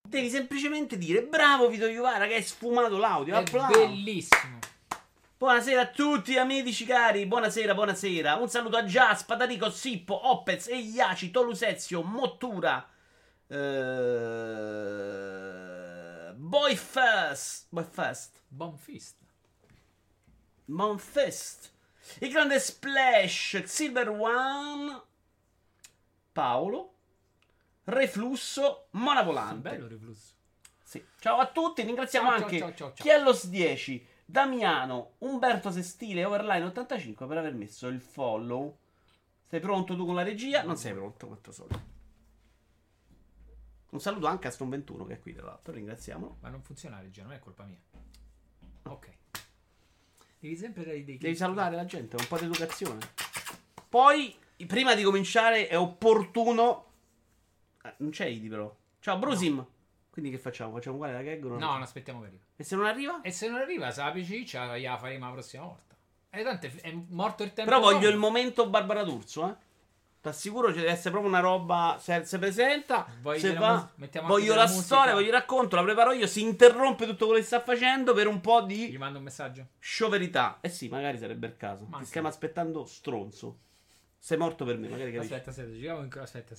Devi semplicemente dire bravo Vito Iuvara che hai sfumato l'audio. È Applauso. bellissimo. Buonasera a tutti amici cari, buonasera, buonasera. Un saluto a Jazz, Patarico, Sippo, Opez, Eiaci, Tolusezio, Mottura, Boyfest, Bonfist. Monfest, il grande Splash, Silver One, Paolo, Reflusso, Mona Volante. Bello riflusso. Sì. Ciao a tutti, ringraziamo Ciao, anche ciao. Chiellos 10, Damiano, Umberto Sestile, Overline 85 per aver messo il follow. Sei pronto tu con la regia? Non sei pronto, quanto solo. Un saluto anche a Stone 21 che è qui tra l'altro, ringraziamolo. Ma non funziona la regia, non è colpa mia. Ok. Devi sempre dare dei Devi salutare la gente, un po' di educazione. Poi, prima di cominciare, è opportuno... non c'è Idi però. Ciao Brusim. No. Quindi che facciamo? Facciamo uguale la gag? No, non aspettiamo che arriva. E se non arriva? E se non arriva, se la PC la faremo la prossima volta. E tanto è morto il tempo. Però voglio il momento Barbara D'Urso, T'assicuro ci deve essere proprio una roba. Se presenta, se va. Voglio la storia, voglio il racconto, la preparo io. Si interrompe tutto quello che sta facendo per un po' di. Gli mando un messaggio. Scioverità. Eh sì, magari sarebbe il caso. Ti stiamo aspettando, stronzo. Sei morto per me, magari capisci. Aspetta, giriamo in aspetta.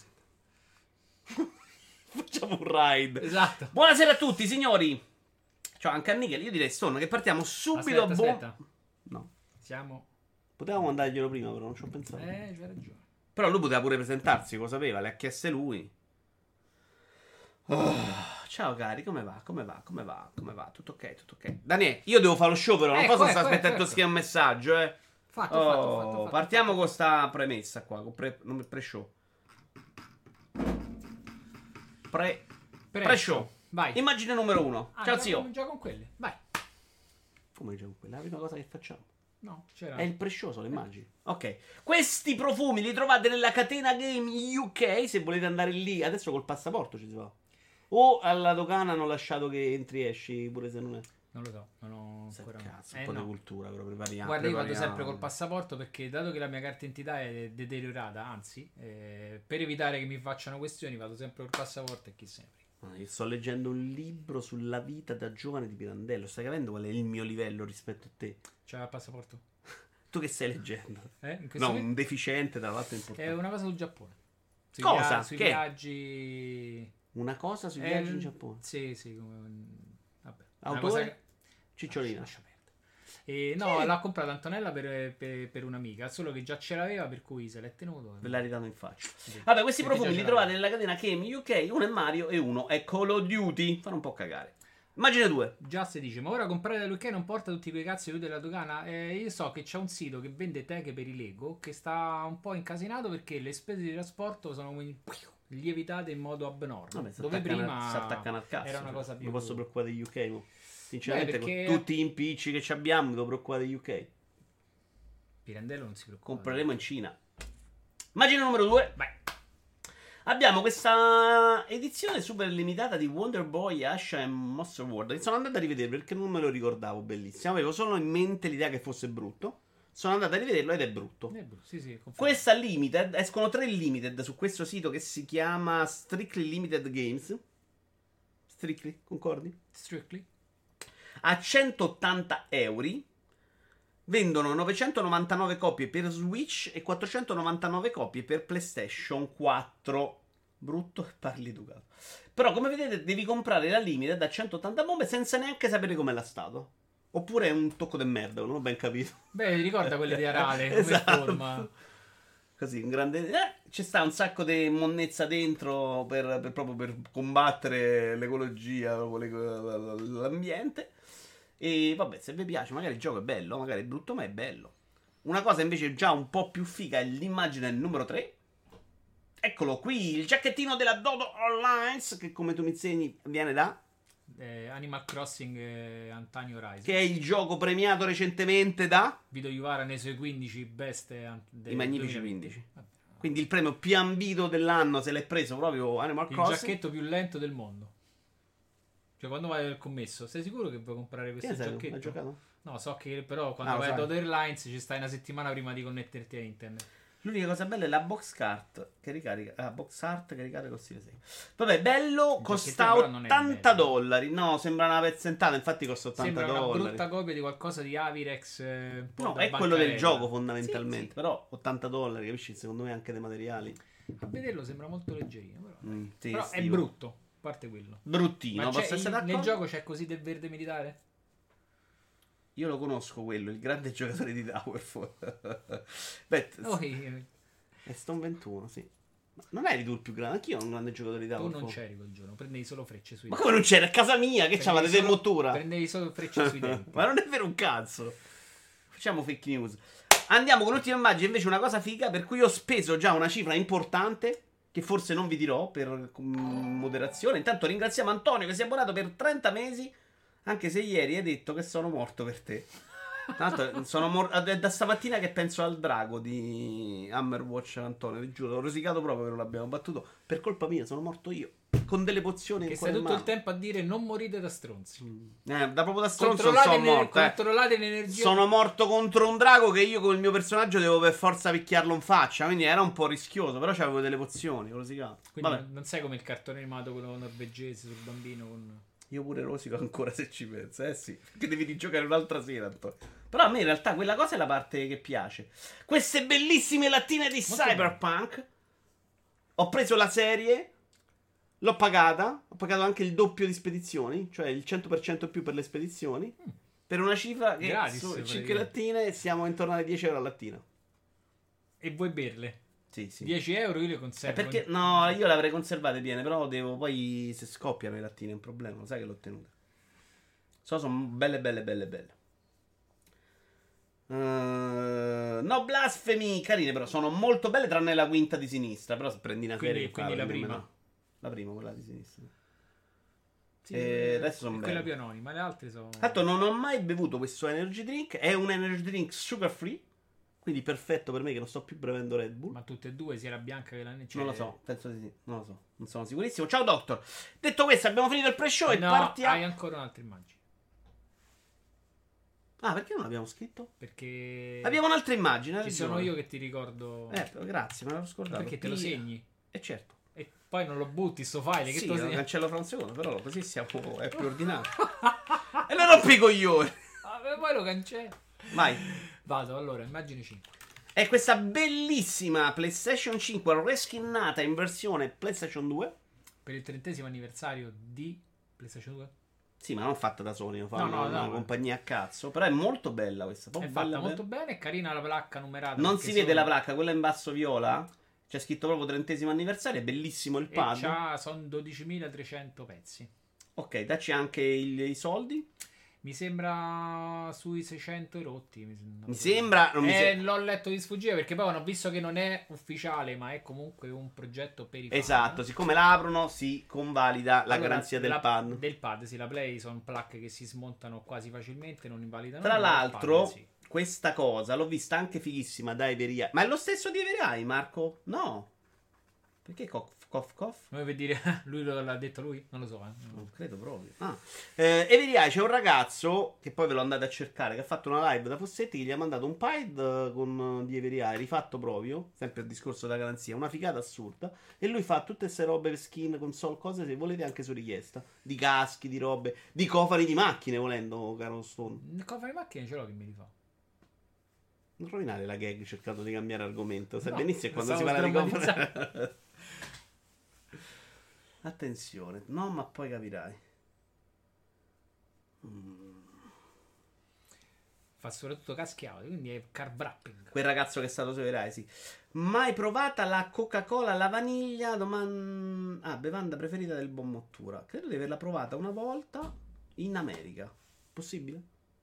Facciamo un ride. Esatto. Buonasera a tutti, signori. Ciao anche a Nigel. Io direi Stone che partiamo subito. Aspetta. No. Siamo. Potevamo mandarglielo prima, però non ci ho pensato. C'hai ragione. Però lui poteva pure presentarsi, lo sapeva, le ha chieste lui. Oh, ciao cari, come va? Tutto ok? Daniele, io devo fare lo show però, non posso stare aspettando che scriva un messaggio, Fatto. Partiamo con sta premessa qua, con pre-show. Pre-show. Vai. Immagine numero 1. Ciao zio. Già con quelle. Vai. Come già con quella? È la prima cosa che facciamo. No, c'era. È il pre-show, sono immagini. Ok. Questi profumi li trovate nella catena Game UK. Se volete andare lì, adesso col passaporto ci si va. O alla dogana hanno lasciato che entri e esci pure se non è. Non lo so, non ho ancora. Cazzo, un po' di cultura, però prepariamo. Guarda, io vado sempre col passaporto perché, dato che la mia carta d'identità è deteriorata, anzi, per evitare che mi facciano questioni, vado sempre col passaporto e chi se ne frega. Io sto leggendo un libro sulla vita da giovane di Pirandello. Stai capendo qual è il mio livello rispetto a te? C'è il passaporto? Tu che stai leggendo? No, un deficiente, tra l'altro importante. È una cosa sul Giappone. Cosa? Sui viaggi. Una cosa sui viaggi in Giappone? Sì. Vabbè. Autore? Cicciolina. Lascia perdere. No, l'ha comprata Antonella per un'amica, solo che già ce l'aveva, per cui se l'è tenuto. Ve l'ha ridato in faccia. Sì. Vabbè, questi profumi li trovate nella catena Game UK. Uno è Mario e uno è Call of Duty. Fanno un po' cagare. Immagine 2. Già si dice, ma ora comprare da UK non porta tutti quei cazzi lui della dogana? Io so che c'è un sito che vende tag per i Lego che sta un po' incasinato perché le spese di trasporto sono lievitate in modo abnorme. Vabbè, dove prima si attaccano al cazzo. Era una cosa più. Mi posso preoccupare degli UK, mo. Sinceramente, perché... con tutti gli impicci che abbiamo, mi devo preoccupare degli UK. Pirandello non si preoccupa. Compreremo in Cina. Immagine numero 2. Vai. Abbiamo questa edizione super limitata di Wonder Boy, Asha e Monster World. Che sono andato a rivedere perché non me lo ricordavo, bellissimo. Avevo solo in mente l'idea che fosse brutto. Sono andato a rivederlo ed è brutto. Sì, questa limited, escono 3 limited su questo sito che si chiama Strictly Limited Games. Strictly, concordi? Strictly. A 180 euro. Vendono 999 copie per Switch e 499 copie per PlayStation 4. Brutto e parli tu, cazzo. Però, come vedete, devi comprare la limited da 180 bombe senza neanche sapere com'è la stato. Oppure è un tocco di merda, non ho ben capito. Beh, ricorda quelle di Arale, come esatto. forma. Così, un grande... ci sta un sacco di monnezza dentro proprio per combattere l'ecologia, proprio l'ambiente. E vabbè, se vi piace, magari il gioco è bello, magari è brutto, ma è bello. Una cosa invece già un po' più figa è l'immagine numero 3. Eccolo qui, il giacchettino della Dodo Online, che come tu mi insegni viene da... Animal Crossing Antonio Rise. Che è il gioco premiato recentemente da... Vito Iuvara nei suoi 15 best I magnifici 15. Quindi il premio più ambito dell'anno se l'è preso proprio Animal Crossing. Il giacchetto più lento del mondo. Cioè, quando vai al commesso, sei sicuro che vuoi comprare questo giacchetto? Hai giocato? No, so che però quando vai a Dodo Airlines ci stai una settimana prima di connetterti a internet. L'unica cosa bella è la box art che ricarica. Ah, box art che ricarica con Steam 6. Vabbè, bello, costa però non è $80. bello. No, sembra una pezzentata, infatti costa $80. Sembra una brutta copia di qualcosa di Avirex. Un po' No, da è quello del bancarella. gioco fondamentalmente. Sì. Però $80, capisci? Secondo me anche dei materiali. A vederlo sembra molto leggerino. Però, Sì, però è estivo. brutto. A parte quello. Bruttino, Ma posso essere d'accordo? nel gioco c'è così del verde militare? Io lo conosco quello, il grande giocatore di Towerfall. Beh, è Stone 21, sì. Ma non eri tu il più grande? Anch'io ero un grande giocatore di Tu Towerfall. non c'eri quel giorno, prendevi solo frecce sui Ma denti. come non c'era? A casa mia, che Prendevi c'avate solo- mottura? Prendevi solo frecce sui denti. Ma non è vero un cazzo. Facciamo fake news. Andiamo con l'ultima immagine, invece una cosa figa, per cui ho speso già una cifra importante, che forse non vi dirò per moderazione. Intanto ringraziamo Antonio che si è abbonato per 30 mesi, anche se ieri hai detto che sono morto per te. Tanto è da stamattina che penso al drago di Hammerwatch Antonio, ti giuro, ho rosicato proprio che non l'abbiamo battuto. Per colpa mia, sono morto io. Con delle pozioni Che in stai cuore tutto in il tempo a dire non morite da stronzi. da proprio da stronzo non sono morto. Controllate l'energia. Sono morto contro un drago che io con il mio personaggio devo per forza picchiarlo in faccia. Quindi era un po' rischioso. Però c'avevo delle pozioni. Ho rosicato. Quindi Vabbè. non sei come il cartone animato, quello norvegese sul bambino con... Io pure rosico ancora se ci penso. Sì. Perché devi rigiocare un'altra sera, Antonio. Però a me in realtà quella cosa è la parte che piace. Queste bellissime lattine di Molto Cyberpunk. Ho preso la serie. L'ho pagata. Ho pagato anche il doppio di spedizioni. Cioè il 100% in più per le spedizioni. Per una cifra che Gratis, su 5 praticamente. lattine siamo intorno ai 10 euro a lattina. E vuoi berle? Sì, sì. 10 euro io le conservo. Perché no, io le avrei conservate piene, però devo poi se scoppiano le lattine è un problema, lo sai che l'ho tenuta. Sono belle belle belle belle. No blasfemi, carine però, sono molto belle tranne la quinta di sinistra, però se prendi una serie Quindi la prima. no. La prima, quella di sinistra. Sì, adesso sono è quella belle. più anonima, le altre sono... Tanto non ho mai bevuto questo energy drink, è un energy drink sugar free, quindi perfetto per me che non sto più bevendo Red Bull. Ma tutte e due, sia la bianca che la nera. Non lo so, penso di sì, non lo so, non sono sicurissimo. Ciao Doctor. Detto questo, abbiamo finito il pre-show e No, partiamo. hai ancora un'altra immagine. Ah, perché non l'abbiamo scritto? Perché... Abbiamo un'altra immagine. Ci sono io che ti ricordo... Grazie, me l'ero scordato. Perché te lo segni. Certo. E poi non lo butti sto file. Che Sì, te lo lo segni? cancello fra un secondo, però così siamo, è più ordinato. E non rompi i coglioni. Ah, poi lo cancello. Vai. Vado, allora, immagine 5. È questa bellissima PlayStation 5 reskinnata in versione PlayStation 2. Per il 30° anniversario di PlayStation 2. Sì, ma non fatta da Sony, lo fa No, una compagnia a cazzo. Però è molto bella questa. È fatta molto bene, è carina la placca numerata. Non perché si vede sono- la placca, quella in basso viola. C'è scritto proprio 30° anniversario. È bellissimo il E pad. sono 12.300 pezzi. Ok, dacci anche i soldi. Mi sembra sui 600 rotti. Mi sembra. Non mi L'ho letto di sfuggire perché poi ho visto che non è ufficiale, ma è comunque un progetto per i fan. Esatto, siccome la aprono si convalida la Allora, garanzia del pad. Del pad, sì, la Play sono placche che si smontano quasi facilmente, non invalidano. Tra nulla, il l'altro, pad, sì. questa cosa l'ho vista anche fighissima da Everai. Ma è lo stesso di Everai, Marco? No. Perché cough? Come per dire, lui l'ha detto lui? Non lo so. Non credo proprio. Everai c'è un ragazzo che poi ve lo andate a cercare che ha fatto una live da Fossetti che gli ha mandato un pad con di Everai rifatto proprio, sempre il discorso della garanzia, una figata assurda, e lui fa tutte queste robe per skin, console, cose se volete anche su richiesta, di caschi, di robe, di cofani di macchine volendo, caro Stone. Il cofano di macchine ce l'ho che mi rifà. Non rovinare la gag cercando di cambiare argomento, sai No, benissimo quando si stavo parla di cofani. sdrammatizzando. Attenzione, no, ma poi capirai. Fa soprattutto caschi audio, quindi è carb wrapping. Quel ragazzo che è stato su Everai, sì. Mai provata la Coca-Cola alla vaniglia? Bevanda preferita del buon Mottura. Credo di averla provata una volta in America. Possibile?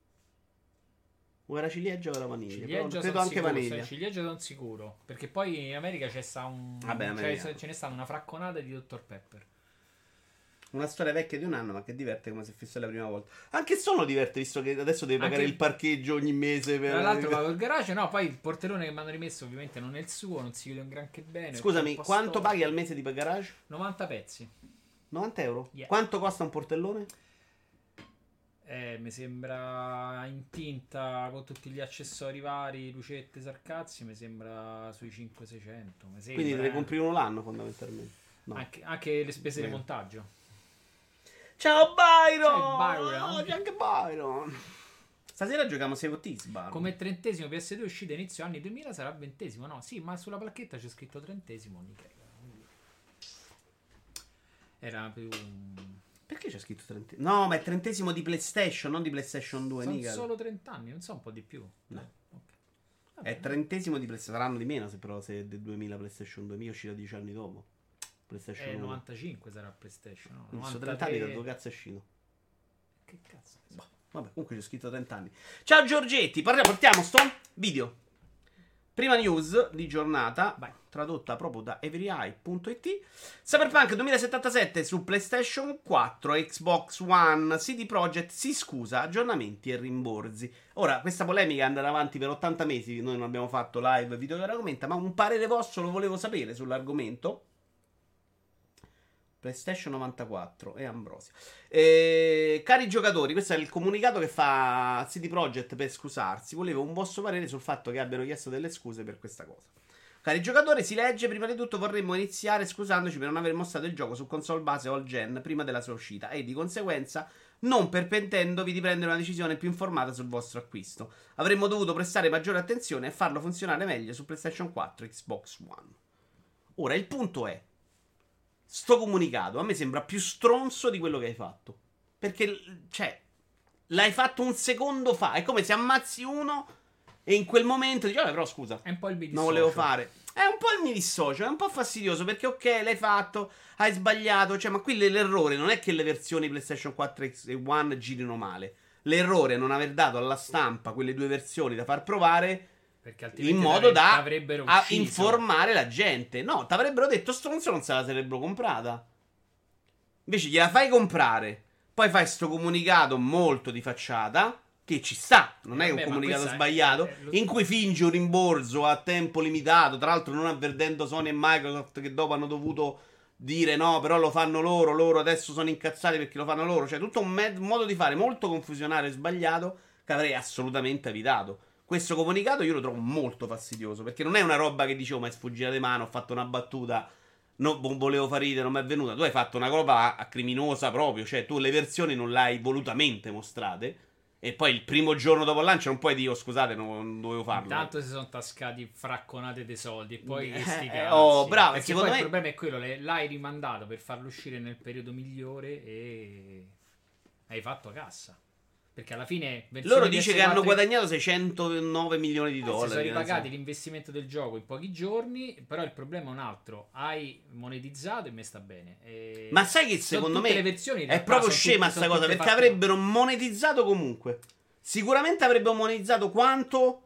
O era ciliegia o era vaniglia? Però Ciliegia credo sono anche sicuro, vaniglia. ciliegia sono sicuro. Perché poi in America c'è sta un... Vabbè, America. ce ne sta una fracconata di Dr. Pepper. Una storia vecchia di un anno, ma che diverte come se fosse la prima volta. Anche Sono diverte, visto che adesso devi pagare Anche- il parcheggio ogni mese per... Tra l'altro va col garage, no, poi il portellone che mi hanno rimesso ovviamente non è il suo, non si vede un granché bene. Scusami, è un po' quanto storto. paghi al mese di garage? 90 pezzi. 90 euro? Yeah. Quanto costa un portellone? Mi sembra in tinta con tutti gli accessori vari, lucette, sarcazzi, mi sembra sui 500-600. Quindi te ne compri uno l'anno fondamentalmente. No. Anche le spese di montaggio. Ciao Byron! Ciao Byron! Oh, c'è anche Byron! Stasera giochiamo Save Tisbar. Come 30esimo PS2 uscita inizio anni 2000 sarà 20esimo, no? Sì, ma sulla placchetta c'è scritto 30esimo. Era più... Perché c'è scritto 30? No, ma è 30esimo di PlayStation, non di PlayStation 2. Sono solo 30 anni, non so, un po' di più. No. Okay. È 30esimo di PlayStation. Saranno di meno se però se è del 2000 PlayStation 2000 uscirà 10 anni dopo. PlayStation 1. 95 sarà PlayStation. No? Quindi sono 30 anni da dove cazzo è uscito? Che cazzo? Vabbè, comunque c'è scritto 30 anni. Ciao Giorgetti, portiamo sto video. Prima news di giornata, tradotta proprio da everyeye.it. Cyberpunk 2077 su PlayStation 4 e Xbox One. CD Projekt si scusa, aggiornamenti e rimborsi. Ora, questa polemica è andata avanti per 80 mesi. Noi non abbiamo fatto live video che l'argomenta, ma un parere vostro lo volevo sapere sull'argomento. PlayStation 94 e Ambrosia. Cari giocatori, questo è il comunicato che fa CD Projekt per scusarsi. Volevo un vostro parere sul fatto che abbiano chiesto delle scuse per questa cosa. Cari giocatori, si legge: prima di tutto vorremmo iniziare scusandoci per non aver mostrato il gioco su console base all gen prima della sua uscita e di conseguenza non permettendovi di prendere una decisione più informata sul vostro acquisto. Avremmo dovuto prestare maggiore attenzione e farlo funzionare meglio su PlayStation 4 e Xbox One. Ora il punto è: sto comunicato a me sembra più stronzo di quello che hai fatto. Perché, cioè, l'hai fatto un secondo fa. È come se ammazzi uno e in quel momento dici, però scusa, è un po' il mi non volevo fare. È un po' il mi dissocio, è un po' fastidioso perché ok, l'hai fatto, hai sbagliato. Cioè, ma qui l'errore non è che le versioni PlayStation 4 e One girino male. L'errore è non aver dato alla stampa quelle due versioni da far provare, in modo da informare la gente. No, ti avrebbero detto stronzo, non se la sarebbero comprata. Invece gliela fai comprare, poi fai sto comunicato molto di facciata, che ci sta, non è un comunicato sbagliato, in cui fingi un rimborso a tempo limitato, tra l'altro non avvertendo Sony e Microsoft che dopo hanno dovuto dire no, però lo fanno loro adesso sono incazzati perché lo fanno loro. Cioè tutto un modo di fare molto confusionario e sbagliato che avrei assolutamente evitato. Questo comunicato io lo trovo molto fastidioso, perché non è una roba che dicevo ma è sfuggita di mano, ho fatto una battuta, non volevo far ridere, non mi è venuta. Tu hai fatto una roba criminosa proprio, cioè tu le versioni non le hai volutamente mostrate e poi il primo giorno dopo il lancio non puoi dire scusate, non dovevo farlo. Intanto si sono tascati fracconate dei soldi e poi sti cazzi. Oh, bravo, perché poi il problema è quello, l'hai rimandato per farlo uscire nel periodo migliore e hai fatto cassa. Perché alla fine loro dice che hanno guadagnato 609 milioni di dollari. Si sono ripagati l'investimento del gioco in pochi giorni. Però il problema è un altro: hai monetizzato e me sta bene. Ma sai che secondo me è proprio scema sta cosa, perché avrebbero monetizzato comunque. Sicuramente avrebbero monetizzato quanto.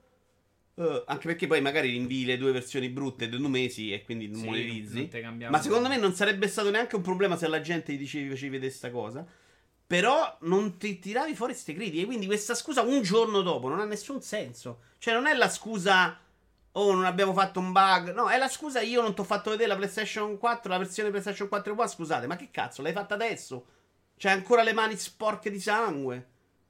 Anche perché poi magari rinvii le due versioni brutte da 2 mesi e quindi non monetizzi. Ma secondo me non sarebbe stato neanche un problema se alla gente gli dicevi, facevi vedere sta cosa. Però non ti tiravi fuori queste critiche. Quindi questa scusa un giorno dopo non ha nessun senso. Cioè non è la scusa oh non abbiamo fatto un bug. No, è la scusa io non ti ho fatto vedere la PlayStation 4, la versione PlayStation 4 qua. Scusate, ma che cazzo, l'hai fatta adesso? C'hai ancora le mani sporche di sangue.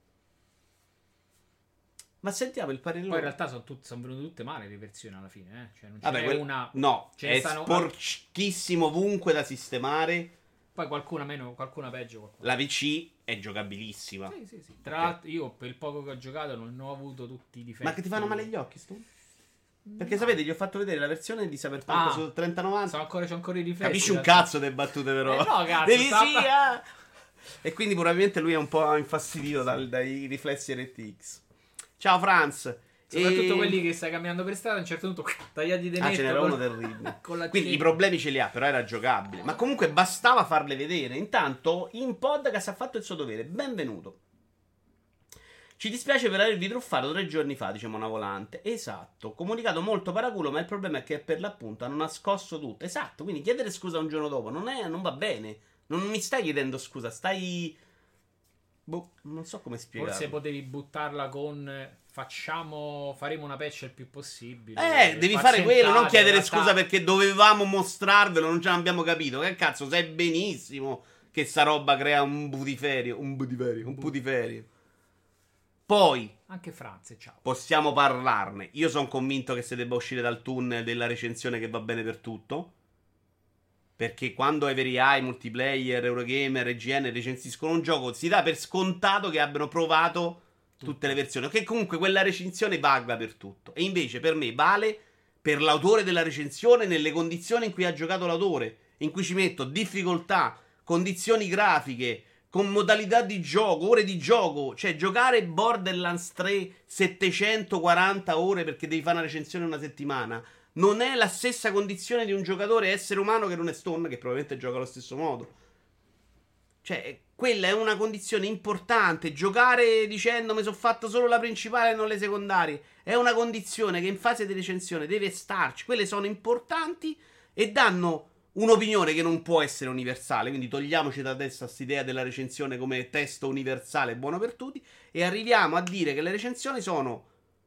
Ma sentiamo il parere. Poi in realtà sono venute tutte male le versioni alla fine, Cioè non c'è una. No, è sporchissimo ovunque da sistemare. Poi qualcuna meno, qualcuna peggio. Qualcuna. La PC è giocabilissima. Sì. Tra l'altro, io per il poco che ho giocato non ho avuto tutti i difetti. Ma che ti fanno male gli occhi, sto? Perché sapete, gli ho fatto vedere la versione di Cyberpunk su 3090. C'ho ancora i riflessi. Capisci un cazzo delle battute, però. No, cazzo. E quindi probabilmente lui è un po' infastidito dai riflessi RTX. Ciao Franz. Soprattutto quelli che stai camminando per strada, a un certo punto tagliati di netto. Ce n'era uno terribile. Quindi i problemi ce li ha, però era giocabile. Ma comunque bastava farle vedere. Intanto in podcast ha fatto il suo dovere. Benvenuto. Ci dispiace per avervi truffato 3 giorni fa, dice Mona Volante. Esatto. Comunicato molto paraculo, ma il problema è che per l'appunto hanno nascosto tutto. Esatto, quindi chiedere scusa un giorno dopo non va bene. Non mi stai chiedendo scusa, stai... non so come spiegarlo. Forse potevi buttarla con... faremo una patch il più possibile. Devi fare quello, non chiedere scusa perché dovevamo mostrarvelo, non ce l'abbiamo capito. Che cazzo, sai benissimo che sta roba crea un putiferio. Poi Anche Franze, ciao. possiamo parlarne. Io sono convinto che si debba uscire dal tunnel della recensione che va bene per tutto. Perché quando Every Eye, Multiplayer, Eurogamer, IGN recensiscono un gioco, si dà per scontato che abbiano provato tutte le versioni. Che comunque quella recensione valga per tutto. E invece per me vale per l'autore della recensione nelle condizioni in cui ha giocato l'autore. In cui ci metto difficoltà, condizioni grafiche, con modalità di gioco, ore di gioco. Cioè, giocare Borderlands 3 740 ore perché devi fare una recensione in una settimana non è la stessa condizione di un giocatore essere umano che non è Stone, che probabilmente gioca allo stesso modo. Cioè, quella è una condizione importante. Giocare dicendo mi sono fatto solo la principale e non le secondarie è una condizione che in fase di recensione deve starci. Quelle sono importanti e danno un'opinione che non può essere universale. Quindi togliamoci da testa quest'idea della recensione come testo universale buono per tutti e arriviamo a dire che le recensioni sono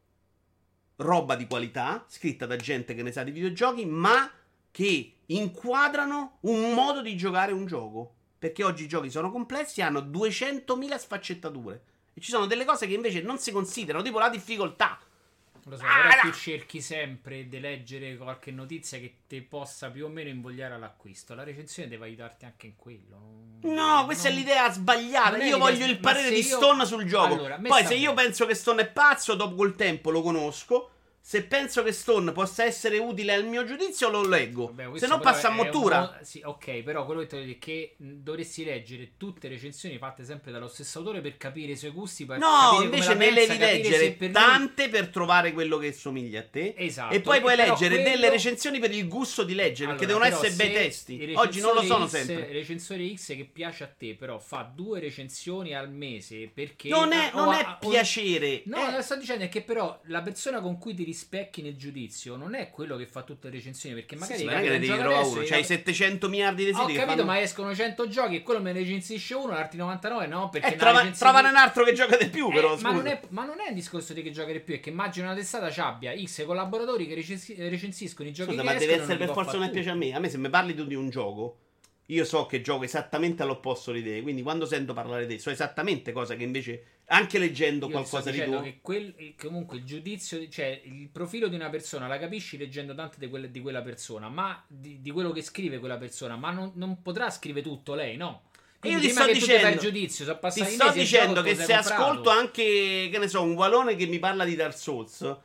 roba di qualità, scritta da gente che ne sa di videogiochi, ma che inquadrano un modo di giocare un gioco. Perché oggi i giochi sono complessi e hanno 200.000 sfaccettature. E ci sono delle cose che invece non si considerano, tipo la difficoltà. Lo so, però tu cerchi sempre di leggere qualche notizia che ti possa più o meno invogliare all'acquisto. La recensione deve aiutarti anche in quello. No, questa è l'idea sbagliata. Io voglio il parere di Stone sul gioco. Allora, poi se io penso che Stone è pazzo, dopo quel tempo lo conosco. Se penso che Stone possa essere utile al mio giudizio, lo leggo. Vabbè, se no passa a mottura. Sì, ok, però quello che ti voglio dire è che dovresti leggere tutte le recensioni fatte sempre dallo stesso autore per capire i suoi gusti. Per No, capire invece come ne la pensa, devi capire leggere se per tante per trovare quello che somiglia a te. Esatto. E poi puoi però leggere quello... delle recensioni per il gusto di leggere. Allora, perché devono però, essere bei se testi. il Oggi non lo sono X, sempre. Il recensore X che piace a te, però fa 2 recensioni al mese perché Non è piacere. No, lo sto dicendo è che però la persona con cui ti rispecchi nel giudizio non è quello che fa tutte le recensioni, perché magari sì, magari ne devi trovare uno. C'hai 700 miliardi di siti. Ho che capito, fanno... ma escono 100 giochi e quello me ne recensisce uno, l'altri 99 no, perché trovane un altro che gioca di più, però. ma non è un discorso di che gioca di più, è che immagino una testata ci abbia X collaboratori che recensiscono i giochi. Scusa, che ma deve escono, essere per forza non piace a me. A me se mi parli tu di un gioco, io so che gioco esattamente all'opposto di te. Quindi quando sento parlare di te, so esattamente cosa che invece, anche leggendo qualcosa di tuo, che comunque il giudizio, cioè il profilo di una persona la capisci leggendo tante di quella persona, ma di quello che scrive quella persona, ma non potrà scrivere tutto lei, no? Io ti sto dicendo, giudizio, ti sto dicendo che se ascolto anche, che ne so, un Walone che mi parla di Dark Souls,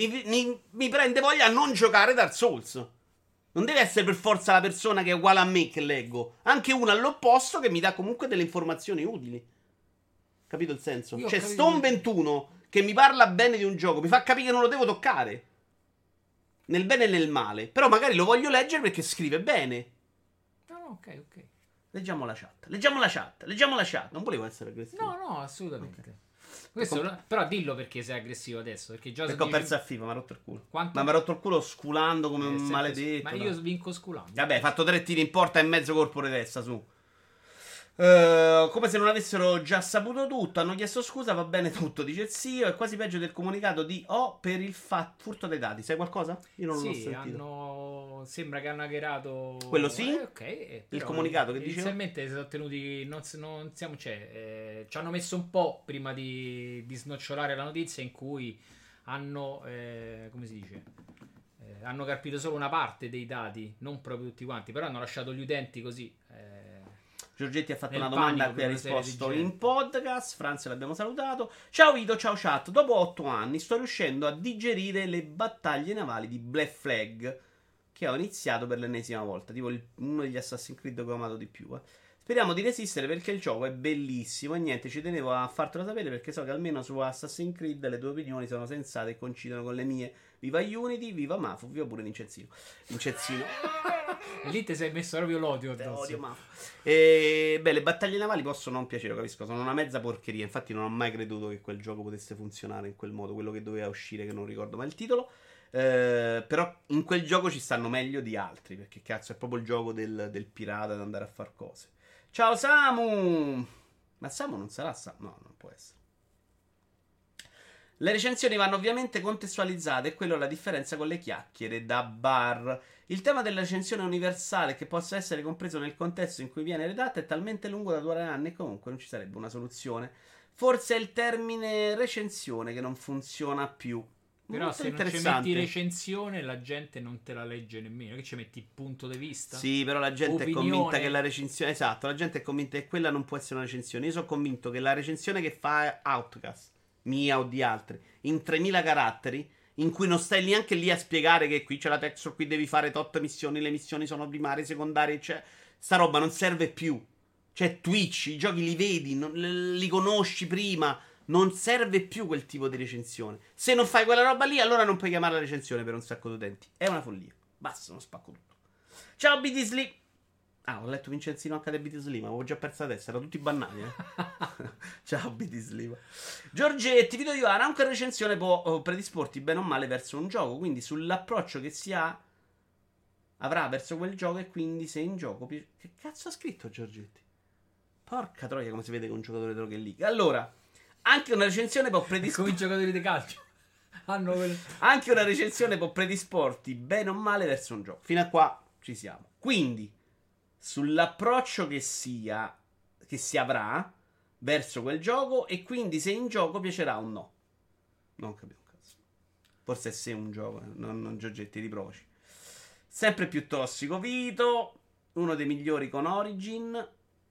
mi prende voglia a non giocare Dark Souls. Non deve essere per forza la persona che è uguale a me che leggo. Anche una all'opposto che mi dà comunque delle informazioni utili. Capito il senso? Cioè, Stone 21 che mi parla bene di un gioco mi fa capire che non lo devo toccare. Nel bene e nel male. Però magari lo voglio leggere perché scrive bene. No, ok. Leggiamo la chat. Non volevo essere aggressivo. No, assolutamente. Okay. Questo, però dillo perché sei aggressivo adesso. Perché ho perso a FIFA, mi ha rotto il culo. Quanto? Ma mi ha rotto il culo sculando come un maledetto. Ma io vinco sculando. Vabbè, hai fatto 3 tiri in porta e mezzo colpo di testa, su. Come se non avessero già saputo tutto. Hanno chiesto scusa, va bene tutto, dice il CEO. È quasi peggio del comunicato di O per il furto dei dati. Sai qualcosa? Io non l'ho sentito. Sembra che hanno hackerato quello sì. Ok. Il comunicato che dice inizialmente si sono tenuti. Non siamo. Ci hanno messo un po' prima di snocciolare la notizia in cui hanno. Come si dice? Hanno carpito solo una parte dei dati, non proprio tutti quanti. Però hanno lasciato gli utenti così. Giorgetti ha fatto una domanda a cui ha risposto in podcast. Franz l'abbiamo salutato. Ciao Vito, ciao chat. Dopo 8 anni sto riuscendo a digerire le battaglie navali di Black Flag che ho iniziato per l'ennesima volta. Tipo uno degli Assassin's Creed che ho amato di più. Speriamo di resistere perché il gioco è bellissimo. E niente, ci tenevo a fartelo sapere perché so che almeno su Assassin's Creed le tue opinioni sono sensate e coincidono con le mie. Viva Unity, viva Mafu, viva pure Vincenzino. Lì ti sei messo proprio l'odio addosso. Odio Mafu. Le battaglie navali possono non piacere, capisco. Sono una mezza porcheria. Infatti non ho mai creduto che quel gioco potesse funzionare in quel modo. Quello che doveva uscire, che non ricordo mai il titolo. Però in quel gioco ci stanno meglio di altri. Perché cazzo è proprio il gioco del pirata da andare a far cose. Ciao Samu. Ma Samu non sarà Samu? No, non può essere. Le recensioni vanno ovviamente contestualizzate e quello è la differenza con le chiacchiere da bar. Il tema della recensione universale che possa essere compreso nel contesto in cui viene redatta è talmente lungo da 2 anni e comunque non ci sarebbe una soluzione. Forse è il termine recensione che non funziona più. Però Molto se non ci interessante. metti recensione, la gente non te la legge nemmeno. Che ci metti punto di vista? Sì, però la gente è Opinione. convinta che la recensione. Esatto, la gente è convinta che quella non può essere una recensione. Io sono convinto che la recensione che fa Outcast, mia o di altri, in 3000 caratteri, in cui non stai neanche lì a spiegare che qui c'è la texture, qui devi fare tot missioni, le missioni sono primarie, secondarie, cioè, sta roba non serve più. Cioè, Twitch, i giochi li vedi, li conosci prima. Non serve più quel tipo di recensione. Se non fai quella roba lì, allora non puoi chiamarla recensione per un sacco di utenti. È una follia. Basta, non spacco tutto. Ciao, BT Ah, ho letto Vincenzino HDBT ma avevo già perso la testa. Erano tutti bannati, Ciao, BT Giorgetti, Vito Ivana, anche la recensione può predisporti bene o male verso un gioco. Quindi sull'approccio che si avrà verso quel gioco. E quindi se in gioco. Che cazzo ha scritto Giorgetti? Porca troia, come si vede con un giocatore di Rocket League. Allora. Anche una recensione può predisporti. Come i giocatori di calcio. Anche una recensione può predisporti bene o male verso un gioco. Fino a qua ci siamo. Quindi, sull'approccio che si avrà verso quel gioco, e quindi se in gioco piacerà o no. Non capivo un cazzo. Forse è se un gioco, non Giorgetti, riprovaci. Sempre più tossico Vito. Uno dei migliori con Origin.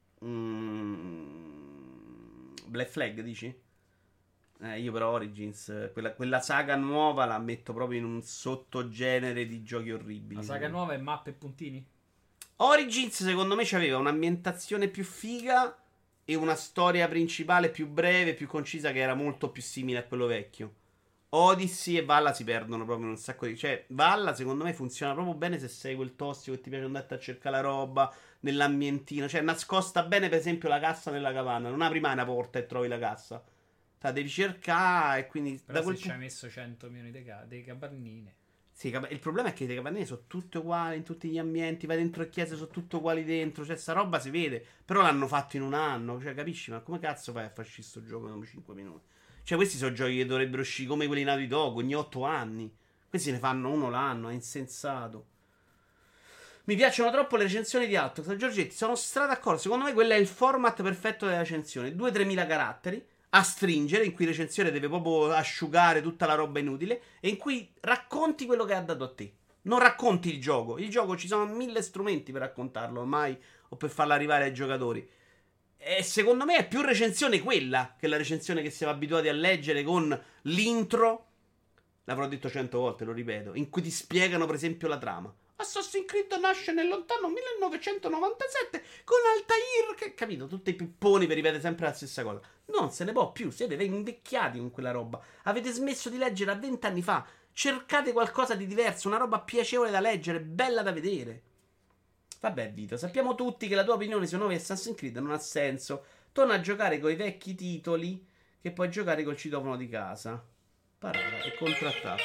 Black Flag, dici? Io però Origins, quella saga nuova la metto proprio in un sottogenere di giochi orribili. La saga nuova è mappe e puntini? Origins secondo me c'aveva un'ambientazione più figa e una storia principale più breve, più concisa, che era molto più simile a quello vecchio. Odyssey e Valhalla si perdono proprio in un sacco di... Cioè, Valhalla secondo me funziona proprio bene se sei quel tossico che ti piace andare a cercare la roba nell'ambientino. Cioè, nascosta bene per esempio la cassa nella capanna. Non apri mai una porta e trovi la cassa. La devi cercare e quindi... Però se ci hai messo 100 milioni di capannine. Sì, il problema è che le capannine sono tutte uguali in tutti gli ambienti. Vai dentro le chiese, sono tutte uguali dentro. Cioè, sta roba si vede. Però l'hanno fatto in un anno. Cioè, capisci? Ma come cazzo fai a farci sto gioco in 5 minuti? Cioè, questi sono giochi che dovrebbero uscire come quelli nati dopo, ogni 8 anni. Questi ne fanno uno l'anno, è insensato. Mi piacciono troppo le recensioni di Outlook. Giorgetti, sono stra d'accordo. Secondo me quello è il format perfetto della recensione. 2-3 mila caratteri a stringere, in cui la recensione deve proprio asciugare tutta la roba inutile, e in cui racconti quello che ha dato a te. Non racconti il gioco. Il gioco ci sono 1000 strumenti per raccontarlo ormai, o per farlo arrivare ai giocatori. E secondo me è più recensione quella che la recensione che siamo abituati a leggere con l'intro. L'avrò detto 100 volte, lo ripeto. In cui ti spiegano, per esempio, la trama. Assassin's Creed nasce nel lontano 1997 con Altair. Che capito? Tutti i pipponi per ripetere sempre la stessa cosa. Non se ne può più. Siete invecchiati con quella roba. Avete smesso di leggere a 20 anni fa. Cercate qualcosa di diverso. Una roba piacevole da leggere, bella da vedere. Vabbè, Vito, sappiamo tutti che la tua opinione sui nuovi Assassin's Creed non ha senso. Torna a giocare con i vecchi titoli che puoi giocare col citofono di casa. Parata e contrattacco.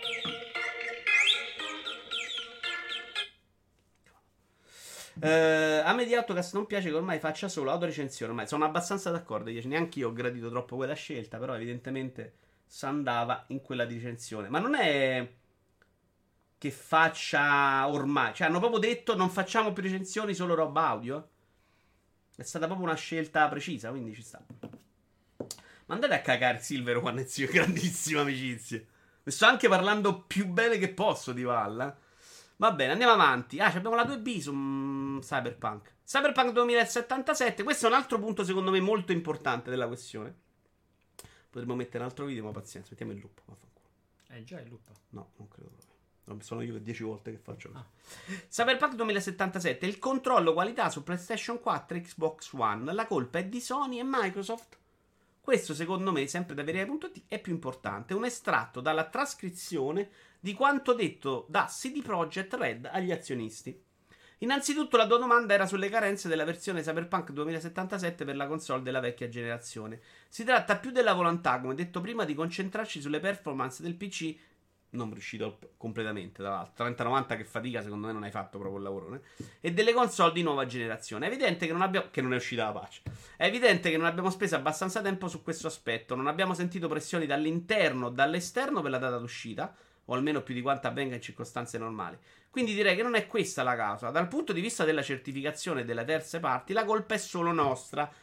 A me di Autocast non piace che ormai faccia solo autorecensione. Ormai sono abbastanza d'accordo. Neanche io ho gradito troppo quella scelta, però evidentemente si andava in quella di recensione. Ma non è che faccia ormai. Cioè, hanno proprio detto non facciamo più recensioni, solo roba audio. È stata proprio una scelta precisa, quindi ci sta. Ma andate a cagare Silver One e zio, grandissima amicizia. Ne sto anche parlando più bene che posso di Valla. Va bene, andiamo avanti. Abbiamo la 2B su Cyberpunk. Cyberpunk 2077. Questo è un altro punto secondo me molto importante della questione. Potremmo mettere un altro video, ma pazienza, mettiamo il loop. È già il loop? No, non credo proprio. Sono io che 10 volte che faccio. Cyberpunk 2077. Il controllo qualità su PlayStation 4 e Xbox One. La colpa è di Sony e Microsoft. Questo secondo me, sempre da Veria.it, è più importante. Un estratto dalla trascrizione di quanto detto da CD Projekt Red agli azionisti. Innanzitutto la tua domanda era sulle carenze della versione Cyberpunk 2077 per la console della vecchia generazione. Si tratta più della volontà, come detto prima, di concentrarci sulle performance del PC, non riuscito completamente, tra l'altro 3090 che fatica, secondo me non hai fatto proprio il lavoro, né? E delle console di nuova generazione. È evidente che non abbiamo, che non è uscita la patch. È evidente che non abbiamo speso abbastanza tempo su questo aspetto. Non abbiamo sentito pressioni dall'interno o dall'esterno per la data d'uscita, o almeno più di quanto avvenga in circostanze normali. Quindi direi che non è questa la causa. Dal punto di vista della certificazione delle terze parti, la colpa è solo nostra.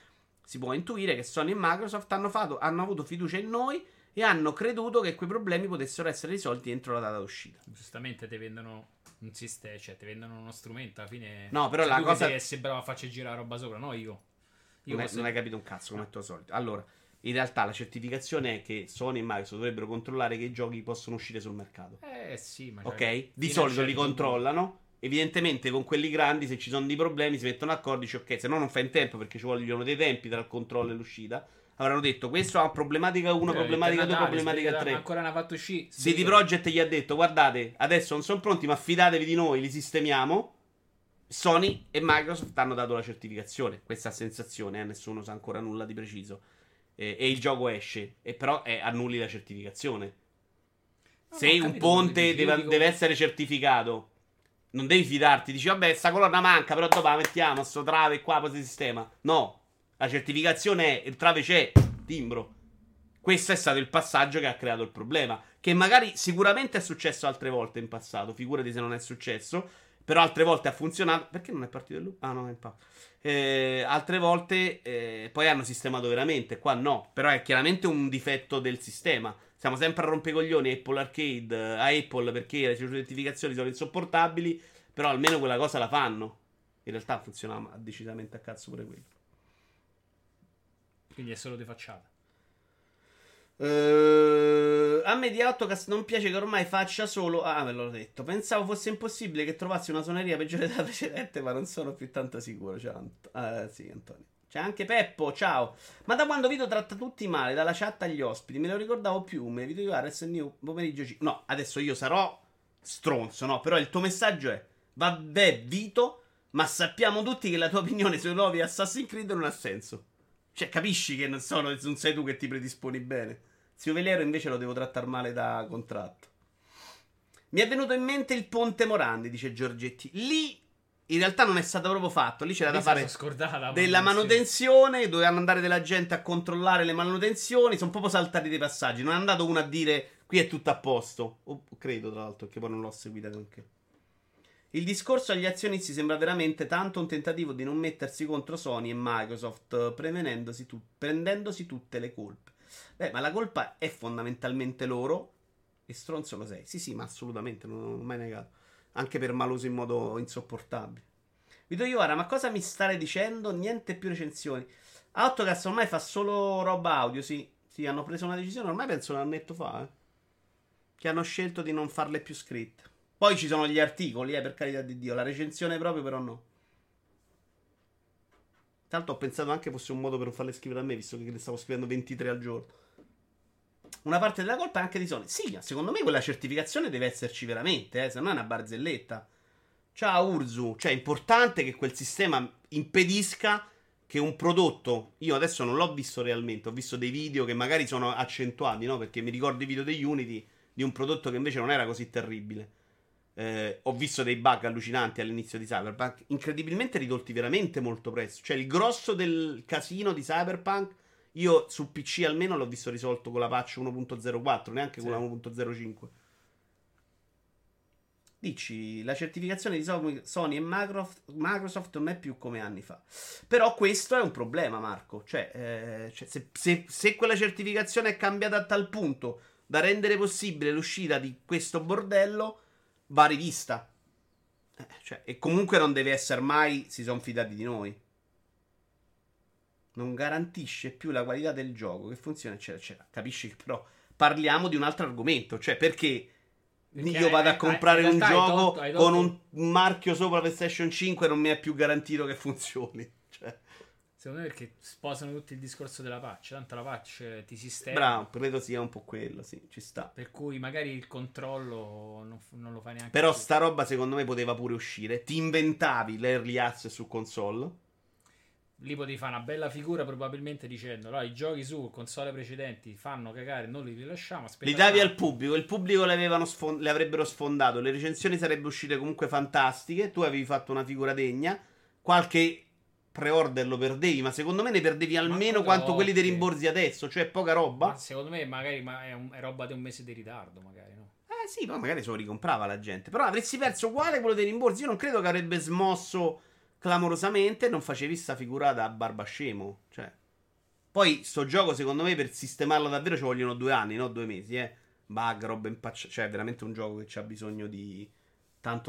si può intuire che Sony e Microsoft hanno avuto fiducia in noi e hanno creduto che quei problemi potessero essere risolti entro la data d'uscita. Giustamente ti vendono un sistema, cioè ti vendono uno strumento, alla fine No, però sei la tu cosa... che sei bravo a farci girare roba sopra, no io. Non hai capito un cazzo come al tuo solito. Allora, in realtà la certificazione è che Sony e Microsoft dovrebbero controllare che i giochi possono uscire sul mercato. Sì, ma Ok? Di solito li controllano. Evidentemente con quelli grandi, se ci sono dei problemi, si mettono d'accordo e dice ok, se no non fa in tempo perché ci vogliono dei tempi tra il controllo e l'uscita. Avranno detto questo ha problematica 1, problematica 2, problematica 3. Ancora ne ha fatto uscire. CD Projekt gli ha detto guardate, adesso non sono pronti ma fidatevi di noi, li sistemiamo. Sony e Microsoft hanno dato la certificazione. Questa sensazione, nessuno sa ancora nulla di preciso. E il gioco esce, e però annulli la certificazione. Se un ponte deve essere certificato, non devi fidarti. Dici, vabbè, sta colonna manca, però dopo la mettiamo, sto trave qua, poi si sistema. No, la certificazione è, il trave c'è, timbro. Questo è stato il passaggio che ha creato il problema. Che magari sicuramente è successo altre volte in passato. Figurati se non è successo. Però altre volte ha funzionato. Perché non è partito il loop? Ah, no, è in pausa. Altre volte poi hanno sistemato veramente. Qua no. Però è chiaramente un difetto del sistema. Siamo sempre a rompecoglioni Apple Arcade a Apple perché le certificazioni sono insopportabili. Però almeno quella cosa la fanno. In realtà funziona decisamente a cazzo pure quello. Quindi è solo di facciata. A me di Autocast non piace che ormai faccia solo. Ah, ve l'ho detto. Pensavo fosse impossibile che trovassi una suoneria peggiore della precedente, ma non sono più tanto sicuro. Ciao, sì, Antonio. C'è anche Peppo, ciao. Ma da quando Vito tratta tutti male, dalla chat agli ospiti, me lo ricordavo più. Me Vito Ivares New pomeriggio. No, adesso io sarò stronzo, no? Però il tuo messaggio è: vabbè, Vito, ma sappiamo tutti che la tua opinione sui nuovi Assassin's Creed non ha senso. Cioè, capisci che non sei tu che ti predisponi bene. Zio Velero invece lo devo trattare male da contratto. Mi è venuto in mente il Ponte Morandi, dice Giorgetti. Lì in realtà non è stato proprio fatto. Lì c'era da fare della manutenzione. Dovevano andare della gente a controllare le manutenzioni. Sono proprio saltati dei passaggi. Non è andato uno a dire qui è tutto a posto. Credo, tra l'altro, che poi non l'ho seguita neanche. Il discorso agli azionisti sembra veramente tanto un tentativo di non mettersi contro Sony e Microsoft, prendendosi tutte le colpe. Beh, ma la colpa è fondamentalmente loro. E stronzo lo sei. Sì, ma assolutamente, non l'ho mai negato. Anche per maloso in modo insopportabile. Vito Iovara, ma cosa mi stai dicendo? Niente più recensioni. Autocast ormai fa solo roba audio, sì. Sì, hanno preso una decisione, ormai penso un annetto fa, che hanno scelto di non farle più scritte. Poi ci sono gli articoli, per carità di Dio. La recensione proprio, però no. Tra l'altro ho pensato anche fosse un modo per non farle scrivere a me, visto che ne stavo scrivendo 23 al giorno. Una parte della colpa è anche di Sony. Sì, secondo me quella certificazione deve esserci veramente, se no è una barzelletta. Ciao Urzu. Cioè è importante che quel sistema impedisca che un prodotto... Io adesso non l'ho visto realmente, ho visto dei video che magari sono accentuati, no? Perché mi ricordo i video degli Unity di un prodotto che invece non era così terribile. Ho visto dei bug allucinanti all'inizio di Cyberpunk, incredibilmente ridotti veramente molto presto. Cioè il grosso del casino di Cyberpunk io su PC almeno l'ho visto risolto con la patch 1.04, neanche con la 1.05. Dici, la certificazione di Sony e Microsoft non è più come anni fa. Però questo è un problema, Marco. Cioè se quella certificazione è cambiata a tal punto da rendere possibile l'uscita di questo bordello, va rivista. E comunque non deve essere mai si sono fidati di noi. Non garantisce più la qualità del gioco, che funziona, eccetera, eccetera. Capisci che però parliamo di un altro argomento. Cioè, perché io vado a comprare un gioco con un marchio sopra PlayStation 5 e non mi è più garantito che funzioni. Cioè... Secondo me perché sposano tutto il discorso della patch. Tanto la patch ti sistema. Bravo, credo sia un po' quello, sì, ci sta. Per cui magari il controllo non lo fai neanche. Però più. Sta roba secondo me poteva pure uscire. Ti inventavi l'early access su console. Lì potevi fare una bella figura probabilmente dicendo i giochi su console precedenti fanno cagare, non li rilasciamo. Li davi al pubblico, il pubblico le avrebbero sfondato, le recensioni sarebbero uscite comunque fantastiche, tu avevi fatto una figura degna, qualche pre-order lo perdevi, ma secondo me ne perdevi almeno quanto quelli dei rimborsi adesso, cioè poca roba. Ma secondo me magari è roba di un mese di ritardo, magari, no? Sì, ma magari se lo ricomprava la gente, però avresti perso uguale quello dei rimborsi, io non credo che avrebbe smosso clamorosamente, non facevi sta figura da barbascemo, cioè Poi sto gioco secondo me per sistemarlo davvero ci vogliono 2 anni, no 2 mesi, bug, roba impacciata. Cioè è veramente un gioco che c'ha bisogno di tanto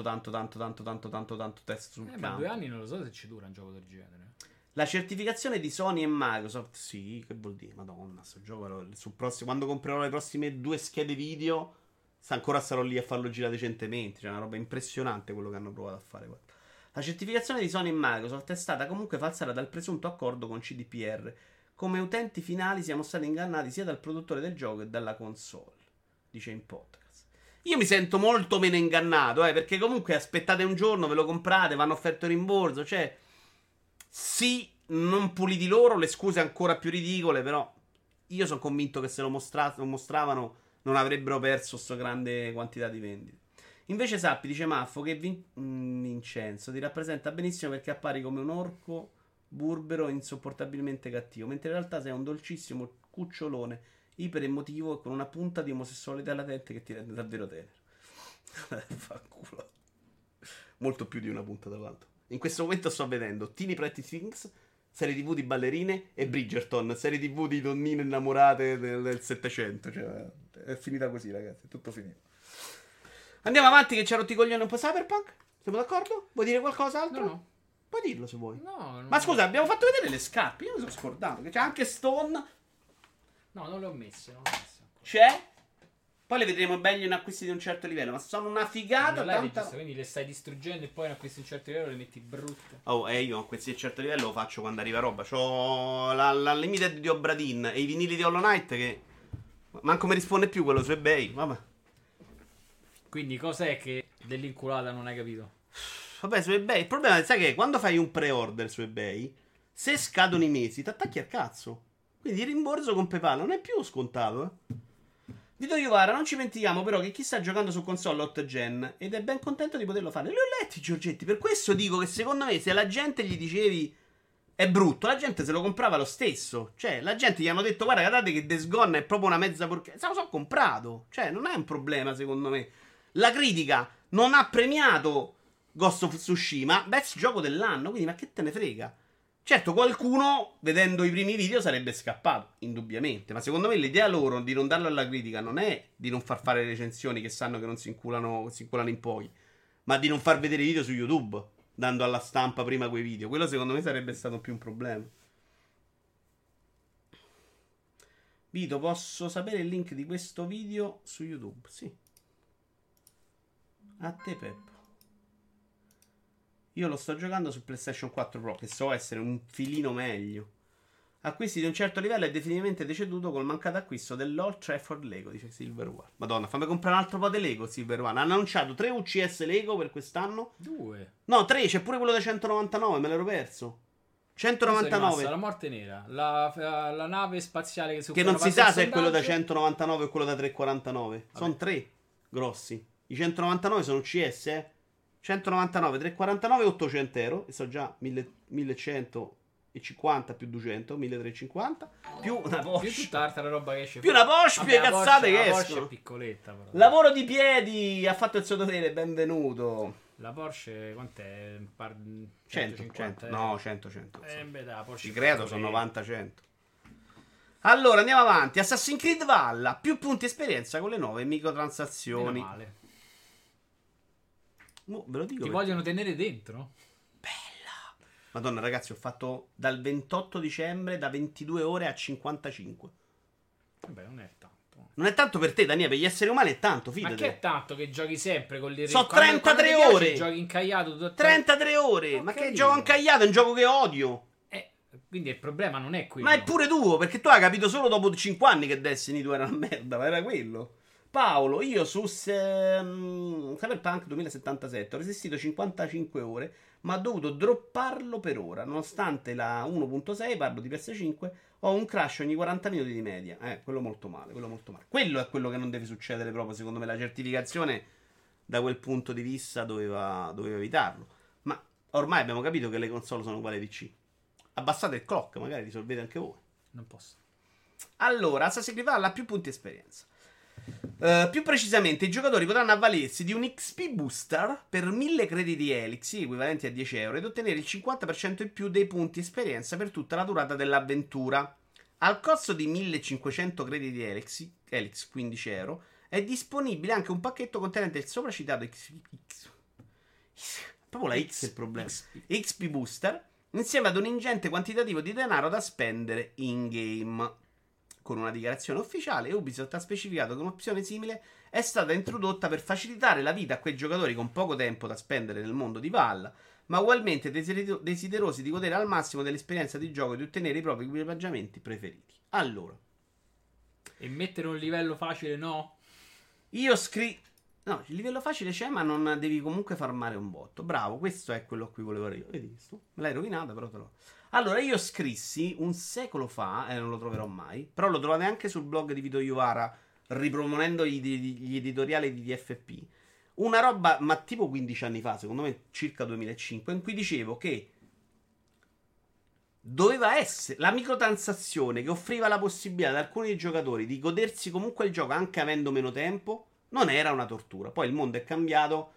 test sul Ma campo. 2 anni non lo so se ci dura un gioco del genere. La certificazione di Sony e Microsoft, sì, che vuol dire? Madonna, sto gioco sul prossimo, quando comprerò le prossime 2 schede video, ancora sarò lì a farlo girare decentemente. Cioè, una roba impressionante quello che hanno provato a fare. Guarda. La certificazione di Sony e Microsoft è stata comunque falsata dal presunto accordo con CDPR. Come utenti finali siamo stati ingannati sia dal produttore del gioco che dalla console, dice in podcast. Io mi sento molto meno ingannato, perché comunque aspettate un giorno, ve lo comprate, vanno offerto rimborso, cioè sì, non puliti loro, le scuse ancora più ridicole, però io sono convinto che se lo mostravano non avrebbero perso sta grande quantità di vendite. Invece sappi, dice Maffo, che Vincenzo ti rappresenta benissimo perché appari come un orco burbero insopportabilmente cattivo, mentre in realtà sei un dolcissimo cucciolone iper emotivo e con una punta di omosessualità latente che ti rende davvero tenero. Fa culo. Molto più di una punta dall'altro. In questo momento sto vedendo Teeny Pretty Things, serie TV di ballerine, e Bridgerton, serie TV di donnine innamorate del 700. Cioè, è finita così, ragazzi, è tutto finito. Andiamo avanti che ci ha rotti i coglioni un po' Cyberpunk? Siamo d'accordo? Vuoi dire qualcos'altro? No. Puoi dirlo se vuoi. No, Ma scusa, abbiamo fatto vedere le scarpe. Io mi sono scordato che c'è anche Stone. No, non le ho messe. Non le ho messe ancora. C'è. Poi le vedremo meglio in acquisti di un certo livello. Ma sono una figata. Non l'hai regista, quindi le stai distruggendo e poi in acquisti di un certo livello le metti brutte. Oh, io acquisti di un certo livello lo faccio quando arriva roba. C'ho la Limited di Obradin e i vinili di Hollow Knight che manco mi risponde più quello su eBay. Vabbè. Quindi cos'è che dell'inculata non hai capito? Vabbè, su eBay. Il problema è, sai che quando fai un pre-order su eBay, se scadono i mesi, ti attacchi al cazzo. Quindi il rimborso con PayPal non è più scontato, Vito Iovara, non ci dimentichiamo però che chi sta giocando su console 8 gen ed è ben contento di poterlo fare. Li ho letti, Giorgetti, per questo dico che secondo me se la gente gli dicevi è brutto, la gente se lo comprava lo stesso. Cioè, la gente gli hanno detto guarda, guardate che Days Gone è proprio una mezza porcheria. Se lo so comprato. Cioè, non è un problema secondo me. La critica non ha premiato Ghost of Tsushima, best gioco dell'anno, quindi ma che te ne frega? Certo, qualcuno, vedendo i primi video, sarebbe scappato, indubbiamente. Ma secondo me l'idea loro di non darlo alla critica non è di non far fare recensioni che sanno che non si inculano in pochi, ma di non far vedere i video su YouTube, dando alla stampa prima quei video. Quello secondo me sarebbe stato più un problema. Vito, posso sapere il link di questo video su YouTube? Sì. A te, Peppo. Io lo sto giocando su PlayStation 4 Pro, che so essere un filino meglio. Acquisti di un certo livello è definitivamente deceduto col mancato acquisto dell'Old Trafford Lego, dice Silver One. Madonna, fammi comprare un altro po' di Lego, Silver One. Hanno annunciato 3 UCS Lego per quest'anno. 2. No, 3, c'è pure quello da 199, me l'ero perso. 199. La morte nera, la nave spaziale che non si sa se è quello da 199 o quello da 349. Sono 3 grossi. I 199 sono UCS, 199, 349 e 800 euro. E so già 1150 più 200, 1350. Più una Porsche. Più tutta l'altra roba che esce. Più una Porsche, più le cazzate che escono. La Porsche escono. è piccoletta però. Lavoro di piedi, ha fatto il suo dovere, benvenuto. La Porsche quant'è? 100, 100. No, 100, 100. Beh, la Porsche Ci credo, sono 90, 100. Allora, andiamo avanti. Assassin's Creed Valhalla, più punti esperienza con le nuove microtransazioni. Meno male. Ve lo dico. Ti vogliono tenere dentro? Bella. Madonna, ragazzi, ho fatto dal 28 dicembre da 22 ore a 55. Vabbè, non è tanto. Non è tanto per te, Daniele, per gli esseri umani è tanto, fidati. Ma che è tanto che giochi sempre con le So 33 ore. Giochi incagliato tutto 33 ore. Ma che gioco incagliato? È un gioco che odio. Quindi il problema non è quello. Ma è pure tuo, perché tu hai capito solo dopo 5 anni che Destiny 2 era una merda, ma era quello. Paolo, io su Cyberpunk 2077 ho resistito 55 ore, ma ho dovuto dropparlo per ora. Nonostante la 1.6, parlo di PS5, ho un crash ogni 40 minuti di media. Quello molto male, quello molto male. Quello è quello che non deve succedere proprio, secondo me. La certificazione, da quel punto di vista, doveva evitarlo. Ma ormai abbiamo capito che le console sono uguali ai PC. Abbassate il clock, magari risolvete anche voi. Non posso. Allora, Assassin's Creed Valhalla ha più punti esperienza. Più precisamente, i giocatori potranno avvalersi di un XP booster per 1000 crediti Elixir, equivalenti a 10 euro, ed ottenere il 50% in più dei punti esperienza per tutta la durata dell'avventura. Al costo di 1500 crediti Helix, 15 euro, è disponibile anche un pacchetto contenente il sopracitato proprio la X è il problema. XP Booster, insieme ad un ingente quantitativo di denaro da spendere in game. Con una dichiarazione ufficiale, Ubisoft ha specificato che un'opzione simile è stata introdotta per facilitare la vita a quei giocatori con poco tempo da spendere nel mondo di Valhalla, ma ugualmente desiderosi di godere al massimo dell'esperienza di gioco e di ottenere i propri equipaggiamenti preferiti. Allora, E mettere un livello facile no? No, il livello facile c'è, ma non devi comunque farmare un botto. Bravo, questo è quello a cui volevo arrivare. Vedi questo? Me l'hai rovinata, però te l'ho. Allora, io scrissi un secolo fa, e non lo troverò mai, però lo trovate anche sul blog di Vito Iuvara, riproponendo gli editoriali di DFP. Una roba, ma tipo 15 anni fa, secondo me circa 2005, in cui dicevo che doveva essere la microtransazione che offriva la possibilità ad alcuni giocatori di godersi comunque il gioco anche avendo meno tempo, non era una tortura. Poi il mondo è cambiato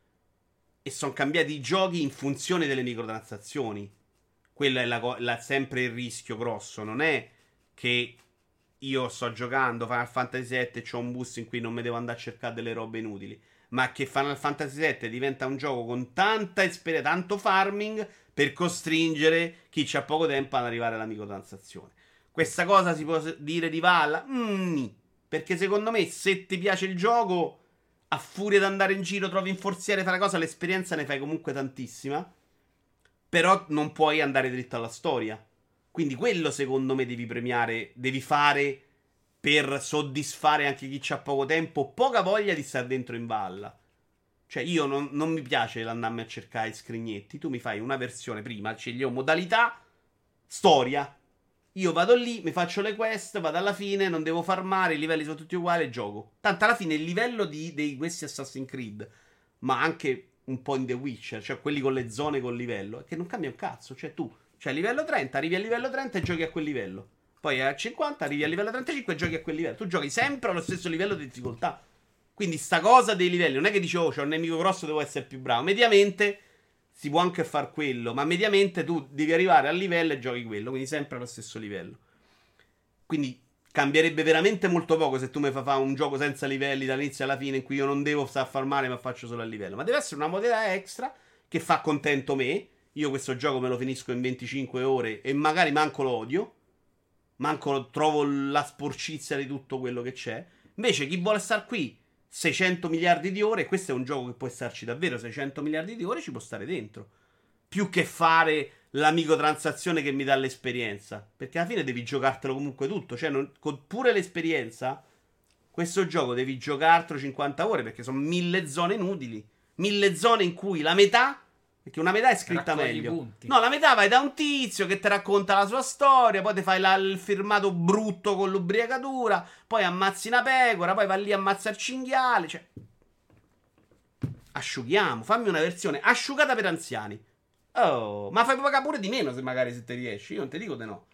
e sono cambiati i giochi in funzione delle microtransazioni. Quello è sempre il rischio grosso. Non è che io sto giocando Final Fantasy VII e c'ho un bus in cui non mi devo andare a cercare delle robe inutili, ma che Final Fantasy VII diventa un gioco con tanta esperienza, tanto farming per costringere chi c'ha poco tempo ad arrivare alla microtransazione. Questa cosa si può dire di Valhalla? Perché secondo me se ti piace il gioco, a furia di andare in giro, trovi in forziere, fare la cosa, l'esperienza ne fai comunque tantissima. Però non puoi andare dritto alla storia. Quindi quello secondo me devi premiare, devi fare per soddisfare anche chi c'ha poco tempo, poca voglia di stare dentro in Valhalla. Cioè io non mi piace l'andarmi a cercare i scrignetti. Tu mi fai una versione prima, scegli modalità, storia. Io vado lì, mi faccio le quest, vado alla fine, non devo farmare, i livelli sono tutti uguali e gioco. Tanto alla fine il livello di questi Assassin's Creed, ma anche un po' in The Witcher, cioè quelli con le zone con livello, è che non cambia un cazzo. Cioè tu, cioè livello 30, arrivi a livello 30 e giochi a quel livello. Poi a 50 arrivi a livello 35 e giochi a quel livello. Tu giochi sempre allo stesso livello di difficoltà. Quindi sta cosa dei livelli non è che dici oh c'ho un nemico grosso, devo essere più bravo. Mediamente si può anche far quello, ma mediamente tu devi arrivare al livello e giochi quello, quindi sempre allo stesso livello. Quindi cambierebbe veramente molto poco se tu mi fai fare un gioco senza livelli dall'inizio alla fine in cui io non devo stare a farmare ma faccio solo il livello. Ma deve essere una modalità extra che fa contento me. Io questo gioco me lo finisco in 25 ore e magari manco lo odio. Manco trovo la sporcizia di tutto quello che c'è. Invece chi vuole star qui 600 miliardi di ore, questo è un gioco che può starci davvero 600 miliardi di ore, ci può stare dentro. Più che fare la microtransazione che mi dà l'esperienza. Perché alla fine devi giocartelo comunque tutto. Cioè, con pure l'esperienza, questo gioco devi giocartelo 50 ore, perché sono 1000 zone inutili. 1000 zone in cui la metà, perché una metà è scritta meglio. Punti. No, la metà vai da un tizio che ti racconta la sua storia, poi ti fai il firmato brutto con l'ubriacatura, poi ammazzi una pecora, poi vai lì a ammazza il cinghiale. Cioè, asciughiamo, fammi una versione asciugata per anziani. Oh, ma fai pagare pure di meno se magari se ti riesci. Io non ti dico di no.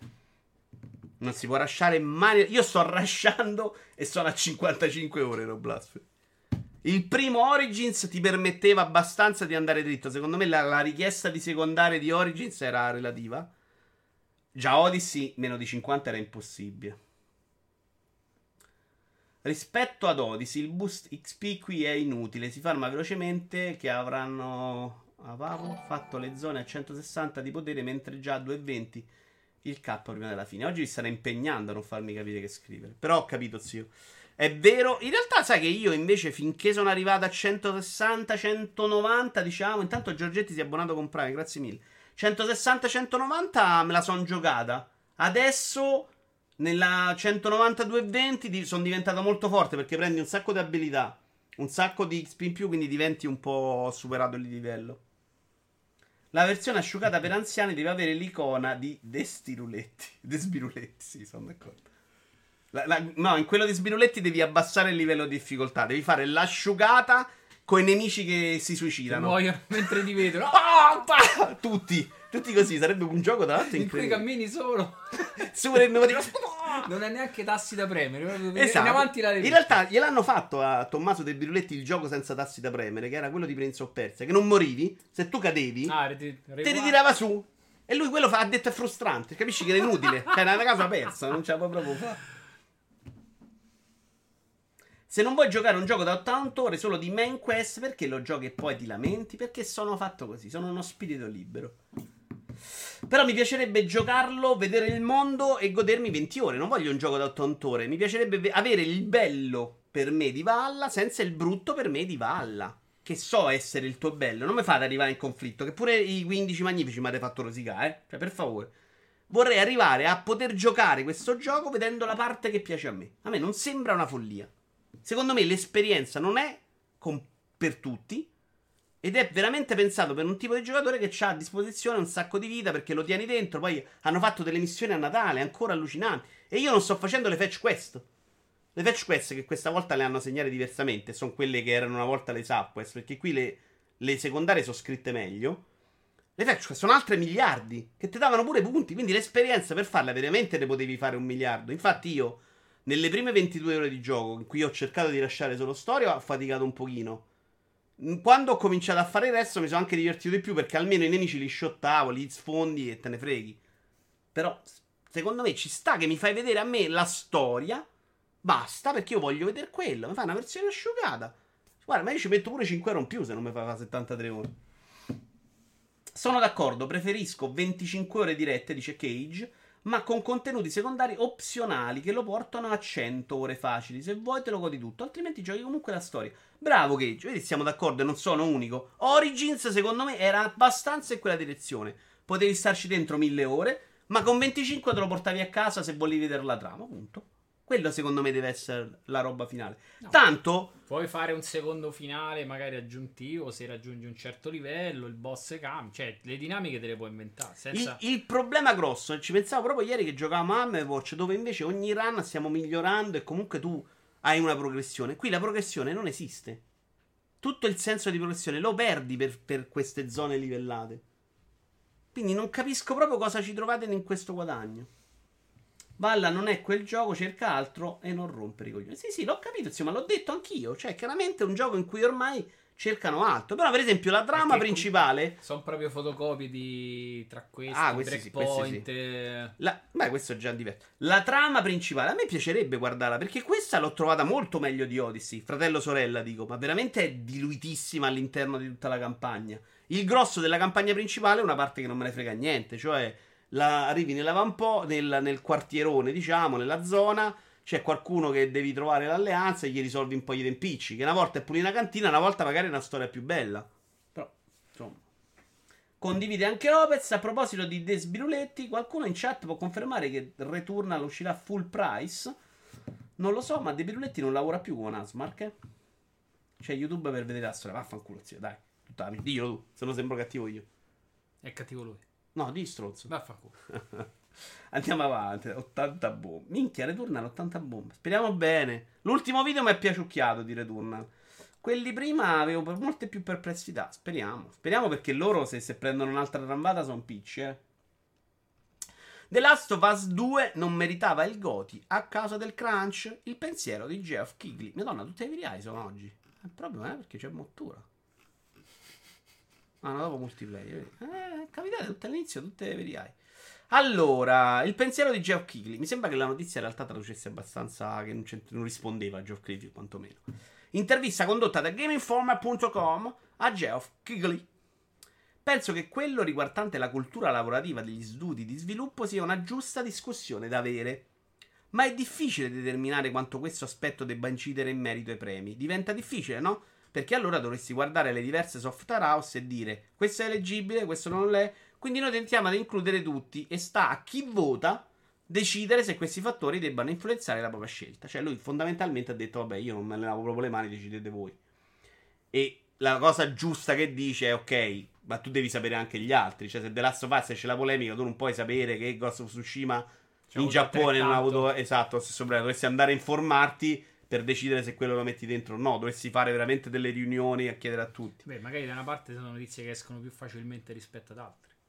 Non si può rasciare mai. Io sto rasciando e sono a 55 ore, no blasfemo. Il primo Origins ti permetteva abbastanza di andare dritto. Secondo me la richiesta di secondarie di Origins era relativa. Già Odyssey meno di 50 era impossibile. Rispetto ad Odyssey, il boost XP qui è inutile. Si farma velocemente che avranno fatto le zone a 160 di potere, mentre già a 220 il K prima della fine. Oggi mi starei impegnando a non farmi capire che scrivere. Però ho capito, zio. È vero. In realtà sai che io invece finché sono arrivato a 160, 190, diciamo, intanto Giorgetti si è abbonato con Prime, grazie mille. 160, 190 me la son giocata. Adesso nella 192-20 sono diventato molto forte perché prendi un sacco di abilità, un sacco di XP in più, quindi diventi un po' superato il livello. La versione asciugata per anziani deve avere l'icona di Destiruletti. Despiruletti, sì, sono d'accordo. No, in quello di Sbiruletti devi abbassare il livello di difficoltà. Devi fare l'asciugata con i nemici che si suicidano. Che muoiono mentre ti vedono. Tutti così. Sarebbe un gioco tra l'altro in cui cammini solo. Super innovativo. Non hai neanche tassi da premere. Esatto. Avanti la in realtà gliel'hanno fatto a Tommaso De Biruletti il gioco senza tassi da premere, che era quello di Prince of Persia, che non morivi. Se tu cadevi ti ritirava su. E lui quello ha detto è frustrante, capisci che è inutile, cioè è una cosa persa, non ce la puoi proprio fare. Se non vuoi giocare un gioco da 80 ore solo di main quest, perché lo giochi e poi ti lamenti? Perché sono fatto così, sono uno spirito libero. Però mi piacerebbe giocarlo, vedere il mondo e godermi 20 ore. Non voglio un gioco da 80 ore. Mi piacerebbe avere il bello per me di Valhalla senza il brutto per me di Valhalla. Che so essere il tuo bello. Non mi fate arrivare in conflitto. Che pure i 15 magnifici mi avete fatto rosicare, eh. Cioè, per favore. Vorrei arrivare a poter giocare questo gioco vedendo la parte che piace a me. A me non sembra una follia. Secondo me l'esperienza non è per tutti. Ed è veramente pensato per un tipo di giocatore che ha a disposizione un sacco di vita perché lo tieni dentro. Poi hanno fatto delle missioni a Natale ancora allucinanti. E io non sto facendo le fetch quest. Le fetch quest che questa volta le hanno segnate diversamente. Sono quelle che erano una volta le subquest. Perché qui le secondarie sono scritte meglio. Le fetch quest sono altre miliardi che ti davano pure punti. Quindi l'esperienza per farla veramente ne potevi fare 1 miliardo. Infatti io nelle prime 22 ore di gioco in cui ho cercato di lasciare solo storia ho faticato un pochino. Quando ho cominciato a fare il resto mi sono anche divertito di più perché almeno i nemici li shottavo, li sfondi e te ne freghi. Però secondo me ci sta che mi fai vedere a me la storia. Basta perché io voglio vedere quello. Mi fai una versione asciugata. Guarda, ma io ci metto pure 5 euro in più se non mi fa 73 ore. Sono d'accordo, preferisco 25 ore dirette, dice Cage, ma con contenuti secondari opzionali che lo portano a 100 ore facili. Se vuoi te lo godi tutto, altrimenti giochi comunque la storia. Bravo Cage, vedi siamo d'accordo e non sono unico. Origins secondo me era abbastanza in quella direzione. Potevi starci dentro 1000 ore, ma con 25 te lo portavi a casa se volevi vedere la trama, punto. Quello secondo me deve essere la roba finale. No. Tanto puoi fare un secondo finale magari aggiuntivo se raggiungi un certo livello, il boss cambia, cioè le dinamiche te le puoi inventare senza... il problema grosso, ci pensavo proprio ieri che giocavamo a Hammerwatch, dove invece ogni run stiamo migliorando e comunque tu hai una progressione. Qui la progressione non esiste. Tutto il senso di progressione lo perdi per queste zone livellate. Quindi non capisco proprio cosa ci trovate in questo guadagno. Valla non è quel gioco, cerca altro e non rompere i coglioni. Sì, l'ho capito, insomma, l'ho detto anch'io. Cioè, chiaramente è un gioco in cui ormai cercano altro. Però, per esempio, la trama principale... Sono proprio fotocopie di... tra questi, Breakpoint... Beh, questo è già diverso. La trama principale, a me piacerebbe guardarla, perché questa l'ho trovata molto meglio di Odyssey. Fratello-sorella, dico, ma veramente è diluitissima all'interno di tutta la campagna. Il grosso della campagna principale è una parte che non me ne frega niente, cioè... arrivi nell'avampo, nel quartierone, diciamo, nella zona. C'è qualcuno che devi trovare l'alleanza e gli risolvi un po' gli tempicci. Che una volta è pure una cantina, una volta magari è una storia più bella. Però, insomma. Condivide anche Opez. A proposito di Desbiruletti, qualcuno in chat può confermare che Returnal uscirà full price? Non lo so, ma Desbiruletti non lavora più con Asmark, eh? C'è YouTube per vedere la storia. Vaffanculo, zio, dai. Diglielo tu, se no sembro cattivo io. È cattivo lui. No, di stronzo. Vaffanculo. Andiamo avanti. 80 bombe. Minchia, Returnal 80 bombe. Speriamo bene. L'ultimo video mi è piaciucchiato di Returnal. Quelli prima avevo molte più perplessità. Speriamo. Speriamo perché loro se prendono un'altra rambata sono picci, eh. The Last of Us 2 non meritava il GOTY a causa del crunch. Il pensiero di Geoff Keighley. Madonna, tutte le VRI sono oggi. È proprio, perché c'è mottura. Ah, no, dopo multiplayer. Capitate, tutte all'inizio, tutte le VRI. Allora, il pensiero di Geoff Keighley. Mi sembra che la notizia in realtà traducesse abbastanza, che non rispondeva a Geoff Keighley, quantomeno. Intervista condotta da GameInformer.com a Geoff Keighley. Penso che quello riguardante la cultura lavorativa degli studi di sviluppo sia una giusta discussione da avere. Ma è difficile determinare quanto questo aspetto debba incidere in merito ai premi. Diventa difficile, no? Perché allora dovresti guardare le diverse software house e dire questo è eleggibile, questo non l'è. Quindi noi tentiamo di includere tutti e sta a chi vota decidere se questi fattori debbano influenzare la propria scelta. Cioè lui fondamentalmente ha detto vabbè, io non me ne lavo proprio le mani, decidete voi. E la cosa giusta che dice è ok, ma tu devi sapere anche gli altri. Cioè se The Last of Us c'è la polemica, tu non puoi sapere che Ghost of Tsushima in Giappone non ha avuto esatto lo stesso problema. Dovresti andare a informarti per decidere se quello lo metti dentro o no. Dovresti fare veramente delle riunioni a chiedere a tutti. Beh, magari da una parte sono notizie che escono più facilmente rispetto ad altre.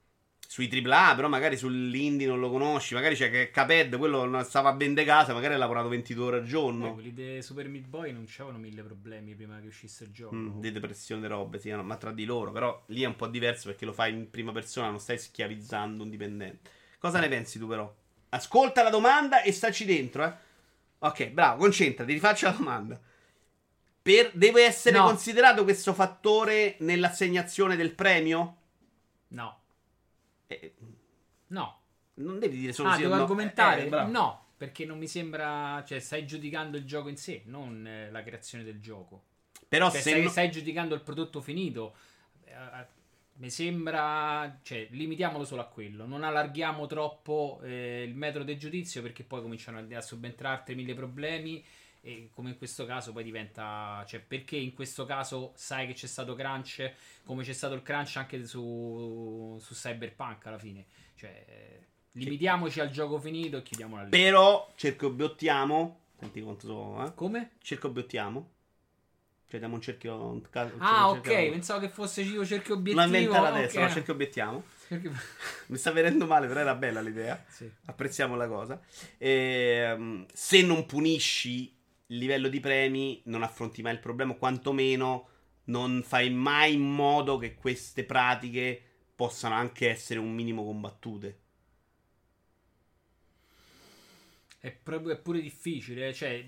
sui AAA, però magari sull'indie non lo conosci. Magari c'è che Cuphead, quello non stava ben de casa, magari ha lavorato 22 ore al giorno. Quelli di Super Meat Boy non c'avevano mille problemi prima che uscisse il gioco. Di depressione, di robe, sì, no, ma tra di loro. Però lì è un po' diverso perché lo fai in prima persona, non stai schiavizzando un dipendente. Cosa ne pensi tu, però? Ascolta la domanda e staci dentro, eh. Ok, bravo, concentrati, rifaccio la domanda. Deve essere No. considerato questo fattore nell'assegnazione del premio? No. Eh, No. non devi dire solo sì o devo no. argomentare? Bravo. No, perché non mi sembra... Cioè, stai giudicando il gioco in sé, non la creazione del gioco. Però Cioè, se no- stai giudicando il prodotto finito. Mi sembra... Cioè, limitiamolo solo a quello. Non allarghiamo troppo il metodo di giudizio, perché poi cominciano a subentrarti mille problemi. E come in questo caso poi diventa... Cioè, perché in questo caso sai che c'è stato crunch, come c'è stato il crunch anche su Cyberpunk alla fine. Cioè, limitiamoci al gioco finito e chiudiamola lì. Però cerchiobbiottiamo. Senti quanto so, eh? Come? Cerchiobbiottiamo. Cioè diamo un cerchio. Ok, pensavo che fosse io cerchio Non obiettivo. l'ho inventata adesso, ok. no, cerchiobettiamo. Cerchio- Mi sta venendo male, però era bella l'idea. Sì. Apprezziamo la cosa. Se non punisci il livello di premi, non affronti mai il problema, o quantomeno non fai mai in modo che queste pratiche possano anche essere un minimo combattute. È pure difficile, cioè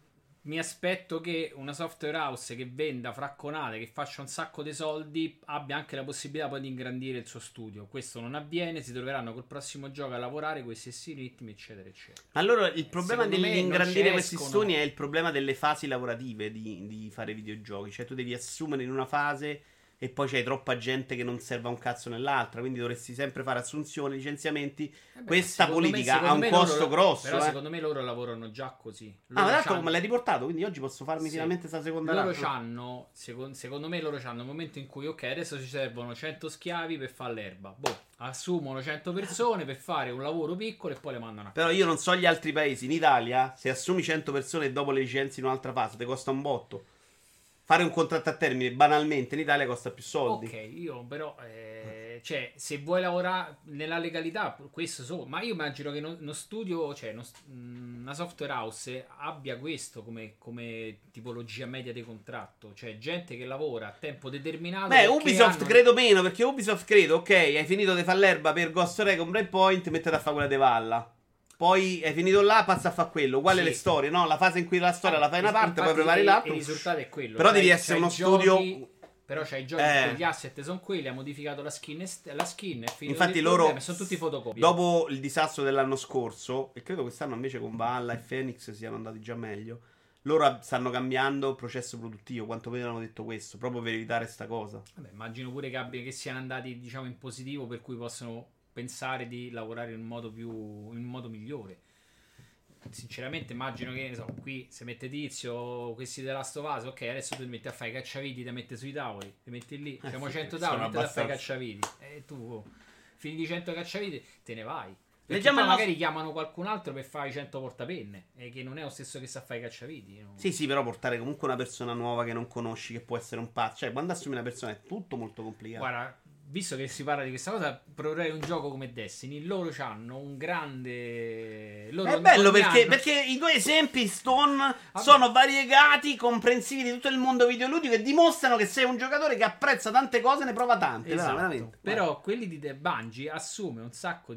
mi aspetto che una software house che venda fracconate, che faccia un sacco di soldi, abbia anche la possibilità poi di ingrandire il suo studio. Questo non avviene, si troveranno col prossimo gioco a lavorare con i stessi ritmi, eccetera, eccetera. Allora, il problema Secondo me dell'ingrandire non ci questi escono. studi è il problema delle fasi lavorative di fare videogiochi. Cioè, tu devi assumere in una fase e poi c'hai troppa gente che non serve a un cazzo nell'altra. Quindi dovresti sempre fare assunzioni, licenziamenti. Questa politica ha un costo grosso. Però secondo me loro lavorano già così. Ah, ma tanto come l'hai riportato, quindi oggi posso farmi Sì. finalmente questa seconda Loro run. c'hanno, secondo me loro c'hanno un momento in cui ok, adesso ci servono 100 schiavi per fare l'erba. Boh, assumono 100 persone per fare un lavoro piccolo e poi le mandano a Però io non so gli altri paesi. In Italia, se assumi 100 persone e dopo le licenzi in un'altra fase, ti costa un botto. Fare un contratto a termine, banalmente, in Italia costa più soldi. Ok, io però, cioè, se vuoi lavorare nella legalità, questo so, ma io immagino che uno studio, cioè una software house abbia questo come tipologia media di contratto, cioè gente che lavora a tempo determinato. Beh, Ubisoft credo meno, perché Ubisoft credo, ok, hai finito di fare l'erba per Ghost Recon Breakpoint, mettete a fare quella de Valla. Poi hai finito là, passa a fare quello. Uguale Sì. le storie, no? La fase in cui la storia la fai una parte, Infatti poi prepari l'altro. Il risultato è quello. Però C'hai- devi essere c'hai uno i giochi, studio. Però c'hai i giochi, gli asset sono quelli, ha modificato la skin, è finito Infatti il loro, problema, sono tutti fotocopie. dopo il disastro dell'anno scorso, e credo quest'anno invece con Valhalla e Phoenix siano andati già meglio, loro stanno cambiando il processo produttivo, quantomeno hanno detto questo, proprio per evitare sta cosa. Vabbè, immagino pure che siano andati, diciamo, in positivo, per cui possono pensare di lavorare in un modo migliore. Sinceramente immagino che, ne so, qui se mette Tizio, questi della Last of Us, ok, adesso tu ti metti a fare i cacciaviti, ti metti sui tavoli, ti metti lì, siamo sì, 100 sono tavoli, metti a fare i abbastanza. cacciaviti e tu fini di 100 cacciaviti, te ne vai. Perché Leggiamo poi il nostro- magari chiamano qualcun altro per fare i 100 portapenne, e che non è lo stesso che sa fare i cacciaviti, no? Sì, sì, però portare comunque una persona nuova che non conosci, che può essere un pazzo. Cioè, quando assumi una persona è tutto molto complicato. Guarda, visto che si parla di questa cosa, proporrei un gioco come Destiny. Loro hanno un grande. È bello ogni perché, anno- perché i due esempi Stone sono variegati, comprensivi di tutto il mondo videoludico e dimostrano che sei un giocatore che apprezza tante cose e ne prova tante. Esatto. Veramente. Però quelli di The Bungie assume un sacco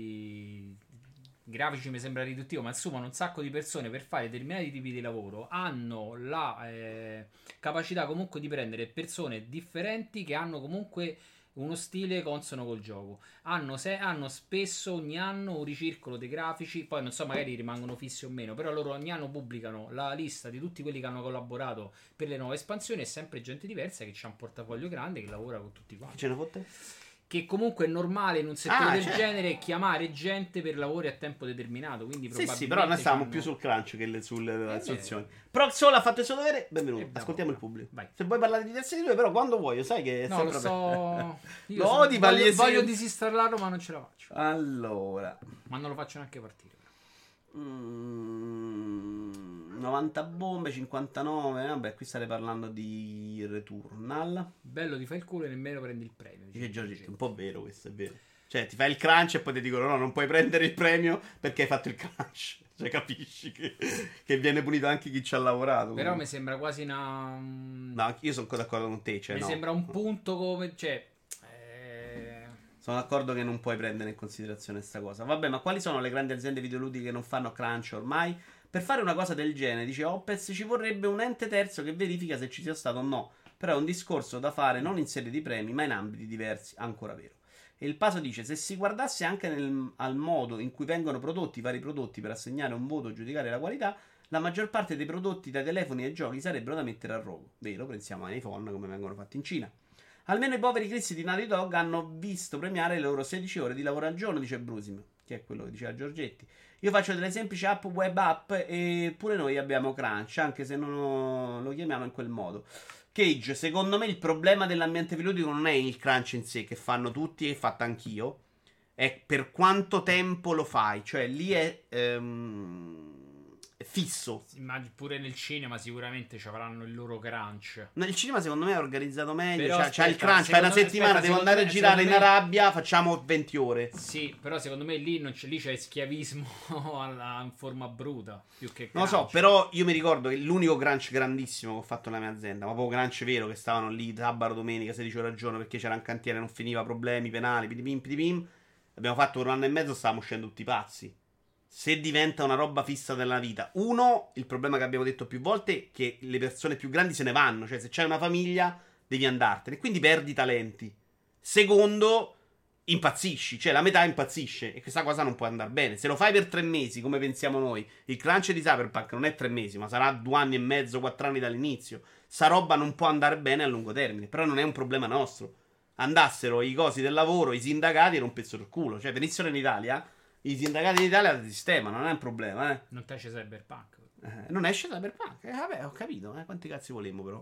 di grafici, mi sembra riduttivo, ma assumono un sacco di persone per fare determinati tipi di lavoro. Hanno la capacità comunque di prendere persone differenti che hanno comunque uno stile consono col gioco. Hanno spesso ogni anno un ricircolo dei grafici, poi non so, magari rimangono fissi o meno, però loro ogni anno pubblicano la lista di tutti quelli che hanno collaborato per le nuove espansioni. È sempre gente diversa che ha un portafoglio grande, che lavora con tutti Chi quanti. ce ne fotte? Che comunque è normale in un settore del certo. genere chiamare gente per lavori a tempo determinato. Quindi Sì, probabilmente sì, però noi stavamo c'hanno- più sul crunch che sulle beh. istruzioni. Proxol ha fatto il suo dovere, E benvenuto. bravo. Ascoltiamo il pubblico. Vai. Se vuoi parlare di Destiny 2, però quando vuoi, sai che è No, sempre lo so. Io Lo sono- odi, Pagliese? voglio disinstallarlo, ma non ce la faccio. Allora, Ma non lo faccio neanche partire. 90 bombe, 59. Vabbè, qui state parlando di Returnal. Bello, ti fai il culo e nemmeno prendi il premio. Dice Giorgetti, un po' vero questo, è vero. Cioè, ti fai il crunch e poi ti dicono no, non puoi prendere il premio perché hai fatto il crunch. Cioè, capisci che viene punito anche chi ci ha lavorato. Però quindi. mi sembra quasi una... No, io sono d'accordo con te. Cioè, mi no. sembra un punto come... Cioè... Sono d'accordo che non puoi prendere in considerazione questa cosa. Vabbè, ma quali sono le grandi aziende videoludiche che non fanno crunch ormai? Per fare una cosa del genere, dice Opez, ci vorrebbe un ente terzo che verifica se ci sia stato o no. Però è un discorso da fare non in sede di premi, ma in ambiti diversi. Ancora vero. E il Paso dice: se si guardasse anche al modo in cui vengono prodotti i vari prodotti per assegnare un voto o giudicare la qualità, la maggior parte dei prodotti dai telefoni ai giochi sarebbero da mettere a rogo. Vero, pensiamo ai iPhone come vengono fatti in Cina. Almeno i poveri cristi di Naughty Dog hanno visto premiare le loro 16 ore di lavoro al giorno, dice Brusim, che è quello che diceva Giorgetti. Io faccio delle semplici app, web app, e pure noi abbiamo crunch, anche se non lo chiamiamo in quel modo. Cage, secondo me il problema dell'ambiente videoludico non è il crunch in sé, che fanno tutti e fatto anch'io, è per quanto tempo lo fai, cioè lì è fisso. Pure nel cinema sicuramente ci avranno il loro crunch. No, il cinema secondo me è organizzato meglio, Però c'ha il aspetta, crunch, fai una secondo me- settimana, aspetta, devo andare a secondo me- girare in secondo me- Arabia, facciamo 20 ore. Sì, però secondo me lì, non c'è, lì c'è schiavismo in forma bruta, più che Non lo so, crunch. però io mi ricordo che l'unico crunch grandissimo che ho fatto nella mia azienda, ma proprio crunch vero, che stavano lì sabato, domenica, 16 ore al giorno perché c'era un cantiere, non finiva, problemi, penali, pitipim, pitipim. Abbiamo fatto per un anno e mezzo, stavamo uscendo tutti pazzi. Se diventa una roba fissa della vita, uno, il problema che abbiamo detto più volte è che le persone più grandi se ne vanno, cioè se c'hai una famiglia devi andartene, quindi perdi talenti. Secondo, impazzisci, cioè la metà impazzisce e questa cosa non può andare bene. Se lo fai per 3 mesi, come pensiamo noi, il crunch di Cyberpunk non è 3 mesi, ma sarà 2 anni e mezzo, 4 anni dall'inizio. Sta roba non può andare bene a lungo termine, però non è un problema nostro. Andassero i cosi del lavoro, i sindacati e rompessero il culo, cioè venissero in Italia. I sindacati in Italia si sistemano, non è un problema, eh. Non esce Cyberpunk. Non esce Cyberpunk. Vabbè, ho capito, quanti cazzi volemmo, però.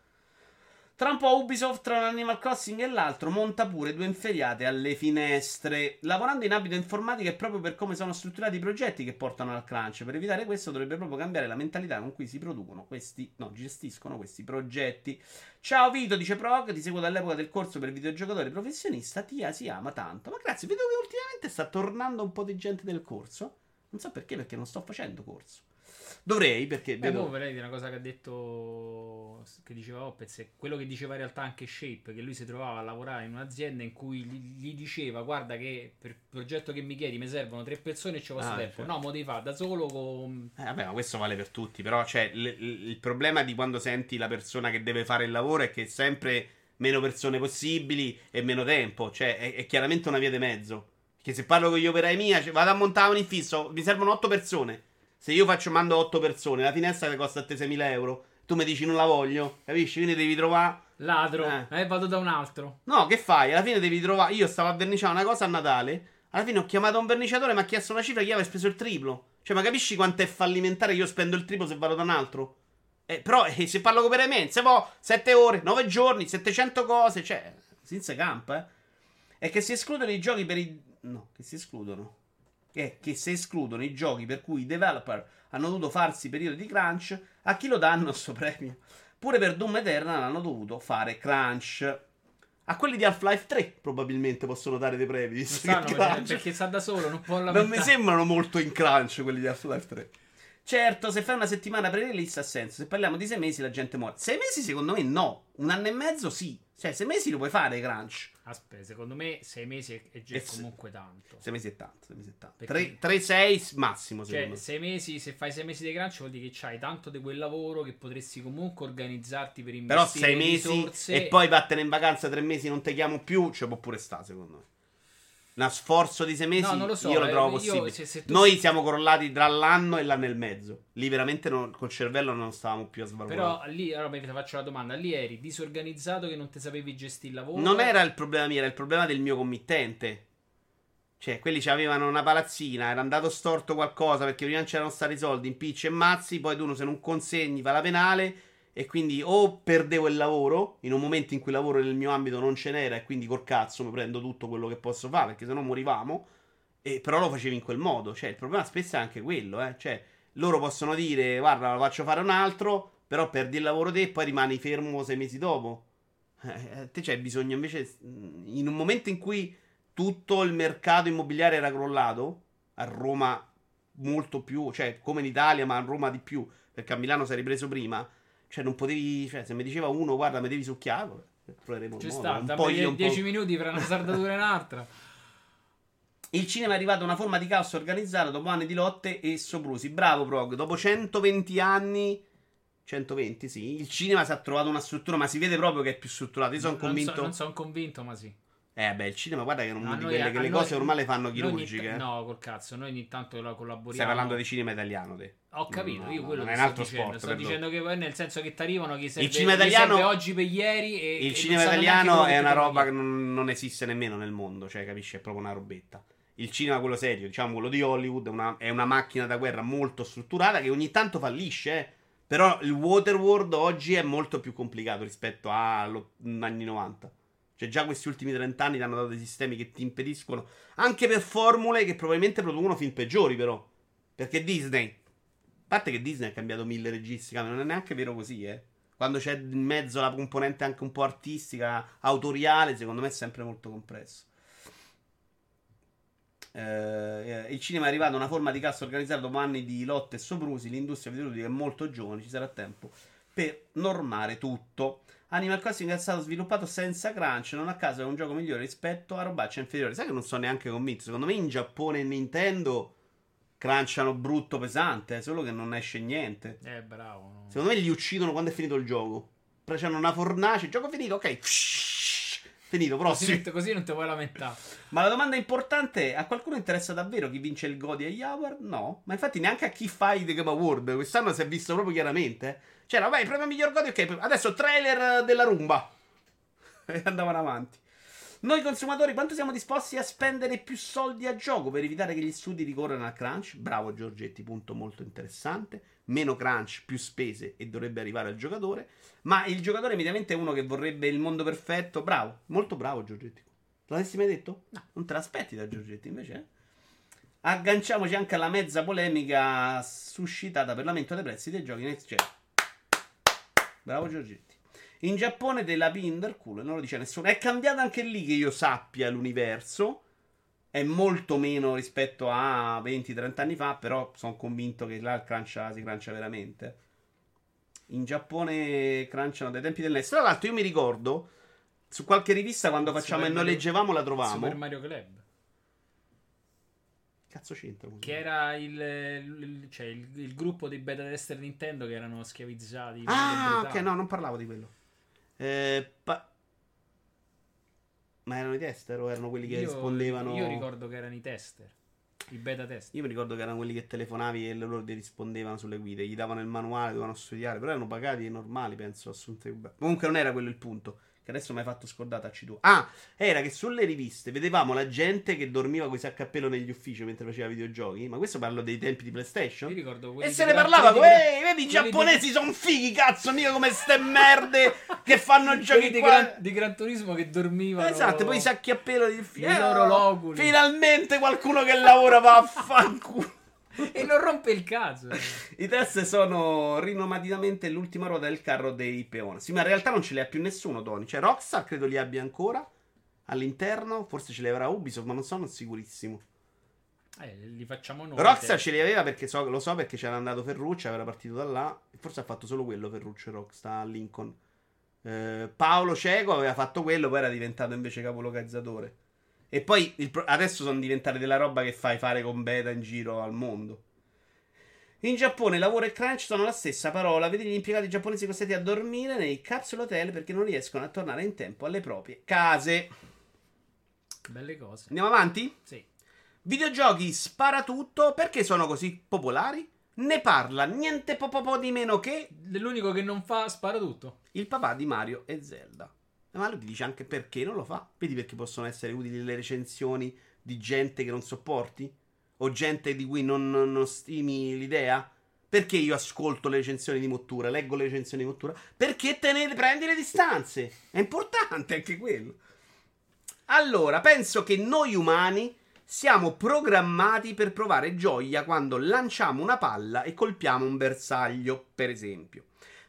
Tra un po' Ubisoft, tra un Animal Crossing e l'altro, monta pure 2 inferriate alle finestre. Lavorando in ambito informatica è proprio per come sono strutturati i progetti che portano al crunch. Per evitare questo dovrebbe proprio cambiare la mentalità con cui si producono questi, no, gestiscono questi progetti. Ciao Vito, dice Prog, ti seguo dall'epoca del corso per videogiocatori professionista, Tia si ama tanto. Ma grazie, vedo che ultimamente sta tornando un po' di gente del corso. Non so perché non sto facendo corso. Dovrei, perché Beh, vedo... lei di una cosa che ha detto, che diceva Opez, è quello che diceva in realtà anche Shape, che lui si trovava a lavorare in un'azienda in cui gli diceva: guarda che per il progetto che mi chiedi mi servono 3 persone e c'ho questo tempo. certo. No, mo devi fare da solo con... Vabbè, ma questo vale per tutti. Però, cioè, il problema di quando senti la persona che deve fare il lavoro è che è sempre meno persone possibili e meno tempo. Cioè, è chiaramente una via di mezzo. Che se parlo con gli operai mia, cioè, vado a montare un infisso, mi servono 8 persone. Se io mando 8 persone, la finestra che costa a te 6.000 euro, tu mi dici non la voglio, capisci? Quindi devi trovare... Ladro, vado da un altro. No, che fai? Alla fine devi trovare... Io stavo a verniciare una cosa a Natale, alla fine ho chiamato un verniciatore e mi ha chiesto una cifra che io avevo speso il triplo. Cioè, ma capisci quanto è fallimentare? Io spendo il triplo se vado da un altro? Però se parlo con Peremenze, poi 7 ore, 9 giorni, 700 cose, cioè, senza campa, È che si escludono i giochi per i... No, che si escludono. È che si escludono i giochi per cui i developer hanno dovuto farsi periodi di crunch, a chi lo danno sto premio? Pure per Doom Eternal hanno dovuto fare crunch. A quelli di Half-Life 3 probabilmente possono dare dei premi. Perché sta da solo, non può lamentare. Non mi sembrano molto in crunch quelli di Half-Life 3. Certo, se fai una settimana pre-release ha senso. Se parliamo di 6 mesi la gente muore. 6 mesi secondo me no. Un anno e mezzo sì. Cioè 6 mesi lo puoi fare crunch. Aspetta, secondo me 6 mesi è già comunque tanto. 6 mesi è tanto. 6 mesi è tanto. Perché... 3-6 massimo cioè, secondo me. 6 mesi, se fai 6 mesi di crunch vuol dire che c'hai tanto di quel lavoro che potresti comunque organizzarti per investire. Però 6 mesi risorse... e poi vattene in vacanza 3 mesi non te chiamo più. Cioè può pure stare secondo me. Uno sforzo di 6 mesi no, non lo so, io lo trovo possibile. Se Noi siamo crollati tra l'anno e l'anno e mezzo. Lì veramente col cervello non stavamo più a svalvolare. Però lì, allora ti faccio la domanda, lì eri disorganizzato che non ti sapevi gestire il lavoro? Non era il problema mio, era il problema del mio committente. Cioè, quelli avevano una palazzina, era andato storto qualcosa perché prima non c'erano stati i soldi, impicci e mazzi, poi tu se non consegni fa la penale. E quindi o perdevo il lavoro in un momento in cui il lavoro nel mio ambito non ce n'era e quindi col cazzo mi prendo tutto quello che posso fare perché sennò morivamo. E però lo facevi in quel modo. Cioè il problema spesso è anche quello. Cioè loro possono dire guarda lo faccio fare un altro, però perdi il lavoro te e poi rimani fermo 6 mesi dopo. Te c'hai bisogno invece in un momento in cui tutto il mercato immobiliare era crollato, a Roma molto più, cioè come in Italia, ma a Roma di più, perché a Milano si è ripreso prima, cioè non potevi, cioè se mi diceva uno, guarda, mi devi succhiare, troveremo il Ci modo. sta, Un po' io, un 10 po'... minuti per una sardatura e un'altra. Il cinema è arrivato a una forma di caos organizzata dopo anni di lotte e soprusi. Bravo, Prog. Dopo 120 anni, 120, sì. Il cinema si è trovato una struttura, ma si vede proprio che è più strutturato. Io sono convinto. Non sono convinto, ma sì. Beh, il cinema, guarda che è uno A di noi- quelle che a le noi- cose ormai le fanno noi chirurgiche. no, col cazzo, noi ogni tanto la collaboriamo. Stai parlando di cinema italiano, te. Ho capito, No, io quello non che è un sto altro dicendo. sport. Sto perdono. dicendo che poi nel senso che ti arrivano chi serve, Il cinema chi italiano- serve oggi per ieri e Il e cinema non sanno neanche italiano quello è che una ti roba fanno che non esiste nemmeno nel mondo, cioè, capisci? È proprio una robetta. Il cinema, quello serio, diciamo quello di Hollywood, è una macchina da guerra molto strutturata che ogni tanto fallisce, eh. Però il Waterworld oggi è molto più complicato rispetto agli anni 90. Cioè già questi ultimi 30 anni ti hanno dato dei sistemi che ti impediscono, anche per formule che probabilmente producono film peggiori però. Perché Disney, a parte che Disney ha cambiato 1000 registi, non è neanche vero così, eh. Quando c'è in mezzo la componente anche un po' artistica, autoriale, secondo me è sempre molto compresso. Il cinema è arrivato a una forma di cassa organizzata dopo anni di lotte e soprusi. L'industria videoludica è molto giovane, ci sarà tempo per normare tutto. Animal Crossing è stato sviluppato senza crunch, non a caso è un gioco migliore rispetto a robacce inferiori. Sai che non sono neanche convinto. Secondo me in Giappone e Nintendo crunchano brutto pesante, solo che non esce niente. bravo. No. Secondo me li uccidono quando è finito il gioco. Però c'hanno una fornace, il gioco è finito, ok. Finito, prossimo. Così non ti puoi lamentare. Ma la domanda importante è: a qualcuno interessa davvero chi vince il GOTY agli Award? No. Ma infatti neanche a chi fa i The Game Award. Quest'anno si è visto proprio chiaramente. Cioè, vabbè, il premio miglior GOTY, ok. Adesso trailer della Rumba. E andavano avanti. Noi consumatori quanto siamo disposti a spendere più soldi a gioco per evitare che gli studi ricorrano al crunch? Bravo Giorgetti, punto molto interessante. Meno crunch, più spese e dovrebbe arrivare al giocatore. Ma il giocatore mediamente è uno che vorrebbe il mondo perfetto. Bravo, molto bravo Giorgetti. L'avessi mai detto? No, non te l'aspetti da Giorgetti invece, eh? Agganciamoci anche alla mezza polemica suscitata per l'aumento dei prezzi dei giochi next gen. Bravo Giorgetti. In Giappone della Pinder, culo, non lo dice nessuno. È cambiato anche lì che io sappia l'universo. È molto meno rispetto a 20-30 anni fa, però sono convinto che là si crancia veramente. In Giappone crunchano dai tempi del NES. Tra l'altro io mi ricordo, su qualche rivista quando facciamo e noleggevamo la trovavamo. Super Mario Club. Cazzo c'entra? Che era il gruppo dei beta tester Nintendo che erano schiavizzati. Ah, ok, no, non parlavo di quello. Ma erano i tester o erano quelli che rispondevano? Io ricordo che erano i tester. I beta tester. Io mi ricordo che erano quelli che telefonavi e loro ti rispondevano sulle guide. Gli davano il manuale, dovevano studiare. Però erano pagati normali, penso. Comunque non era quello il punto. Che adesso mi hai fatto scordarci tu. Ah, era che sulle riviste vedevamo la gente che dormiva con i sacchi a pelo negli uffici mentre faceva videogiochi. Ma questo parlo dei tempi di PlayStation. Io ricordo e se ne parlava. Vedi, i giapponesi sono fighi, cazzo mio, come ste merde che fanno giochi di Gran Turismo che dormivano. Esatto, poi i sacchi a pelo degli uffici. I loro loculi. Finalmente qualcuno che lavora va a fanculo. E non rompe il cazzo. I test sono rinomatamente l'ultima ruota del carro dei peoni. Sì, ma in realtà non ce li ha più nessuno, Tony. Cioè, Rockstar credo li abbia ancora all'interno. Forse ce li avrà Ubisoft, ma non sono sicurissimo. Li facciamo noi. Rockstar ce li aveva perché lo so perché c'era andato Ferruccio, era partito da là. Forse ha fatto solo quello Ferruccio e Rockstar a Lincoln. Paolo Cieco aveva fatto quello, poi era diventato invece capolocalizzatore. E poi adesso sono diventate della roba che fai fare con beta in giro al mondo. In Giappone lavoro e crunch sono la stessa parola. Vedi gli impiegati giapponesi costretti a dormire nei capsule hotel perché non riescono a tornare in tempo alle proprie case. Belle cose. Andiamo avanti? Sì. Videogiochi sparatutto, perché sono così popolari? Ne parla niente po' di meno che l'unico che non fa spara tutto. Il papà di Mario e Zelda. Ma lui ti dice anche perché non lo fa. Vedi perché possono essere utili le recensioni di gente che non sopporti? O gente di cui non stimi l'idea? Perché io ascolto le recensioni di Mottura, leggo le recensioni di Mottura? Perché prendi le distanze. È importante anche quello. Allora, penso che noi umani siamo programmati per provare gioia quando lanciamo una palla e colpiamo un bersaglio, per esempio.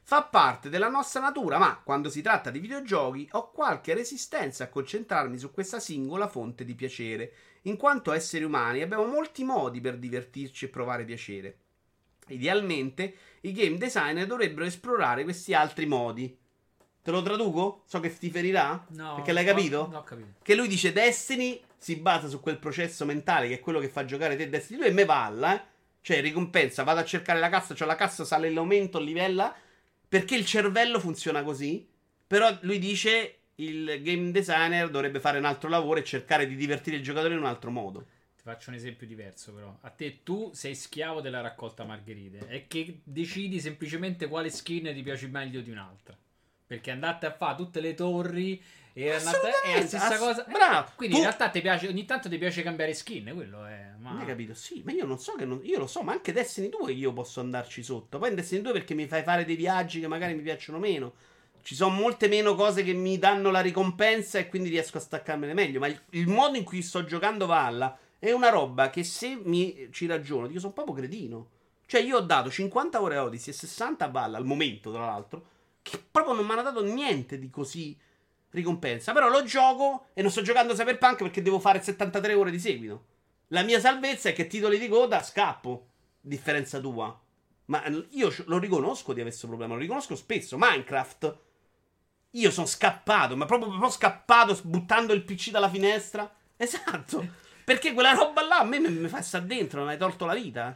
Fa parte della nostra natura, ma quando si tratta di videogiochi ho qualche resistenza a concentrarmi su questa singola fonte di piacere. In quanto esseri umani abbiamo molti modi per divertirci e provare piacere. Idealmente i game designer dovrebbero esplorare questi altri modi. Te lo traduco? So che ti ferirà? No, perché l'hai capito? No, ho capito. Che lui dice Destiny si basa su quel processo mentale che è quello che fa giocare te Destiny 2 e me palla, Cioè ricompensa, vado a cercare la cassa, la cassa, sale l'aumento, livella, perché il cervello funziona così. Però lui dice il game designer dovrebbe fare un altro lavoro e cercare di divertire il giocatore in un altro modo. Ti faccio un esempio diverso però. A te tu sei schiavo della raccolta margherite e che decidi semplicemente quale skin ti piace meglio di un'altra. Perché andate a fare tutte le torri e è la stessa cosa. Bravo. Quindi in realtà ti piace, ogni tanto ti piace cambiare skin, quello è. Non hai capito? Sì, ma io non so che io lo so, ma anche Destiny 2 io posso andarci sotto. Poi in Destiny 2 perché mi fai fare dei viaggi che magari mi piacciono meno. Ci sono molte meno cose che mi danno la ricompensa e quindi riesco a staccarmene meglio. Ma il modo in cui sto giocando Valhalla è una roba che se ci ragiono, dico sono proprio cretino. Cioè io ho dato 50 ore a Odyssey e 60 a Valhalla al momento, tra l'altro, che proprio non mi hanno dato niente di così ricompensa. Però lo gioco e non sto giocando Cyberpunk perché devo fare 73 ore di seguito. La mia salvezza è che titoli di coda scappo. Differenza tua. Ma io lo riconosco di avere questo problema. Lo riconosco spesso. Minecraft. Io sono scappato. Ma proprio scappato buttando il PC dalla finestra. Esatto. Perché quella roba là a me mi fa stare dentro. Non hai tolto la vita.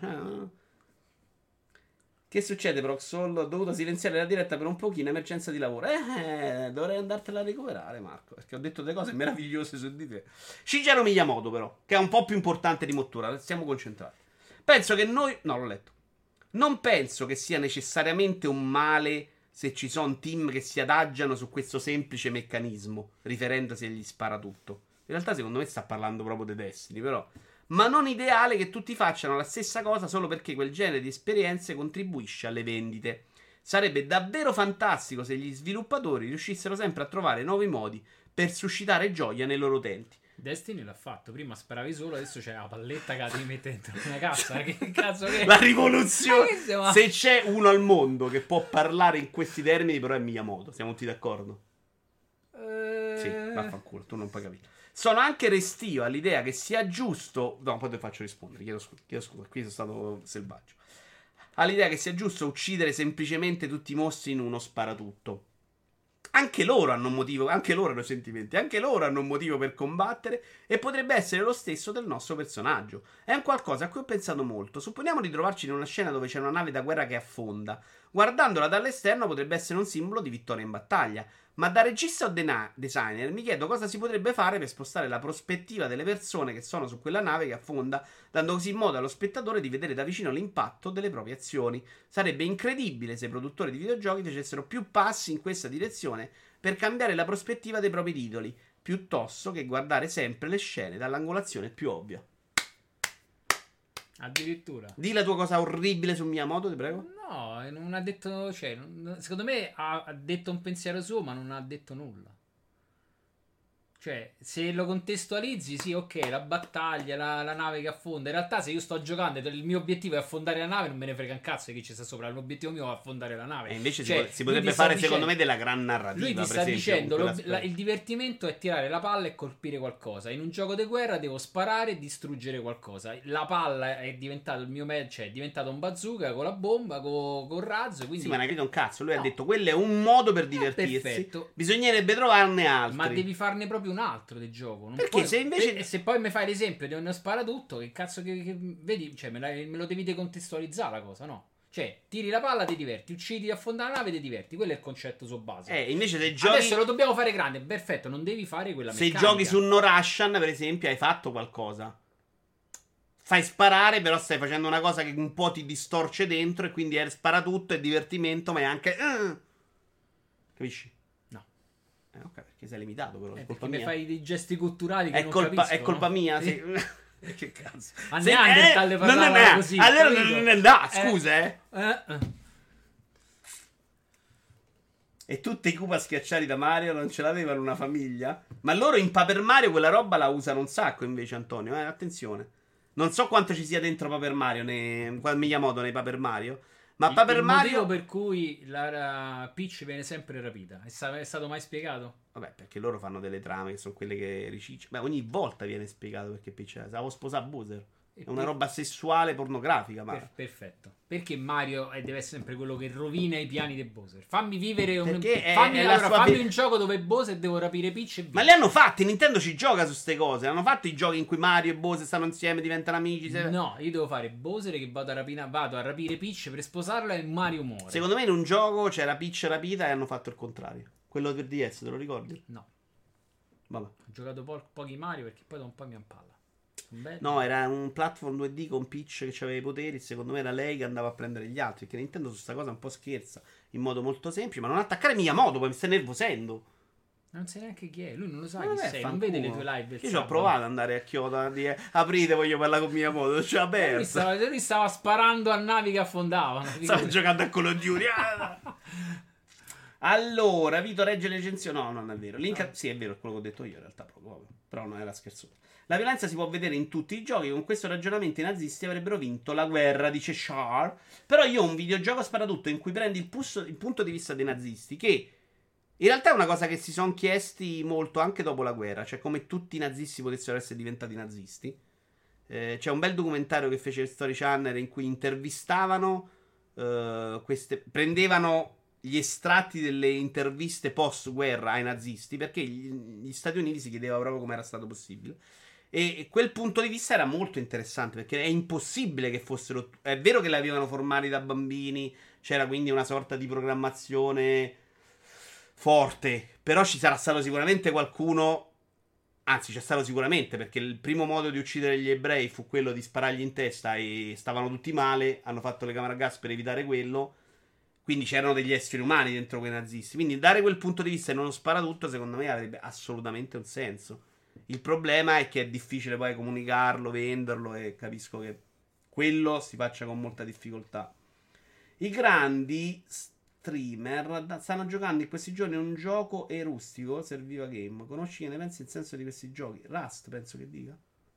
Che succede, Proxol? Ho dovuto silenziare la diretta per un pochino, emergenza di lavoro. Dovrei andartela a recuperare, Marco, perché ho detto delle cose meravigliose su di te. Shigeru Miyamoto, però, che è un po' più importante di Mottura. Stiamo concentrati. Penso che noi... No, l'ho letto. Non penso che sia necessariamente un male se ci sono team che si adagiano su questo semplice meccanismo, riferendosi agli sparatutto. In realtà, secondo me, sta parlando proprio di Destiny, però... Ma non ideale che tutti facciano la stessa cosa solo perché quel genere di esperienze contribuisce alle vendite. Sarebbe davvero fantastico se gli sviluppatori riuscissero sempre a trovare nuovi modi per suscitare gioia nei loro utenti. Destiny l'ha fatto, prima sparavi solo, adesso c'è la palletta che la devi mettere dentro una cassa. Che cazzo che è? La rivoluzione! Se c'è uno al mondo che può parlare in questi termini, però è Miyamoto. Siamo tutti d'accordo? Sì, vaffanculo, tu non puoi capire. Sono anche restio all'idea che sia giusto... No, poi te faccio rispondere, chiedo scusa, qui sono stato selvaggio. All'idea che sia giusto uccidere semplicemente tutti i mostri in uno sparatutto. Anche loro hanno un motivo, anche loro hanno sentimenti, anche loro hanno un motivo per combattere e potrebbe essere lo stesso del nostro personaggio. È un qualcosa a cui ho pensato molto. Supponiamo di trovarci in una scena dove c'è una nave da guerra che affonda. Guardandola dall'esterno potrebbe essere un simbolo di vittoria in battaglia. Ma da regista o designer mi chiedo cosa si potrebbe fare per spostare la prospettiva delle persone che sono su quella nave che affonda, dando così modo allo spettatore di vedere da vicino l'impatto delle proprie azioni. Sarebbe incredibile se i produttori di videogiochi facessero più passi in questa direzione per cambiare la prospettiva dei propri titoli, piuttosto che guardare sempre le scene dall'angolazione più ovvia. Addirittura. Di la tua cosa orribile su Miyamoto, ti prego. No, non ha detto, cioè, secondo me ha detto un pensiero suo, ma non ha detto nulla. Cioè, se lo contestualizzi, sì, ok, la battaglia, la nave che affonda. In realtà, se io sto giocando e il mio obiettivo è affondare la nave, non me ne frega un cazzo di chi ci sta sopra. L'obiettivo mio è affondare la nave. E invece cioè, si potrebbe fare, secondo me, della gran narrativa. Lui ti sta dicendo, il divertimento è tirare la palla e colpire qualcosa. In un gioco di guerra devo sparare e distruggere qualcosa. La palla è diventato il mio cioè è diventato un bazooka con la bomba, con il razzo. Quindi... Sì, ma non ha capito un cazzo. Lui ha detto, quello è un modo per divertirsi. Perfetto. Bisognerebbe trovarne altri. Ma devi farne proprio un altro di gioco. Non perché puoi... se invece... E se poi mi fai l'esempio di uno sparatutto, che cazzo che vedi? Cioè, me lo devi decontestualizzare la cosa, no? Cioè, tiri la palla, ti diverti. Uccidi, affonda la nave, ti diverti. Quello è il concetto su base. Invece se giochi... Adesso lo dobbiamo fare grande. Perfetto, non devi fare quella meccanica. Se giochi su No Russian, per esempio, hai fatto qualcosa. Fai sparare, però stai facendo una cosa che un po' ti distorce dentro e quindi spara tutto, è divertimento, ma è anche... Capisci? Ok, perché sei limitato, però. È colpa mia. Mi fai dei gesti culturali che non capisco, è colpa mia, sì. Che cazzo. A Neanderthal parlava così. Allora no, scusa, E tutti i Koopa schiacciati da Mario non ce l'avevano una famiglia? Ma loro in Paper Mario quella roba la usano un sacco invece, Antonio, attenzione. Non so quanto ci sia dentro Paper Mario, Miyamoto nei Paper Mario, Ma il Paper motivo Mario... per cui la Peach viene sempre rapita è stato mai spiegato? Vabbè, perché loro fanno delle trame che sono quelle che ricicciano. Beh, ogni volta viene spiegato perché Peach stavo sposare Bowser. E È una roba sessuale pornografica, ma... perfetto. Perché Mario deve essere sempre quello che rovina i piani di Bowser? Fammi vivere Perché fammi, è la allora, sua fammi be- un gioco dove Bowser devo rapire Peach e via. Ma li hanno fatti, Nintendo ci gioca su ste cose. Hanno fatto i giochi in cui Mario e Bowser stanno insieme, diventano amici. No, io devo fare Bowser che vado a rapire Peach per sposarla e Mario muore. Secondo me in un gioco c'era Peach rapita e hanno fatto il contrario. Quello per DS, te lo ricordi? No, Vabbè. ho giocato pochi Mario perché poi da un po' mi ampalla. No, era un platform 2D con Peach che aveva i poteri. Secondo me era lei che andava a prendere gli altri. Perché Nintendo su sta cosa un po' scherza in modo molto semplice. Ma non attaccare Miyamoto, poi mi stai nervosendo. Non sai neanche chi è, lui non lo sa Vabbè, chi sei, non fanculo. vede le tue live. del Io ci ho sabato. provato ad andare a Kyoto a dire aprite, voglio parlare con Miyamoto. C'è aperto. Lui stava sparando a navi che affondavano. Stavo giocando a Call of Duty. Allora, Vito regge le recensioni. No, non è vero. Sì, è vero, è quello che ho detto io in realtà proprio. Però non era scherzoso. La violenza si può vedere in tutti i giochi. Con questo ragionamento i nazisti avrebbero vinto la guerra, dice Char. Però io ho un videogioco sparatutto in cui prendi il punto di vista dei nazisti, che in realtà è una cosa che si sono chiesti molto anche dopo la guerra. Cioè come tutti i nazisti potessero essere diventati nazisti. C'è un bel documentario che fece il Story Channel in cui intervistavano prendevano gli estratti delle interviste post guerra ai nazisti, perché gli Stati Uniti si chiedeva proprio come era stato possibile. E quel punto di vista era molto interessante, perché è impossibile che fossero... È vero che li avevano formati da bambini, c'era quindi una sorta di programmazione forte, però ci sarà stato sicuramente qualcuno... Anzi, c'è stato sicuramente, perché il primo modo di uccidere gli ebrei fu quello di sparargli in testa e stavano tutti male, hanno fatto le camere a gas per evitare quello, quindi c'erano degli esseri umani dentro quei nazisti. Quindi dare quel punto di vista e non sparatutto, secondo me, avrebbe assolutamente un senso. Il problema è che è difficile poi comunicarlo, venderlo, e capisco che quello si faccia con molta difficoltà. I grandi streamer stanno giocando in questi giorni un gioco rustico, Serviva Game. Conosci, che ne pensi il senso di questi giochi? Rust, penso che dica.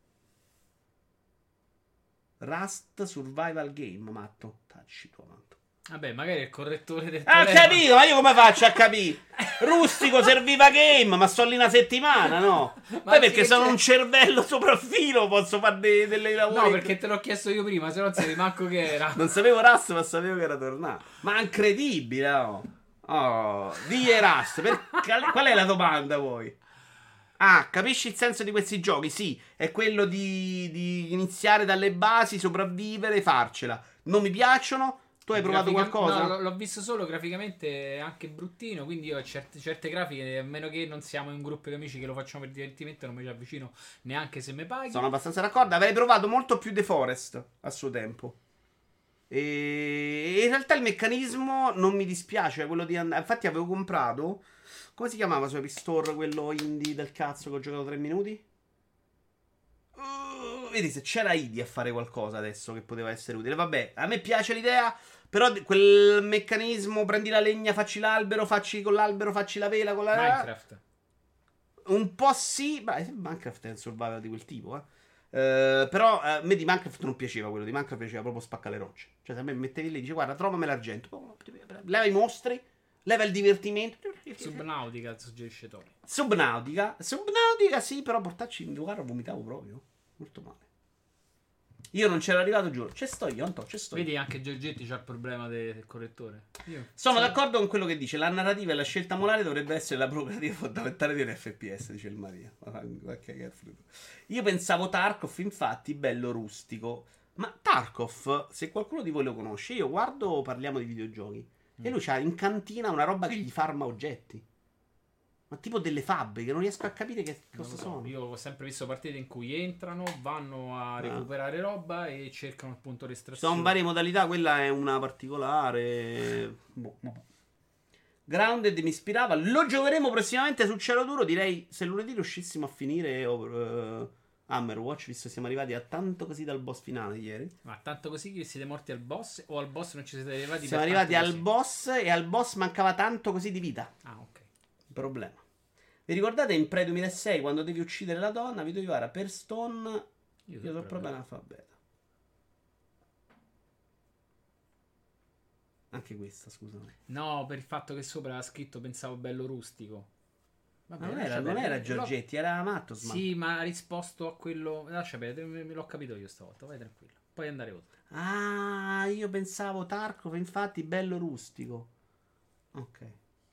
Rust Survival Game, matto. Tacci tuo matto. Vabbè, magari il correttore del Ah, ho telefono. capito, ma io come faccio a capire? Rustico, Serviva Game, ma sto lì una settimana, no? Poi perché sì, sono c'è- un cervello sopraffino, posso fare delle lavori. No, perché te l'ho chiesto io prima, se no non sapevi manco che era. Non sapevo Rust, ma sapevo che era tornato. Ma è incredibile, no? Oh, di Rust, qual è la domanda poi? Ah, capisci il senso di questi giochi? Sì, è quello di iniziare dalle basi, sopravvivere, farcela. Non mi piacciono? Tu hai provato qualcosa? No, l'ho visto solo graficamente, è anche bruttino, quindi io certe grafiche, a meno che non siamo in un gruppo di amici che lo facciamo per divertimento, non mi ci avvicino neanche se mi paghi. Sono abbastanza d'accordo. Avrei provato molto più The Forest a suo tempo. E in realtà il meccanismo non mi dispiace. Quello di infatti avevo comprato. Come si chiamava su Epic Store quello indie del cazzo che ho giocato 3 minuti? Vedi se c'era Idi a fare qualcosa adesso che poteva essere utile. Vabbè, a me piace l'idea. Però quel meccanismo, prendi la legna, facci l'albero, facci con l'albero, facci la vela con la... Minecraft. Un po' sì. Beh, Minecraft è un survival di quel tipo, però a me di Minecraft non piaceva quello. Di Minecraft piaceva proprio spaccare le rocce. Cioè, se a me mettevi lì, dice guarda, trovami l'argento. Leva i mostri, leva il divertimento. Subnautica suggerisce Tony. Subnautica, sì, però portarci in lugar vomitavo proprio. Molto male. Io non c'ero arrivato, giuro. Ci sto io, Anto, ci sto io. Vedi, anche Giorgetti c'ha il problema del correttore. Sono d'accordo con quello che dice. La narrativa e la scelta morale dovrebbe essere la prerogativa fondamentale di un FPS, dice il Maria. Io pensavo Tarkov, infatti, bello rustico. Ma Tarkov, se qualcuno di voi lo conosce, io guardo, parliamo di videogiochi, e lui c'ha in cantina una roba che gli farma oggetti. Ma tipo delle fabbriche, non riesco a capire che cosa sono. Io ho sempre visto partite in cui entrano, vanno a recuperare roba e cercano appunto l'estrazione. Sono varie modalità, quella è una particolare. Grounded mi ispirava. Lo giocheremo prossimamente su Cielo Duro. Direi se lunedì riuscissimo a finire Hammerwatch, visto che siamo arrivati a tanto così dal boss finale ieri. Ma tanto così che siete morti al boss o al boss non ci siete arrivati? Siamo arrivati al boss e al boss mancava tanto così di vita. Ah, ok. Problema. Vi ricordate in pre 2006 quando devi uccidere la donna? Vito Ivara per Stone. Io sono proprio analfabeta. Anche questa, scusami. No, per il fatto che sopra era scritto pensavo bello rustico. Vabbè, Ma non lascia era, non perdere. era Giorgetti, era Mattos. Sì, ma ha risposto a quello. Lascia perdere, me l'ho capito io stavolta. Vai tranquillo. Puoi andare oltre. Ah, io pensavo Tarkov, infatti, bello rustico. Ok.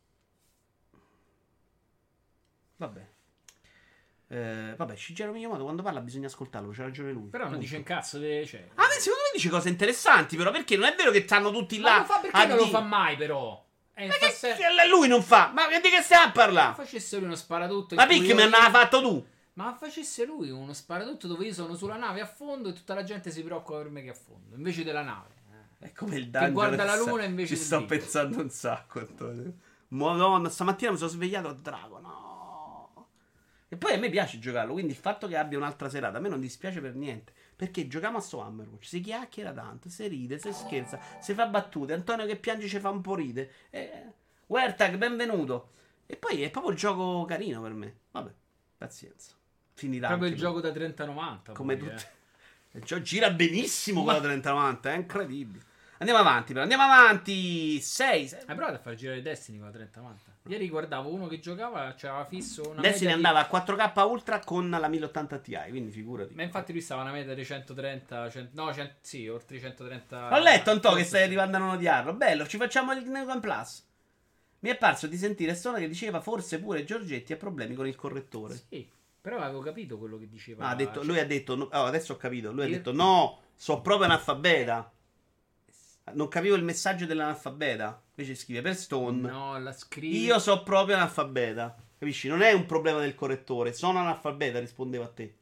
Vabbè. Vabbè, Shigeru Miyamoto quando parla bisogna ascoltarlo, c'ha ragione lui. Però non Punto. dice un cazzo. Cioè. Ah, beh, secondo me dice cose interessanti, però, perché non è vero che stanno tutti Ma là. lo fa perché non lo fa mai, però? Ma che lui non fa? Ma di che stiamo a Ma parlare? facesse lui uno sparatutto. Ma perché me l'ha fatto tu? Ma facesse lui uno sparatutto dove io sono sulla nave a fondo e tutta la gente si preoccupa per me che è a fondo, invece della nave. È come il Che dungeon. guarda la luna invece Ci del sto video. pensando un sacco, Antonio. Madonna, stamattina mi sono svegliato a Drago, no. E poi a me piace giocarlo, quindi il fatto che abbia un'altra serata a me non dispiace per niente. Perché giochiamo a sto Hammerwatch, si chiacchiera tanto, si ride, si scherza, si fa battute. Antonio che piange ci fa un po' ride. Wertag, benvenuto. E poi è proprio il gioco carino per me. Vabbè, pazienza. Finirà. Proprio il anche gioco da 30-90. come poi, tutti. Il gioco gira benissimo con la 3090, è incredibile. Andiamo avanti, però. Andiamo avanti. 6. Hai provato a far girare Destiny con la 3090? Ieri guardavo uno che giocava, c'aveva fisso una Destiny media di- andava a 4K Ultra con la 1080 Ti, quindi figurati. Ma infatti lui stava a una media di 130, no, sì, oltre i 130. Ho letto, Anto, che stai arrivando a non odiarlo. Bello, ci facciamo il Neocon Plus. Mi è parso di sentire Stone che diceva forse pure Giorgetti ha problemi con il correttore. Sì, però avevo capito quello che diceva. Ah, Cioè, lui ha detto, adesso ho capito, lui ha Io- detto no, so proprio analfabeta. Non capivo il messaggio dell'analfabeta. Invece scrive per Stone. No, la scrive. Io so proprio analfabeta. Capisci? Non è un problema del correttore. Sono analfabeta, rispondevo a te.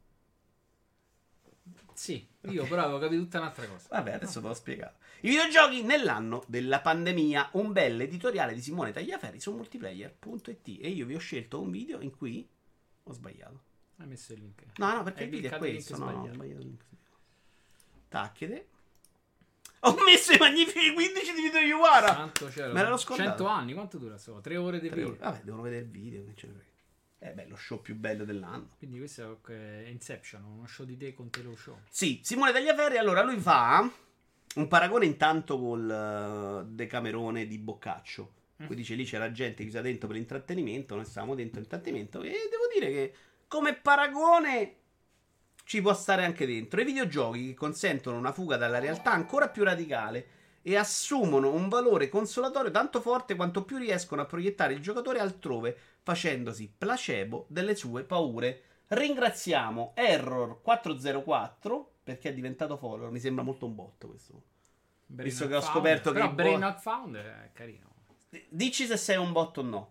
Sì, io però avevo capito tutta un'altra cosa. Vabbè, adesso te l'ho spiegato. I videogiochi nell'anno della pandemia. Un bel editoriale di Simone Tagliaferri su multiplayer.it. E io vi ho scelto un video in cui ho sbagliato. Hai messo il link. No, perché il Hai video è cliccato il questo. link No, ho sbagliato. sbagliato il link. Tacchete. Ho messo i magnifici 15 di video Iwara. Santo cielo. Me l'ero scordato. 100 anni, quanto dura? Solo 3 ore di video. Vabbè, devono vedere il video. Che ce ne frega. Beh, lo show più bello dell'anno. Quindi questo è Inception, uno show di te con te lo show. Sì, Simone Tagliaferri, allora lui fa un paragone intanto col Decamerone di Boccaccio. Poi dice lì c'era gente chiusa dentro per l'intrattenimento, noi stavamo dentro l'intrattenimento. E devo dire che come paragone ci può stare anche dentro. I videogiochi che consentono una fuga dalla realtà ancora più radicale e assumono un valore consolatorio tanto forte quanto più riescono a proiettare il giocatore altrove, facendosi placebo delle sue paure. Ringraziamo Error404 perché è diventato follower. Mi sembra molto un botto questo. Visto che ho scoperto che però i Brain Not Found è carino. Dici se sei un bot o no.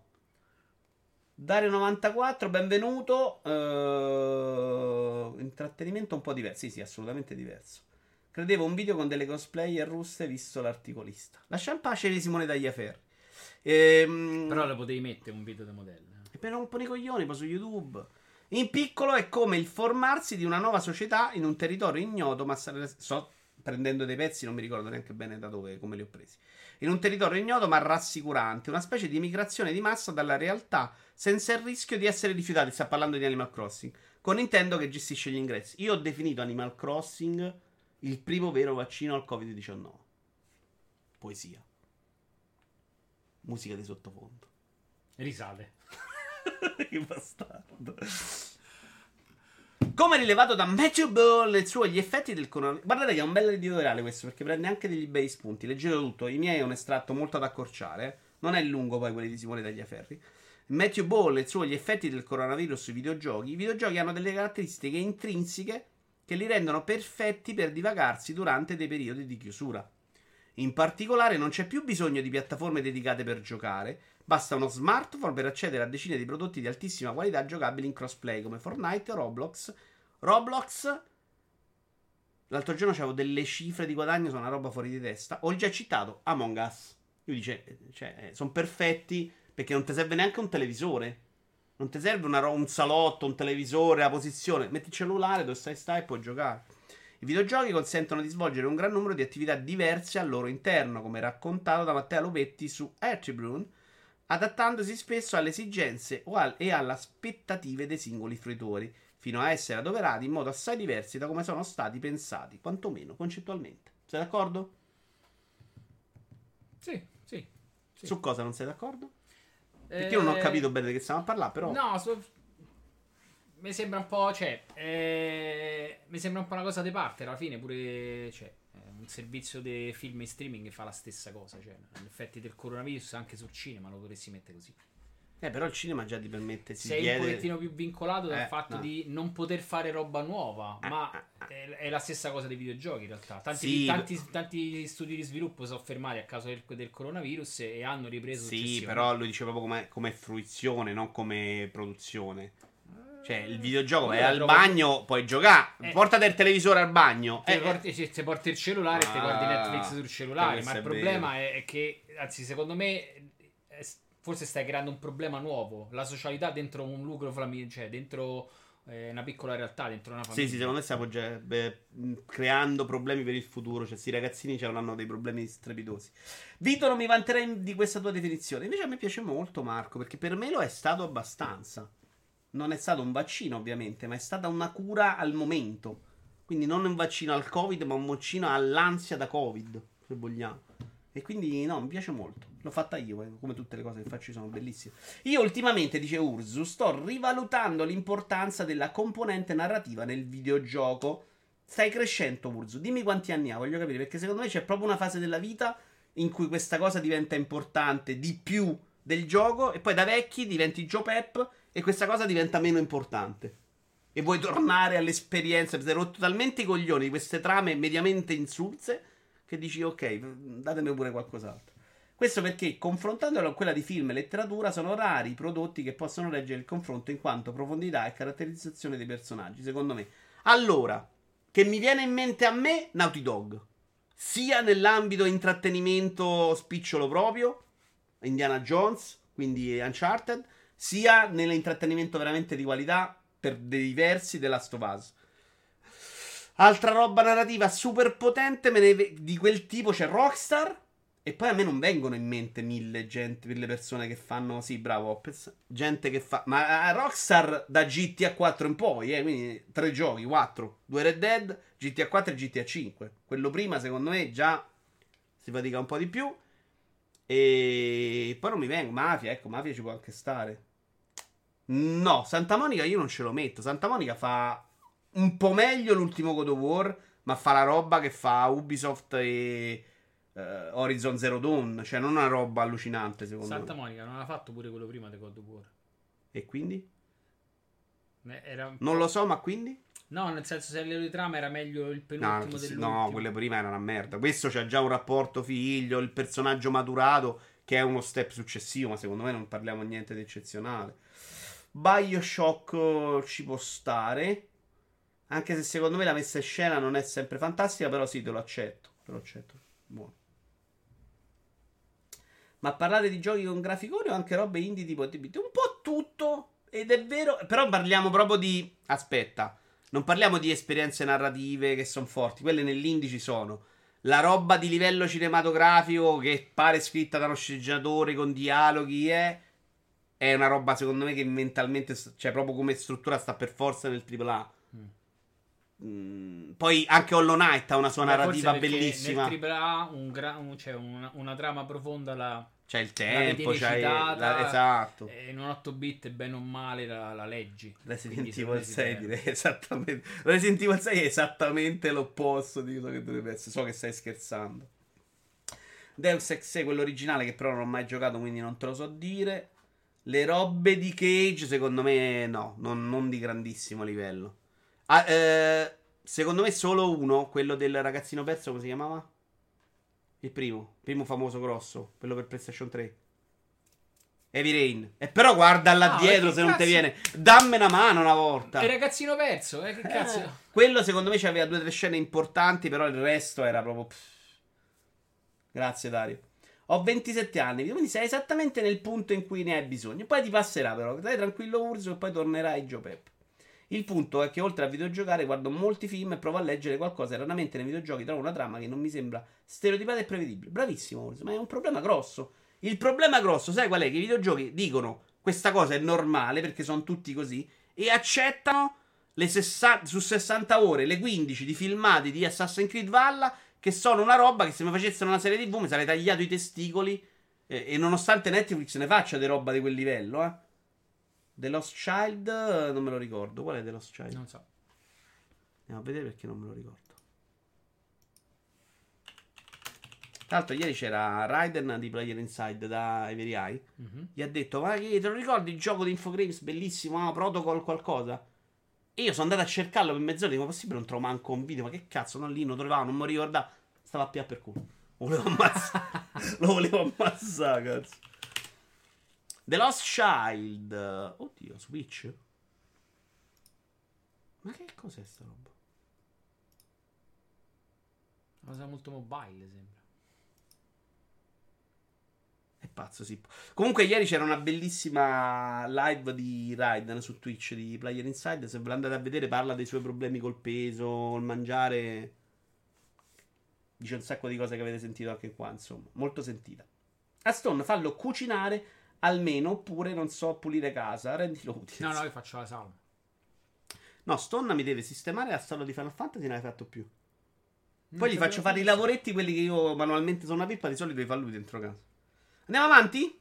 Dario94, benvenuto. Intrattenimento un po' diverso. Sì, sì, assolutamente diverso. Credevo un video con delle cosplayer russe visto l'articolista. Lascia in pace di Simone Tagliaferri. Però lo potevi mettere un video di modello. E per un po' di coglioni, poi su YouTube. In piccolo è come il formarsi di una nuova società in un territorio ignoto, ma sto prendendo dei pezzi, non mi ricordo neanche bene da dove, come li ho presi. In un territorio ignoto ma rassicurante, una specie di migrazione di massa dalla realtà senza il rischio di essere rifiutati. Sta parlando di Animal Crossing, con Nintendo che gestisce gli ingressi. Io ho definito Animal Crossing il primo vero vaccino al Covid-19. Poesia. Musica di sottofondo. Risale. Che bastardo. Come rilevato da Matthew Ball nel suo Gli effetti del coronavirus. Guardate che è un bel editoriale questo, perché prende anche degli bei spunti. Leggetelo tutto. I miei è un estratto molto ad accorciare. Non è lungo poi quelli di Simone Tagliaferri. Matthew Ball nel suo Gli effetti del coronavirus sui videogiochi. I videogiochi hanno delle caratteristiche intrinseche che li rendono perfetti per divagarsi durante dei periodi di chiusura. In particolare non c'è più bisogno di piattaforme dedicate per giocare, basta uno smartphone per accedere a decine di prodotti di altissima qualità giocabili in crossplay come Fortnite, Roblox. L'altro giorno c'avevo delle cifre di guadagno, sono una roba fuori di testa. Ho già citato Among Us. Lui dice, sono perfetti perché non ti serve neanche un televisore. Non ti serve un salotto, un televisore, la posizione. Metti il cellulare dove stai e puoi giocare. I videogiochi consentono di svolgere un gran numero di attività diverse al loro interno, come raccontato da Matteo Lopetti su Archibald, adattandosi spesso alle esigenze e alle aspettative dei singoli fruitori, fino a essere adoperati in modo assai diversi da come sono stati pensati, quantomeno concettualmente. Sei d'accordo? Sì, sì. Su cosa non sei d'accordo? Perché io non ho capito bene di che stiamo a parlare, però. No, mi sembra un po', cioè, mi sembra un po' una cosa di parte, alla fine pure, cioè, un servizio di film in streaming che fa la stessa cosa, cioè, gli effetti del coronavirus anche sul cinema lo potresti mettere così. Però il cinema già ti permette, Sei un pochettino più vincolato dal fatto no. di non poter fare roba nuova, ma è la stessa cosa dei videogiochi in realtà. Tanti studi di sviluppo sono fermati a causa del coronavirus e hanno ripreso Sì, però lo dice proprio come fruizione, non come produzione. Cioè, il videogioco è al bagno, puoi giocare. Portate il televisore al bagno. Se porti il cellulare e ti guardi Netflix sul cellulare. Ma il problema è che, anzi, secondo me, forse stai creando un problema nuovo. La socialità dentro un lucro cioè dentro una piccola realtà, dentro una famiglia. Sì, secondo me stiamo già creando problemi per il futuro. Cioè, questi ragazzini hanno dei problemi strepitosi. Vito, non mi vanterei di questa tua definizione. Invece a me piace molto, Marco, perché per me lo è stato abbastanza. Non è stato un vaccino, ovviamente, ma è stata una cura al momento. Quindi non un vaccino al Covid, ma un vaccino all'ansia da Covid, se vogliamo. E quindi, no, mi piace molto. L'ho fatta io, come tutte le cose che faccio sono bellissime. Io ultimamente, dice Urzu, sto rivalutando l'importanza della componente narrativa nel videogioco. Stai crescendo, Urzu. Dimmi quanti anni ha, voglio capire, perché secondo me c'è proprio una fase della vita in cui questa cosa diventa importante di più del gioco, e poi da vecchi diventi Joe Pep e questa cosa diventa meno importante. E vuoi tornare all'esperienza, ti hai rotto talmente i coglioni di queste trame mediamente insulse che dici ok, datemi pure qualcos'altro. Questo perché, confrontandolo con quella di film e letteratura, sono rari i prodotti che possono reggere il confronto in quanto profondità e caratterizzazione dei personaggi, secondo me. Allora, che mi viene in mente a me, Naughty Dog. Sia nell'ambito intrattenimento spicciolo proprio, Indiana Jones, quindi Uncharted, sia nell'intrattenimento veramente di qualità, per dei versi, The Last of Us. Altra roba narrativa super potente di quel tipo c'è Rockstar. E poi a me non vengono in mente mille persone che fanno. Sì, bravo Opez. Gente che fa. Ma Rockstar da GTA 4 in poi, quindi 3 giochi, 4. 2 Red Dead, GTA 4 e GTA 5. Quello prima, secondo me, già si fatica un po' di più. E poi non mi vengo. Mafia, ecco, Mafia ci può anche stare. No, Santa Monica io non ce lo metto. Santa Monica fa un po' meglio l'ultimo God of War, ma fa la roba che fa Ubisoft e Horizon Zero Dawn. Cioè non una roba allucinante, secondo Santa me. Monica non ha fatto pure quello prima di God of War. E quindi? Era Non lo so, ma quindi? No, nel senso, se le trama era meglio il penultimo dell'ultimo. No, quelle prima erano una merda. Questo c'ha già un rapporto figlio, il personaggio maturato, che è uno step successivo, ma secondo me non parliamo niente di eccezionale. BioShock ci può stare, anche se secondo me la messa in scena non è sempre fantastica, però sì, te lo accetto. Buono. Ma parlare di giochi con graficoni o anche robe indie tipo un po' tutto, ed è vero, però parliamo proprio di... Aspetta, non parliamo di esperienze narrative che sono forti, quelle nell'indie ci sono. La roba di livello cinematografico che pare scritta da uno sceneggiatore con dialoghi è una roba secondo me che mentalmente, cioè proprio come struttura sta per forza nel AAA. Poi anche Hollow Knight ha una sua narrativa bellissima. Nel AAA c'è una trama profonda, c'è il tempo, esatto. E in un 8-bit bene o male la leggi. Resident Evil 6 direi esattamente. Resident Evil 6 è esattamente l'opposto di quello che dovrebbe essere. So che stai scherzando. Deus Ex, quello originale, che però non ho mai giocato, quindi non te lo so dire. Le robe di Cage secondo me no, non di grandissimo livello. Secondo me solo uno, quello del ragazzino perso, come si chiamava? Il primo famoso grosso, quello per PlayStation 3. Heavy Rain. E però guarda là dietro se non ti viene. Dammi una mano una volta. Il ragazzino perso, che cazzo? Quello secondo me aveva 2 o 3 scene importanti, però il resto era proprio... Grazie Dario. Ho 27 anni, quindi sei esattamente nel punto in cui ne hai bisogno. Poi ti passerà però, dai tranquillo Urso, e poi tornerai Joe Pep. Il punto è che oltre a videogiocare guardo molti film e provo a leggere qualcosa e raramente nei videogiochi trovo una trama che non mi sembra stereotipata e prevedibile. Bravissimo Urso, ma è un problema grosso. Il problema grosso, sai qual è? Che i videogiochi dicono questa cosa è normale perché sono tutti così e accettano su 60 ore le 15 di filmati di Assassin's Creed Valhalla che sono una roba che se mi facessero una serie TV mi sarei tagliato i testicoli. E nonostante Netflix ne faccia di roba di quel livello, The Lost Child, non me lo ricordo. Qual è The Lost Child? Non so. Andiamo a vedere perché non me lo ricordo. Tra l'altro ieri c'era Raiden di Player Inside da Every Eye. Gli ha detto, ma che te lo ricordi il gioco di Infogrames bellissimo, Protocol qualcosa? E io sono andato a cercarlo per mezz'ora, dico, ma possibile non trovo manco un video, ma che cazzo, non lì, non trovavo, non mi ricordavo. Stava a pià per culo. Lo volevo ammazzare. Lo volevo ammazzare, cazzo. The Lost Child. Oddio, Switch? Ma che cos'è sta roba? Una cosa molto mobile, sembra. È pazzo, sì. Comunque ieri c'era una bellissima live di Raiden su Twitch di Player Inside. Se ve l'andate a vedere parla dei suoi problemi col peso, col mangiare. Dice un sacco di cose che avete sentito anche qua, insomma. Molto sentita. A Stone fallo cucinare almeno, oppure non so, pulire casa. Rendilo utile. No, io faccio la sala. No, Stone mi deve sistemare la storia di Final Fantasy, non l'hai fatto più. Poi gli faccio fare i lavoretti, quelli che io manualmente sono una pippa, di solito li fa lui dentro casa. Andiamo avanti?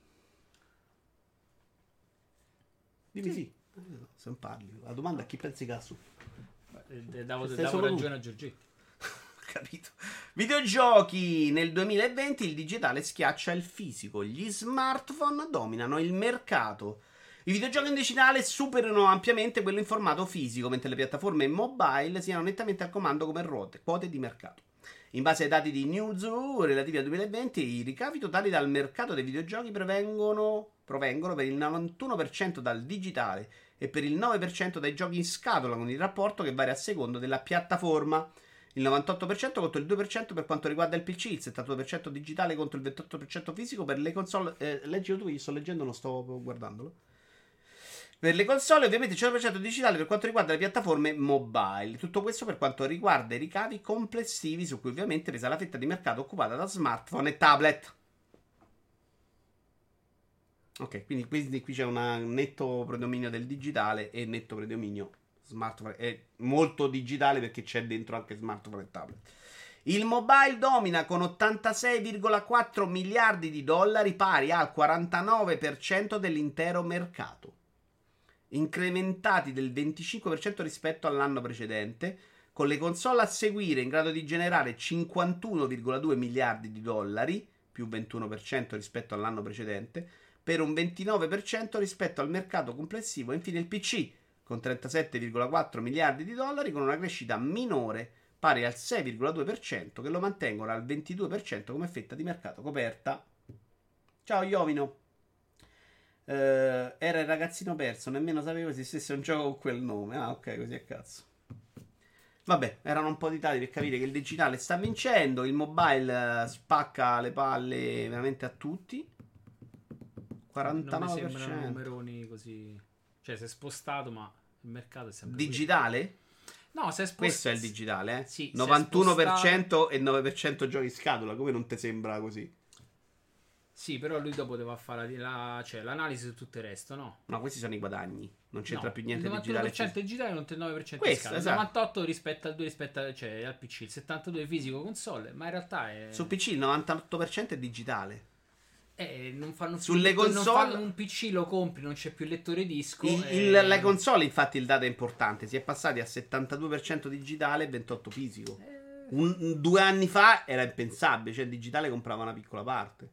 Dimmi sì. Se non parli. La domanda è chi pensi cazzo? Davo ragione a Giorgetti. Capito. Videogiochi nel 2020 il digitale schiaccia il fisico. Gli smartphone dominano il mercato. I videogiochi in digitale superano ampiamente quello in formato fisico, mentre le piattaforme mobile siano nettamente al comando come quote di mercato. In base ai dati di Newzoo relativi al 2020, i ricavi totali dal mercato dei videogiochi provengono per il 91% dal digitale e per il 9% dai giochi in scatola, con il rapporto che varia a secondo della piattaforma. Il 98% contro il 2% per quanto riguarda il PC, il 72% digitale contro il 28% fisico per le console. Leggilo tu, io sto leggendo, non sto guardandolo. Per le console, ovviamente il 100% digitale per quanto riguarda le piattaforme mobile. Tutto questo per quanto riguarda i ricavi complessivi, su cui ovviamente pesa la fetta di mercato occupata da smartphone e tablet. Ok, quindi qui c'è un netto predominio del digitale e netto predominio smartphone. È molto digitale perché c'è dentro anche smartphone e tablet. Il mobile domina con 86,4 miliardi di dollari, pari al 49% dell'intero mercato, incrementati del 25% rispetto all'anno precedente, con le console a seguire in grado di generare 51,2 miliardi di dollari, più 21% rispetto all'anno precedente, per un 29% rispetto al mercato complessivo. E infine il PC, con 37,4 miliardi di dollari, con una crescita minore pari al 6,2%, che lo mantengono al 22% come fetta di mercato coperta. Ciao Iovino. Era il ragazzino perso, nemmeno sapevo esistesse un gioco con quel nome. Ah, ok, così a cazzo. Vabbè, erano un po' di dati per capire che il digitale sta vincendo. Il mobile spacca le palle veramente a tutti. 49%. Non mi sembrano numeroni così. Cioè, si è spostato, ma il mercato è sempre digitale? Qui. No, si è spostato. Questo è il digitale, eh? Sì, 91% e 9% giochi in scatola. Come non ti sembra così? Sì, però lui dopo deve fare cioè, l'analisi su tutto il resto, no? No, questi sono i guadagni. Non c'entra più niente il 91% digitale e il 99% questo, in scatola. Il 98% rispetto al 2% cioè al PC, il 72% fisico console, ma in realtà è... Sul PC il 98% è digitale. Non fanno sulle console non fanno un PC, lo compri, non c'è più il lettore disco. Le console, infatti, il dato è importante. Si è passati a 72% digitale e 28% fisico. 2 anni fa era impensabile. Cioè, il digitale comprava una piccola parte.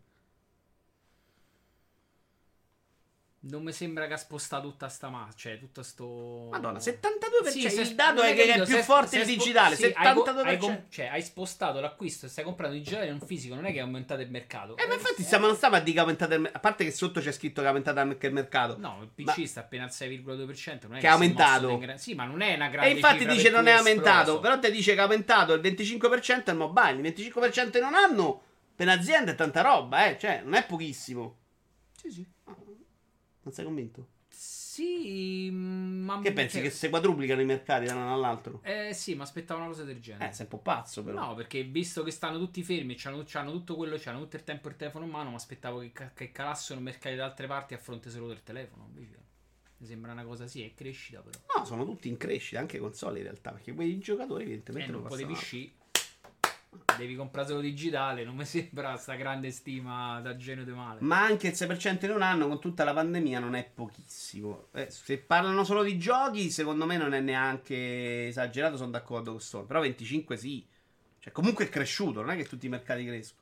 Non mi sembra che ha spostato tutta sta massa. Cioè, tutto sto. Madonna, 72%. Sì, il dato è che è più forte il digitale. Sì, 72%. Cioè, hai spostato l'acquisto e stai comprando il digitale in un fisico. Non è che è aumentato il mercato. Ma infatti non stava a dire che è aumentato il mercato. A parte che sotto c'è scritto che è aumentato anche il mercato. No, il PC sta appena al 6,2%. Non è che è aumentato. Sì, ma non è una grande. E infatti dice non è aumentato. Esploso. Però te dice che è aumentato il 25% il mobile. Il 25% in un anno per un'azienda è tanta roba, Cioè, non è pochissimo. Sì. Non sei convinto? Sì, ma che pensi che se quadruplicano i mercati da un anno all'altro? Sì, ma aspettavo una cosa del genere. Sei un po' pazzo, però. No, perché visto che stanno tutti fermi, c'hanno tutto quello, c'hanno tutto il tempo il telefono in mano, ma aspettavo che calassero i mercati da altre parti a fronte solo del telefono. Invece mi sembra una cosa, sì, è crescita però. No, sono tutti in crescita, anche console in realtà, perché quei giocatori evidentemente non potevi sci. devi comprare solo digitale, non mi sembra sta grande stima da genio di male. Ma anche il 6% in un anno con tutta la pandemia non è pochissimo. Se parlano solo di giochi, secondo me non è neanche esagerato, sono d'accordo con Sony. Però 25 sì. Cioè, comunque è cresciuto, non è che tutti i mercati crescono.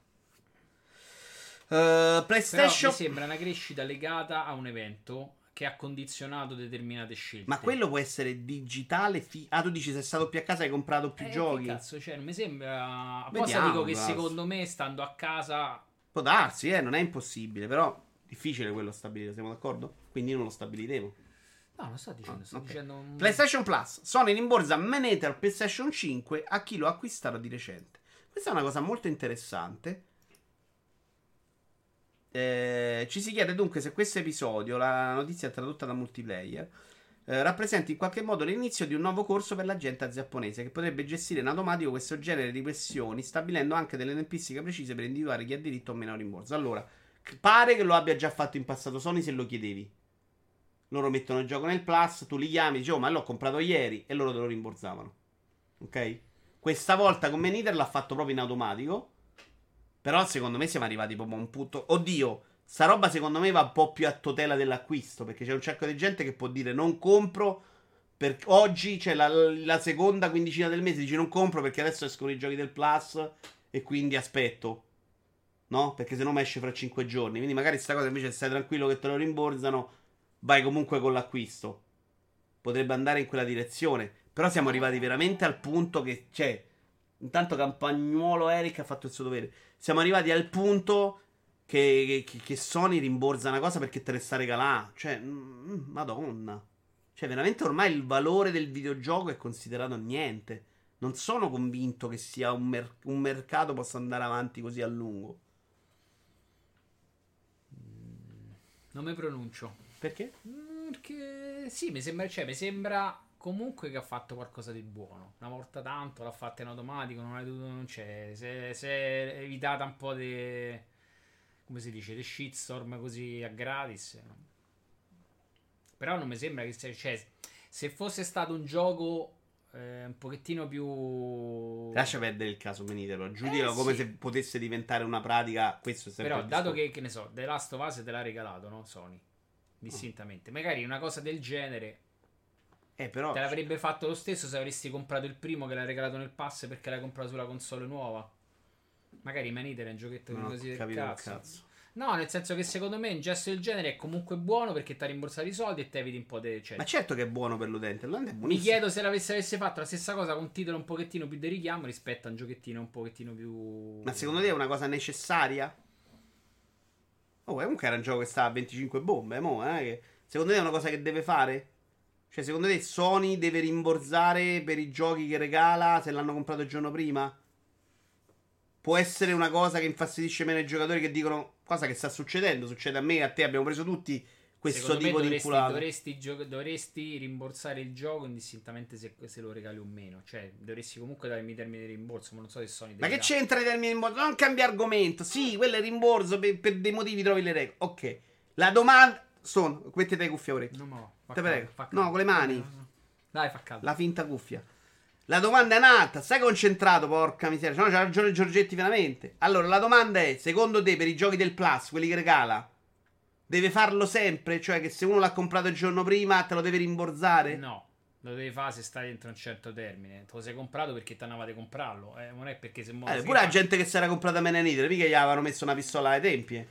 PlayStation... Però mi sembra una crescita legata a un evento che ha condizionato determinate scelte. Ma quello può essere digitale. Tu dici sei stato più a casa e hai comprato più giochi. Che cazzo, cioè, non mi sembra. Vediamo, Dico che cazzo. secondo me, stando a casa. Può darsi, non è impossibile. Però difficile quello stabilire, siamo d'accordo? Quindi io non lo stabiliremo. No, non sto dicendo, sto Ok. dicendo. PlayStation Plus. Sony rimborsa Man Eater PlayStation 5 a chi lo ha acquistato di recente. Questa è una cosa molto interessante. Ci si chiede dunque se questo episodio, la notizia è tradotta da multiplayer, rappresenta in qualche modo l'inizio di un nuovo corso per la gente giapponese che potrebbe gestire in automatico questo genere di questioni, stabilendo anche delle tempistiche precise per individuare chi ha diritto o meno al rimborso. Allora, pare che lo abbia già fatto in passato Sony se lo chiedevi. Loro mettono il gioco nel Plus, tu li chiami, dici, oh, ma l'ho comprato ieri, e loro te lo rimborsavano. Ok? Questa volta con Man Eater l'ha fatto proprio in automatico. Però secondo me siamo arrivati proprio a un punto. Oddio, sta roba secondo me va un po' più a tutela dell'acquisto. Perché c'è un sacco di gente che può dire non compro. Oggi c'è la seconda quindicina del mese. Dici non compro perché adesso escono i giochi del Plus. E quindi aspetto. No? Perché se no mi esce fra 5 giorni. Quindi magari sta cosa invece stai tranquillo che te lo rimborsano. Vai comunque con l'acquisto. Potrebbe andare in quella direzione. Però siamo arrivati veramente al punto che c'è. Intanto Campagnuolo Eric ha fatto il suo dovere. Siamo arrivati al punto che Sony rimborsa una cosa perché te ne sta regalando. Cioè, madonna. Cioè, veramente ormai il valore del videogioco è considerato niente. Non sono convinto che sia un mercato possa andare avanti così a lungo. Non mi pronuncio. Perché? Perché sì, mi sembra comunque che ha fatto qualcosa di buono. Una volta tanto l'ha fatta in automatico, non c'è. Si è evitata un po' di, come si dice, di shitstorm così a gratis. Però non mi sembra che cioè, se fosse stato un gioco un pochettino più. Lascia perdere il caso Benitelo. Giudicalo come sì. se potesse diventare una pratica. Questo è sempre Però il dato discorso. che ne so, The Last of Us te l'ha regalato, no? Sony. Distintamente. Magari una cosa del genere Però te l'avrebbe fatto lo stesso se avresti comprato il primo che l'ha regalato nel pass perché l'hai comprato sulla console nuova. Magari Man Eater è un giochetto non ho così del capito cazzo. il cazzo. No, nel senso che secondo me un gesto del genere è comunque buono perché ti ha rimborsato i soldi e ti eviti un po' di. Cioè, Ma certo che è buono per l'utente. L'utente è mi buonissimo. chiedo se avesse fatto la stessa cosa con un titolo un pochettino più di richiamo rispetto a un giochettino un pochettino più. Ma secondo te è una cosa necessaria? Oh, comunque era un gioco che stava a 25 bombe. Che... Secondo te è una cosa che deve fare? Cioè, secondo te Sony deve rimborsare per i giochi che regala se l'hanno comprato il giorno prima? Può essere una cosa che infastidisce meno i giocatori che dicono cosa che sta succedendo? Succede a me e a te, abbiamo preso tutti questo Secondo tipo me di inculato. dovresti rimborsare il gioco indistintamente se lo regali o meno. Cioè, dovresti comunque darmi i termini di rimborso. Ma non so se Sony Ma deve che c'entra i termini di rimborso? Non cambia argomento. Sì, quello è rimborso per dei motivi trovi le regole. Ok. La domanda sono, mettete le cuffie a orecchie. No, Te prego. fa caldo. No, con le mani. No. Dai, fa caldo. La finta cuffia. La domanda è un'altra. Stai concentrato, porca miseria. No, c'ha ragione Giorgetti veramente. Allora, la domanda è, secondo te, per i giochi del Plus, quelli che regala, deve farlo sempre? Cioè che se uno l'ha comprato il giorno prima, te lo deve rimborsare? No, lo devi fare se stai dentro un certo termine. Te lo sei comprato perché ti andavate a comprarlo. Non è perché se Pure la gente che si era comprata Man Eater, mica gli avevano messo una pistola ai tempi.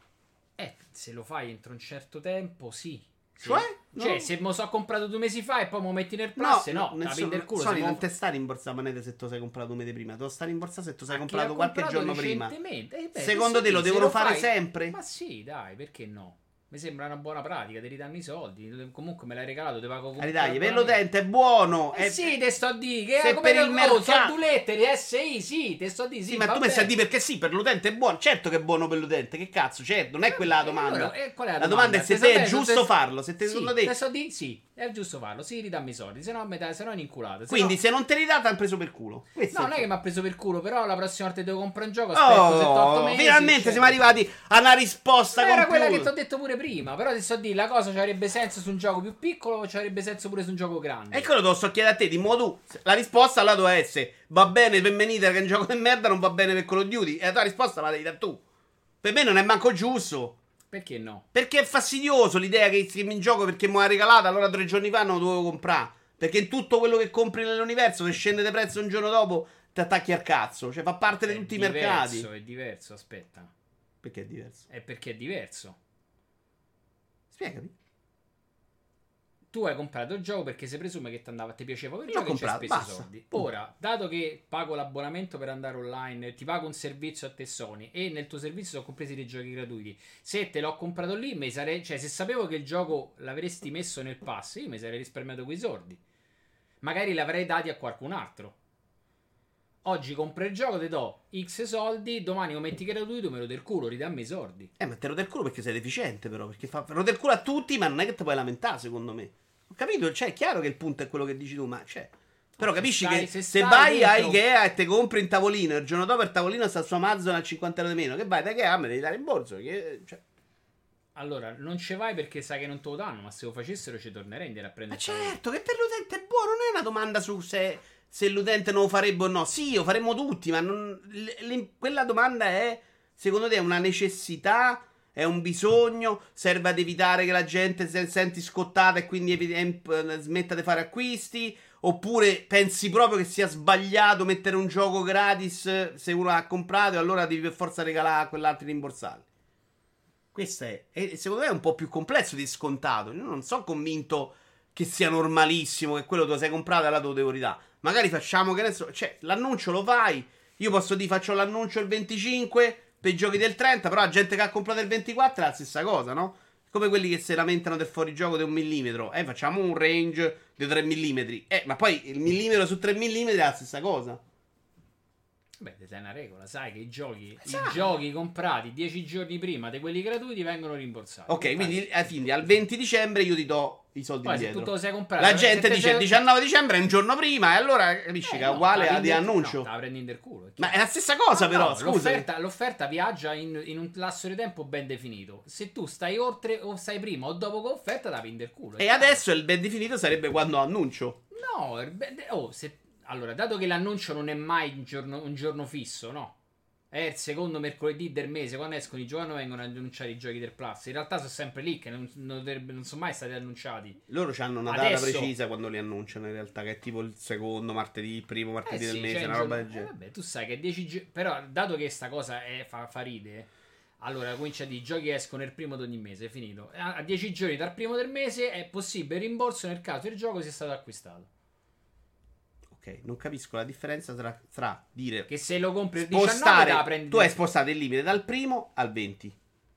se lo fai entro un certo tempo, sì. Cioè? Cioè, No. se me lo so comprato 2 mesi fa e poi me lo metti nel Plus, no, la vende il culo. Sony se mo- non te sta rimborsando monete se tu sei comprato un mese prima. Te lo sta rimborsando se tu sei a chi comprato l'ha qualche comprato giorno prima. recentemente. Secondo sì, te lo se devono fare fai- sempre? Ma sì, dai, perché no? Mi sembra una buona pratica, ti ridanno i soldi. Comunque me l'hai regalato, ti pago comunque. Dai, per l'utente è buono. Sì, te sto a dire che se è come per il mercato- sono 2 lettere SI, sì, te sto a dire, Sì, sì, ma tu vabbè. mi stai a dire perché sì, per l'utente è buono. Certo che è buono per l'utente. Che cazzo, certo, non è quella la domanda. Allora, qual è la domanda è se Te te è giusto farlo. Se te, sì, secondo te te sto a dire sì. È giusto farlo. Sì, ridammi i soldi, se no è un'inculata. Quindi se non te li dà, ti hanno preso per culo. No, non è che mi ha preso per culo, però la prossima volta che devo comprare un gioco aspetto 7-8 mesi. Finalmente siamo arrivati a una risposta era compiuta. quella che ti ho detto pure prima. Però ti so dire, la cosa ci avrebbe senso su un gioco più piccolo o ci avrebbe senso pure su un gioco grande. E quello te lo sto chiedendo a te, di modo tu. La risposta allora doveva essere: va bene per Meniter che è un gioco di merda, non va bene per Call of Duty. E la tua risposta la devi dare tu. Per me non è manco giusto. Perché no? Perché è fastidioso l'idea che in gioco perché me l'ha regalata, allora 3 giorni fa non lo dovevo comprare. Perché tutto quello che compri nell'universo, se scende di prezzo un giorno dopo, ti attacchi al cazzo. Cioè fa parte di tutti i mercati. È diverso, aspetta. Perché è diverso? È perché è diverso. Spiegami. Tu hai comprato il gioco perché si presume che ti piaceva quel gioco e ci hai speso basta. i soldi. Ora, dato che pago l'abbonamento per andare online, ti pago un servizio a te Sony e nel tuo servizio sono compresi dei giochi gratuiti. Se te l'ho comprato lì, cioè se sapevo che il gioco l'avresti messo nel pass, io mi sarei risparmiato quei soldi. Magari l'avrei dati a qualcun altro. Oggi compro il gioco, ti do X soldi, domani lo metti gratuito, me lo del culo, ridammi i soldi. Ma te lo del culo perché sei deficiente, però. Perché fa lo del culo a tutti, ma non è che ti puoi lamentare, secondo me. Ho capito? Cioè, è chiaro che il punto è quello che dici tu, ma cioè. Però capisci che se vai a Ikea e te compri un tavolino, il giorno dopo il tavolino sta su Amazon a 50 euro di meno, che vai da Ikea, me devi dare il borso. Cioè. Allora, non ci vai perché sai che non te lo danno, ma se lo facessero ci tornerei indietro a prendere. Ma certo, che per l'utente è buono, non è una domanda su se l'utente non lo farebbe o no. Sì, lo faremmo tutti, ma quella domanda è, secondo te, è una necessità? È un bisogno? Serve ad evitare che la gente si senti scottata e quindi smetta di fare acquisti? Oppure pensi proprio che sia sbagliato mettere un gioco gratis se uno l'ha comprato e allora devi per forza regalare a quell'altro rimborsarli? Questo è. E secondo me è un po' più complesso di scontato. Io non sono convinto che sia normalissimo che quello che tu sei comprato e allora te lo devo ridare. Magari facciamo, che ne so, cioè l'annuncio lo fai. Io posso dire faccio l'annuncio il 25 per i giochi del 30, però la gente che ha comprato il 24 è la stessa cosa, no? Come quelli che si lamentano del fuorigioco di 1 millimetro. Facciamo un range di 3 millimetri. Ma poi il millimetro su 3 millimetri è la stessa cosa. Beh, è una regola, sai che i giochi comprati 10 giorni prima di quelli gratuiti vengono rimborsati. Ok, quindi al 20 dicembre io ti do i soldi poi indietro. se tu te lo sei comprato, la gente dice il 19 dicembre è un giorno prima e allora capisci che è uguale a annuncio. No, te la prendi in del culo. Ma è la stessa cosa però, no, scusa. l'offerta viaggia in un lasso di tempo ben definito. Se tu stai oltre o stai prima o dopo che offerta, te la prendi del culo. E adesso il ben definito sarebbe quando annuncio. No, allora, dato che l'annuncio non è mai un giorno fisso, no? È il secondo mercoledì del mese, quando escono i giochi vengono annunciati i giochi del Plus. In realtà sono sempre lì, che non sono mai stati annunciati. Loro hanno una data precisa quando li annunciano, in realtà, che è tipo il secondo martedì, il primo martedì del mese, una roba del genere. Vabbè, tu sai che 10 giorni. Però, dato che sta cosa fa ride, allora comincia a dire: i giochi escono il primo di ogni mese, è finito. A 10 giorni dal primo del mese è possibile il rimborso nel caso il gioco sia stato acquistato. Ok, non capisco la differenza tra dire che se lo compri il 19 te la prendi. Tu hai spostato il limite dal primo al 20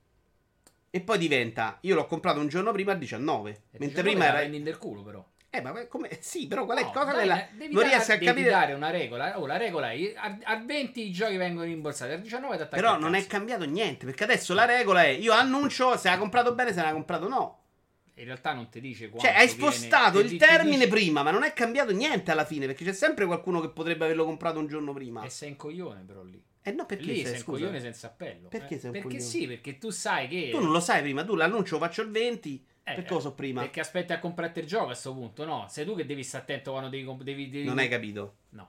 e poi diventa io l'ho comprato un giorno prima al 19 mentre prima era prendi del culo però. Ma come sì, però qual è cosa non riesco a capire. Devi dare una regola. La regola è al 20 i giochi vengono rimborsati, al 19 ti attacchi. Però non è cambiato niente, perché adesso la regola è io annuncio se ha comprato bene, se ne ha comprato no. In realtà non ti dice quanto. Cioè, hai spostato il termine prima, ma non è cambiato niente alla fine, perché c'è sempre qualcuno che potrebbe averlo comprato un giorno prima. E sei un coglione, però lì. No, perché lì sei un coglione senza appello. Perché sei un perché coglione? sì, perché tu sai che. Tu non lo sai prima, tu l'annuncio lo faccio il 20. Perché lo so prima? Perché aspetti a comprarti il gioco a questo punto, no? Sei tu che devi stare attento quando devi. Non hai capito? No.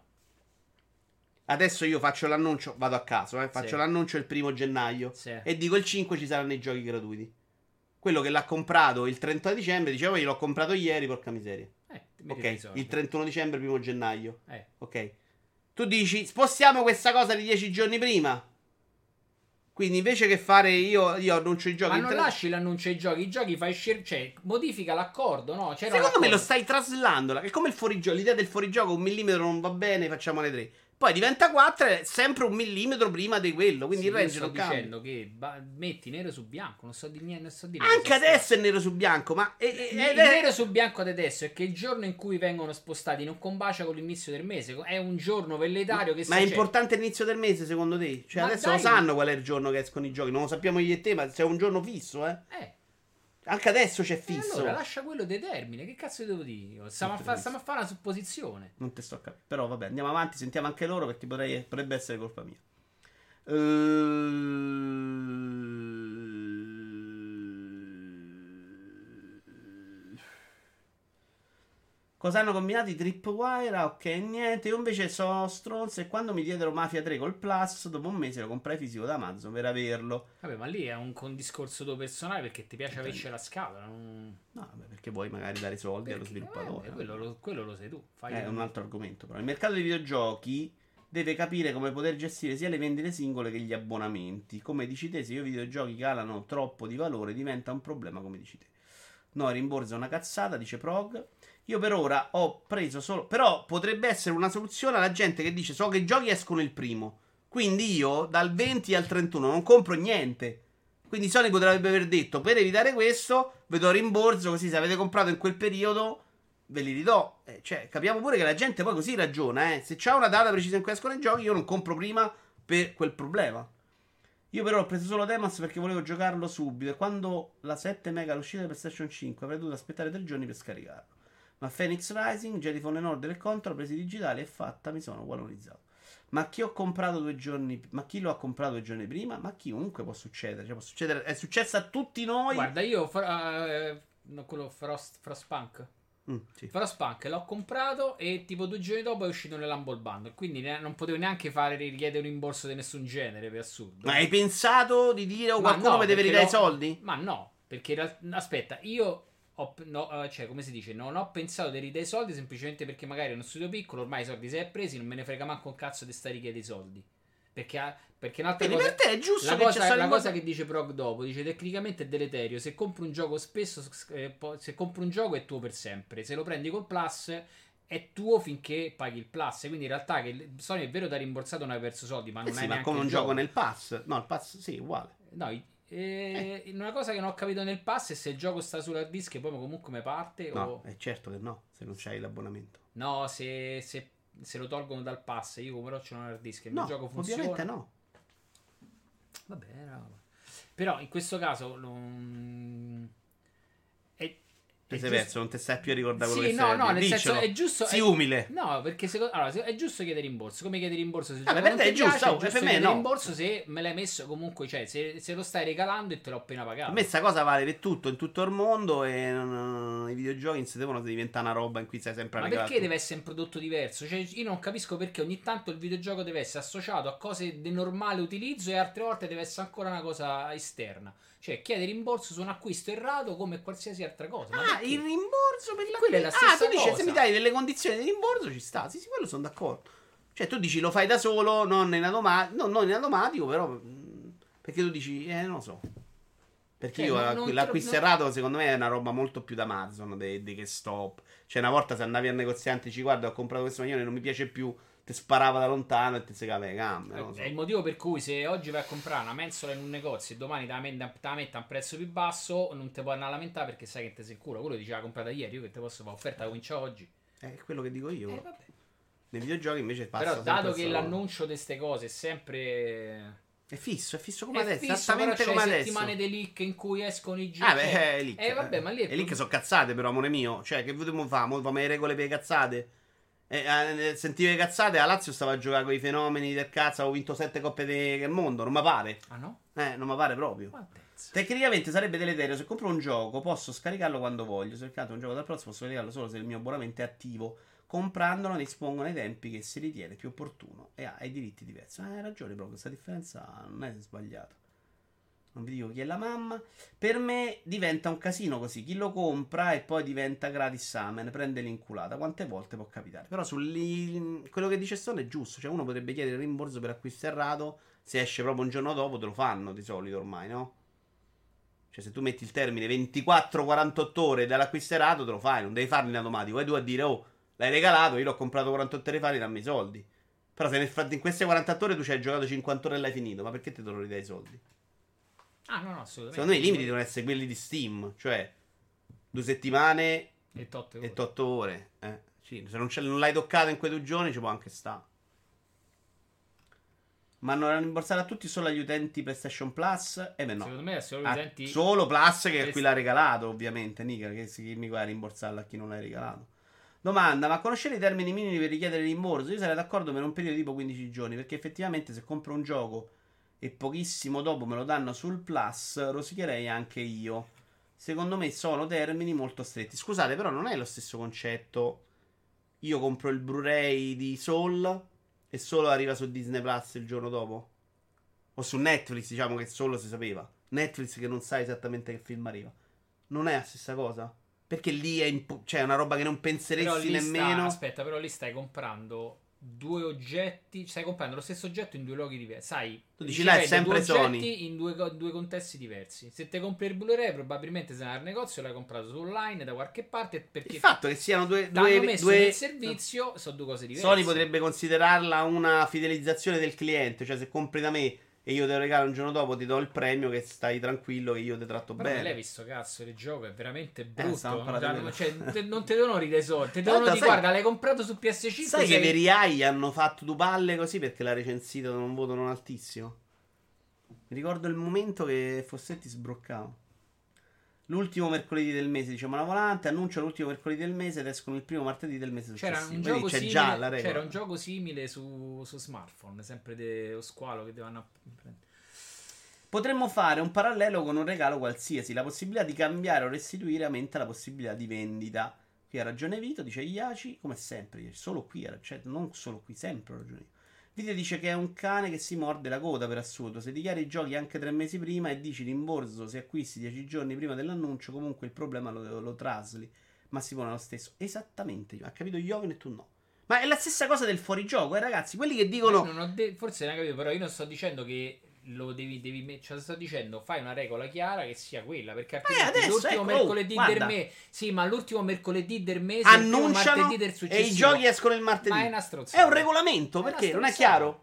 Adesso io faccio l'annuncio, vado a caso, faccio l'annuncio il 1 gennaio e dico il 5 ci saranno i giochi gratuiti. Quello che l'ha comprato il 30 dicembre diceva io l'ho comprato ieri, porca miseria. Ok, il 31 dicembre, 1 gennaio. Ok. Tu dici spostiamo questa cosa di 10 giorni prima. Quindi invece che fare io annuncio i giochi. Ma non lasci l'annuncio ai giochi, i giochi fai cioè modifica l'accordo, no? Secondo me lo stai traslando. È come il fuorigioco, l'idea del fuorigioco, 1 millimetro non va bene, facciamo le 3. Poi diventa 4 è sempre 1 millimetro prima di quello. Quindi il range non cambia. Sto dicendo che metti nero su bianco. Non so di niente. Anche adesso è nero su bianco. Ma il nero su bianco ad adesso è che il giorno in cui vengono spostati non combacia con l'inizio del mese. È un giorno velleitario che ma è importante l'inizio del mese secondo te? Cioè ma adesso lo sanno qual è il giorno che escono i giochi. Non lo sappiamo io e te, ma c'è un giorno fisso, Anche adesso c'è E fisso. allora lascia quello determine. Che cazzo ti devo dire io? Stiamo a fare una supposizione. Non te sto a capire. Però vabbè, andiamo avanti, sentiamo anche loro perché potrebbe essere colpa mia. Cosa hanno combinato i Tripwire? Ah, ok, niente. Io invece so stronzo e quando mi diedero Mafia 3 col Plus, dopo un mese lo comprai fisico da Amazon per averlo. Vabbè, ma lì è un discorso tuo personale perché ti piace averci la scatola. No, vabbè, perché vuoi magari dare soldi allo sviluppatore. Quello lo sai tu. È un altro argomento, però. Il mercato dei videogiochi deve capire come poter gestire sia le vendite singole che gli abbonamenti. Come dici te, se i videogiochi calano troppo di valore, diventa un problema, come dici te. No, il rimborso è una cazzata, dice Prog. Io per ora ho preso solo. Però potrebbe essere una soluzione alla gente che dice: so che i giochi escono il primo. Quindi io dal 20 al 31 non compro niente. Quindi Sony potrebbe aver detto: per evitare questo, vi do rimborso. Così se avete comprato in quel periodo, ve li ridò. Cioè, capiamo pure che la gente poi così ragiona. Se c'ha una data precisa in cui escono i giochi, io non compro prima per quel problema. Io però ho preso solo Demons perché volevo giocarlo subito. E quando la 7 mega all'uscita di PlayStation 5 avrei dovuto aspettare 3 giorni per scaricarlo. Ma Phoenix Rising, Jedi Fallen Order e Contra, presi digitali e fatta, mi sono valorizzato. Ma chi ho comprato 2 giorni? Ma chi lo ha comprato 2 giorni prima? Ma chiunque può succedere. Cioè, può succedere. È successo a tutti noi. Guarda, io quello Frostpunk. Sì. Frostpunk l'ho comprato e tipo 2 giorni dopo è uscito nell'Humble Bundle. Quindi non potevo neanche richiedere un rimborso di nessun genere, per assurdo. Ma hai pensato di dire qualcuno no, mi deve ridare i perché soldi? Ma no, perché aspetta, io cioè, come si dice, non ho pensato di ridare i soldi semplicemente perché magari è uno studio piccolo, ormai i soldi si è presi, non me ne frega manco un cazzo di stare a richiedere i soldi. Perché un'altra Quindi cosa, per te è giusto la che cosa, c'è la cosa che dice Prog dopo, dice tecnicamente è deleterio. Se compri un gioco spesso, se compri un gioco è tuo per sempre. Se lo prendi col Plus è tuo finché paghi il Plus. Quindi in realtà che Sony è vero ti ha rimborsato, non hai perso soldi, ma non sì, hai ma neanche come il un gioco gioco nel pass. No, il pass sì, uguale. No, una cosa che non ho capito nel pass è se il gioco sta sull'hard disk e poi comunque me parte No, o... è certo che no, se non c'hai l'abbonamento. No, se lo tolgono dal pass, io però c'ho un hard disk e il mio No, gioco funziona. ovviamente no. Vabbè, però in questo caso non... Ti sei perso, non ti stai più a ricordare quello sì, che no, stai a no, dire. nel senso Diccelo. è giusto. Sii umile. No, perché allora, è giusto chiedere rimborso. Come chiedi rimborso se il Vabbè, gioco per non te ti è giusto, piace, oh, è giusto per me chiedere no. rimborso se me l'hai messo comunque, cioè se lo stai regalando e te l'ho appena pagato. A me sta cosa vale per tutto, in tutto il mondo e i videogiochi non si devono diventare una roba in cui sei sempre a Ma regalare perché tutto. deve essere un prodotto diverso? Cioè, io non capisco perché ogni tanto il videogioco deve essere associato a cose di normale utilizzo e altre volte deve essere ancora una cosa esterna. Cioè, chiede rimborso su un acquisto errato come qualsiasi altra cosa. Ma perché? Il rimborso per la Quella è la stessa tu dici, cosa. se mi dai delle condizioni di rimborso ci sta. Sì, quello sono d'accordo. Cioè, tu dici lo fai da solo, non in automatico, non in automatico, però perché tu dici, non lo so. Perché io l'acquisto errato secondo me è una roba molto più da Amazon di che stop. Cioè, una volta se andavi al negoziante e dici guarda, ho comprato questo maglione, non mi piace più, ti sparava da lontano e ti segava le gambe. Non lo so. È il motivo per cui se oggi vai a comprare una mensola in un negozio e domani te la mette a un prezzo più basso, non ti puoi andare a lamentare perché sai che ti sei cura. Quello diceva comprata ieri, io che ti posso fare offerta comincia oggi. È quello che dico io. Vabbè. Nei videogiochi invece passa. Però dato sempre che l'annuncio di queste cose è sempre... È fisso come è adesso, fisso, esattamente però come c'hai adesso. settimane di leak in cui escono i giochi. Ah, beh, leak. Vabbè, ma lì è e leak sono cazzate, però, amore mio. Cioè, che vogliamo fare? Mo fammi le regole per le cazzate. Sentivo le cazzate, la Lazio stava a giocare con i fenomeni del cazzo. Avevo vinto 7 coppe del mondo. Non mi pare. Ah, no? Non mi pare proprio. Tecnicamente sarebbe deleterio. Se compro un gioco, posso scaricarlo quando voglio. Se carico un gioco dal prossimo, posso scaricarlo solo se il mio abbonamento è attivo. Comprandolo ne dispongono i tempi che si ritiene più opportuno e ha i diritti diversi. Hai ragione, proprio questa differenza non è sbagliata. Non vi dico chi è la mamma. Per me diventa un casino così. Chi lo compra e poi diventa gratis amen, prende l'inculata. Quante volte può capitare? Però quello che dice Stone è giusto. Cioè uno potrebbe chiedere il rimborso per acquisto errato. Se esce proprio un giorno dopo te lo fanno di solito ormai, no? Cioè se tu metti il termine 24-48 ore dall'acquisto errato te lo fai. Non devi farlo in automatico. Vai tu a dire oh, l'hai regalato, io l'ho comprato 48 ore fa, dammi i soldi. Però se in queste 48 ore tu ci hai giocato 50 ore e l'hai finito, ma perché te lo ridai i soldi? Ah, no, assolutamente. Secondo me i limiti devono essere quelli di Steam, cioè 2 settimane e 8 ore. Sì, se non l'hai toccato in quei 2 giorni ci può anche stare. Ma hanno rimborsato a tutti, solo agli utenti PlayStation Plus? Eh beh no. Secondo me è solo gli utenti... Solo Plus che a chi l'ha regalato, ovviamente. Mica che mi guarda a rimborsarlo a chi non l'ha regalato. Domanda, ma conoscere i termini minimi per richiedere rimborso? Io sarei d'accordo per un periodo tipo 15 giorni, perché effettivamente se compro un gioco e pochissimo dopo me lo danno sul Plus, rosicherei anche io. Secondo me sono termini molto stretti. Scusate, però non è lo stesso concetto. Io compro il Blu-ray di Soul e solo arriva su Disney Plus il giorno dopo. O su Netflix, diciamo che solo si sapeva. Netflix che non sa esattamente che film arriva. Non è la stessa cosa? Perché lì è cioè, una roba che non penseresti nemmeno. Aspetta, però lì stai comprando due oggetti. Stai comprando lo stesso oggetto in due luoghi diversi. Sai, tu dici là è sempre due Sony. oggetti in due contesti diversi. Se te compri il Blu-ray, probabilmente se vai al negozio l'hai comprato su online da qualche parte. Perché il fatto che siano due messo nel servizio sono due cose diverse. Sony potrebbe considerarla una fidelizzazione del cliente. Cioè, se compri da me e io te lo regalo un giorno dopo, ti do il premio, che stai tranquillo che io ti tratto però bene. Ma l'hai visto, cazzo, il gioco è veramente brutto. Non ti devono ridere soldi. Ti devono dire, guarda, l'hai comprato su PS5. Sai che veri AI hanno fatto due palle così perché l'ha recensito con un voto non altissimo? Mi ricordo il momento che Fossetti sbroccava. L'ultimo mercoledì del mese, diciamo la volante, annuncia l'ultimo mercoledì del mese ed escono il primo martedì del mese successivo. C'era un gioco simile su smartphone, sempre dello squalo che devono prendere. Potremmo fare un parallelo con un regalo qualsiasi. La possibilità di cambiare o restituire aumenta la possibilità di vendita. Qui ha ragione Vito, dice Iaci, come sempre. Solo qui, cioè non solo qui, sempre ha ragione io. Vito dice che è un cane che si morde la coda, per assurdo. Se dichiari i giochi anche 3 mesi prima e dici rimborso se acquisti 10 giorni prima dell'annuncio, comunque il problema lo trasli. Ma si pone lo stesso. Esattamente. Ha capito Jochen e tu no. Ma è la stessa cosa del fuorigioco, ragazzi. Quelli che dicono... forse non hai capito, però io non sto dicendo che lo devi cioè, sto dicendo fai una regola chiara che sia quella, perché altrimenti l'ultimo mercoledì del mese, sì, ma l'ultimo mercoledì del mese annunciano martedì del successivo, e i giochi escono il martedì. Ma è una strozzata. È un regolamento, perché non è chiaro?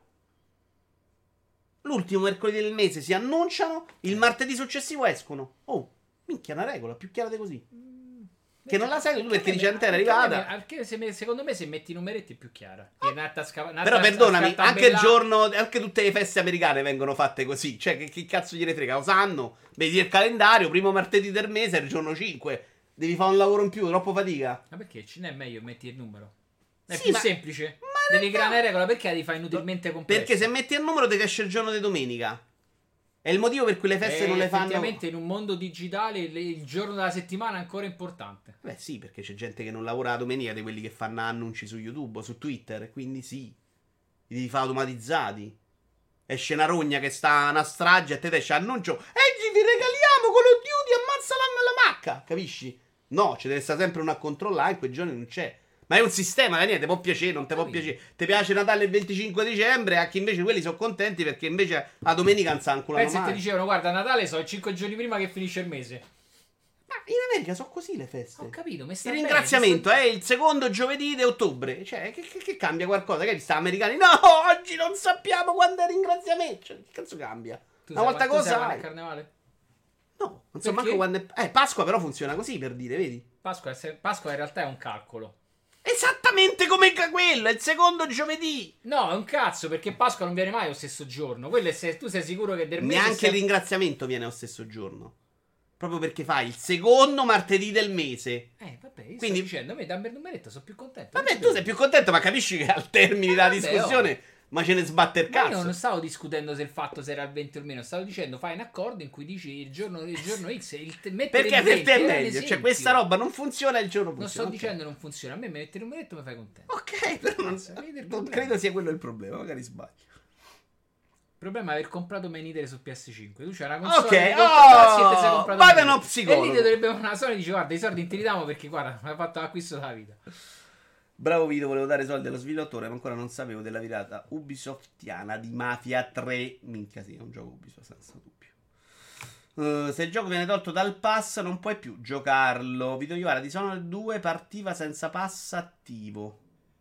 L'ultimo mercoledì del mese si annunciano, il martedì successivo escono. Oh, minchia, una regola più chiara di così. Che non la sai tu perché dici è arrivata. Perché secondo me se metti i numeretti è più chiara. Però perdonami, anche il giorno, anche tutte le feste americane vengono fatte così. Cioè, che cazzo gliene frega? Lo sanno, vedi il calendario, primo martedì del mese è il giorno 5. Devi fare un lavoro in più, troppo fatica. Ma perché? Ce n'è meglio metti il numero. È più semplice. Devi creare una regola, perché la devi fare inutilmente complessa? Perché se metti il numero ti esce il giorno di domenica. È il motivo per cui le feste non le fanno. Effettivamente in un mondo digitale il giorno della settimana è ancora importante. Beh sì, perché c'è gente che non lavora la domenica, di quelli che fanno annunci su YouTube o su Twitter, quindi sì, li devi fare automatizzati. Esce una rogna che sta una strage e te esce annuncio ti regaliamo Call of Duty, ammazza la macca, capisci? No, ci deve stare sempre uno a controllare, in quei giorni non c'è. Ma è un sistema, Daniele, ti può piacere, non ti può piacere. Ti piace Natale il 25 dicembre, a chi invece quelli sono contenti perché invece a domenica non sa ancora mai. Pensi ti dicevano, guarda, Natale so 5 giorni prima che finisce il mese. Ma in America sono così le feste. Ho capito, mi sta il ringraziamento è il secondo giovedì di ottobre. Cioè, che cambia qualcosa? Che sta americani? No, oggi non sappiamo quando è il ringraziamento. Cioè, che cazzo cambia? Tu una volta cosa quando è carnevale? No, non so manco quando è. Pasqua però funziona così, per dire, vedi? Pasqua in realtà è un calcolo. Esattamente come quello, è il secondo giovedì. No, è un cazzo, perché Pasqua non viene mai lo stesso giorno. Quello è se tu sei sicuro che del mese neanche il ringraziamento viene lo stesso giorno. Proprio perché fai il secondo martedì del mese. Vabbè, io quindi sto dicendo, a me dammi il numeretto, sono più contento. Vabbè, tu sei più contento, ma capisci che al termine della discussione ma ce ne sbatte il cazzo. Io non stavo discutendo se il fatto se era il 20 o meno, stavo dicendo fai un accordo in cui dici il giorno X perché per te è meglio, cioè questa roba non funziona il giorno non sto dicendo non funziona, a me metti il numeretto e mi fai contento. Ok, però non credo sia quello il problema, magari sbaglio. Il problema è aver comprato Man Eater su PS5. Tu c'hai una console vado uno psicologo. E lì dovrebbe una Sony dice guarda i soldi non ti ridamo perché guarda mi ha fatto l'acquisto della vita. Bravo Vito, volevo dare soldi allo sviluppatore, ma ancora non sapevo della virata Ubisoftiana di Mafia 3. Minchia, sì, è un gioco Ubisoft senza dubbio. Se il gioco viene tolto dal pass, non puoi più giocarlo. Vito Iovara, Dishonored 2 partiva senza pass attivo.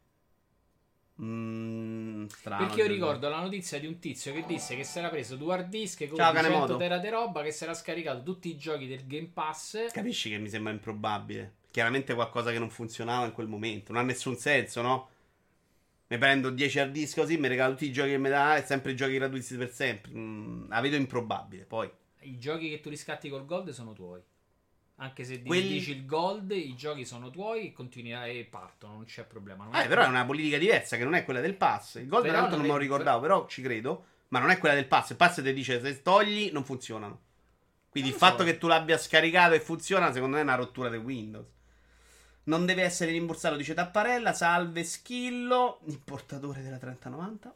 Strano. Perché io ricordo la notizia di un tizio che disse che si era preso due hard disk con 100 tera di roba, che si era scaricato tutti i giochi del Game Pass. Capisci che mi sembra improbabile. Chiaramente qualcosa che non funzionava in quel momento. Non ha nessun senso, no? Mi prendo 10 hard disk così, mi regalo tutti i giochi che mi dà e sempre i giochi gratuiti per sempre. La vedo improbabile. Poi I giochi che tu riscatti col gold sono tuoi. Anche se quelli. dici il gold, i giochi sono tuoi e continui e partono, non c'è problema. Non Però è una politica diversa che non è quella del pass. Il gold Però tanto non me lo dovrebbe- ricordavo, però ci credo. Ma non è quella del pass. Il pass ti dice se togli non funzionano. Quindi Non il lo fatto so. che tu l'abbia scaricato e funziona, secondo me è una rottura di Windows. Non deve essere rimborsato, dice Tapparella. Salve Schillo, importatore della 3090.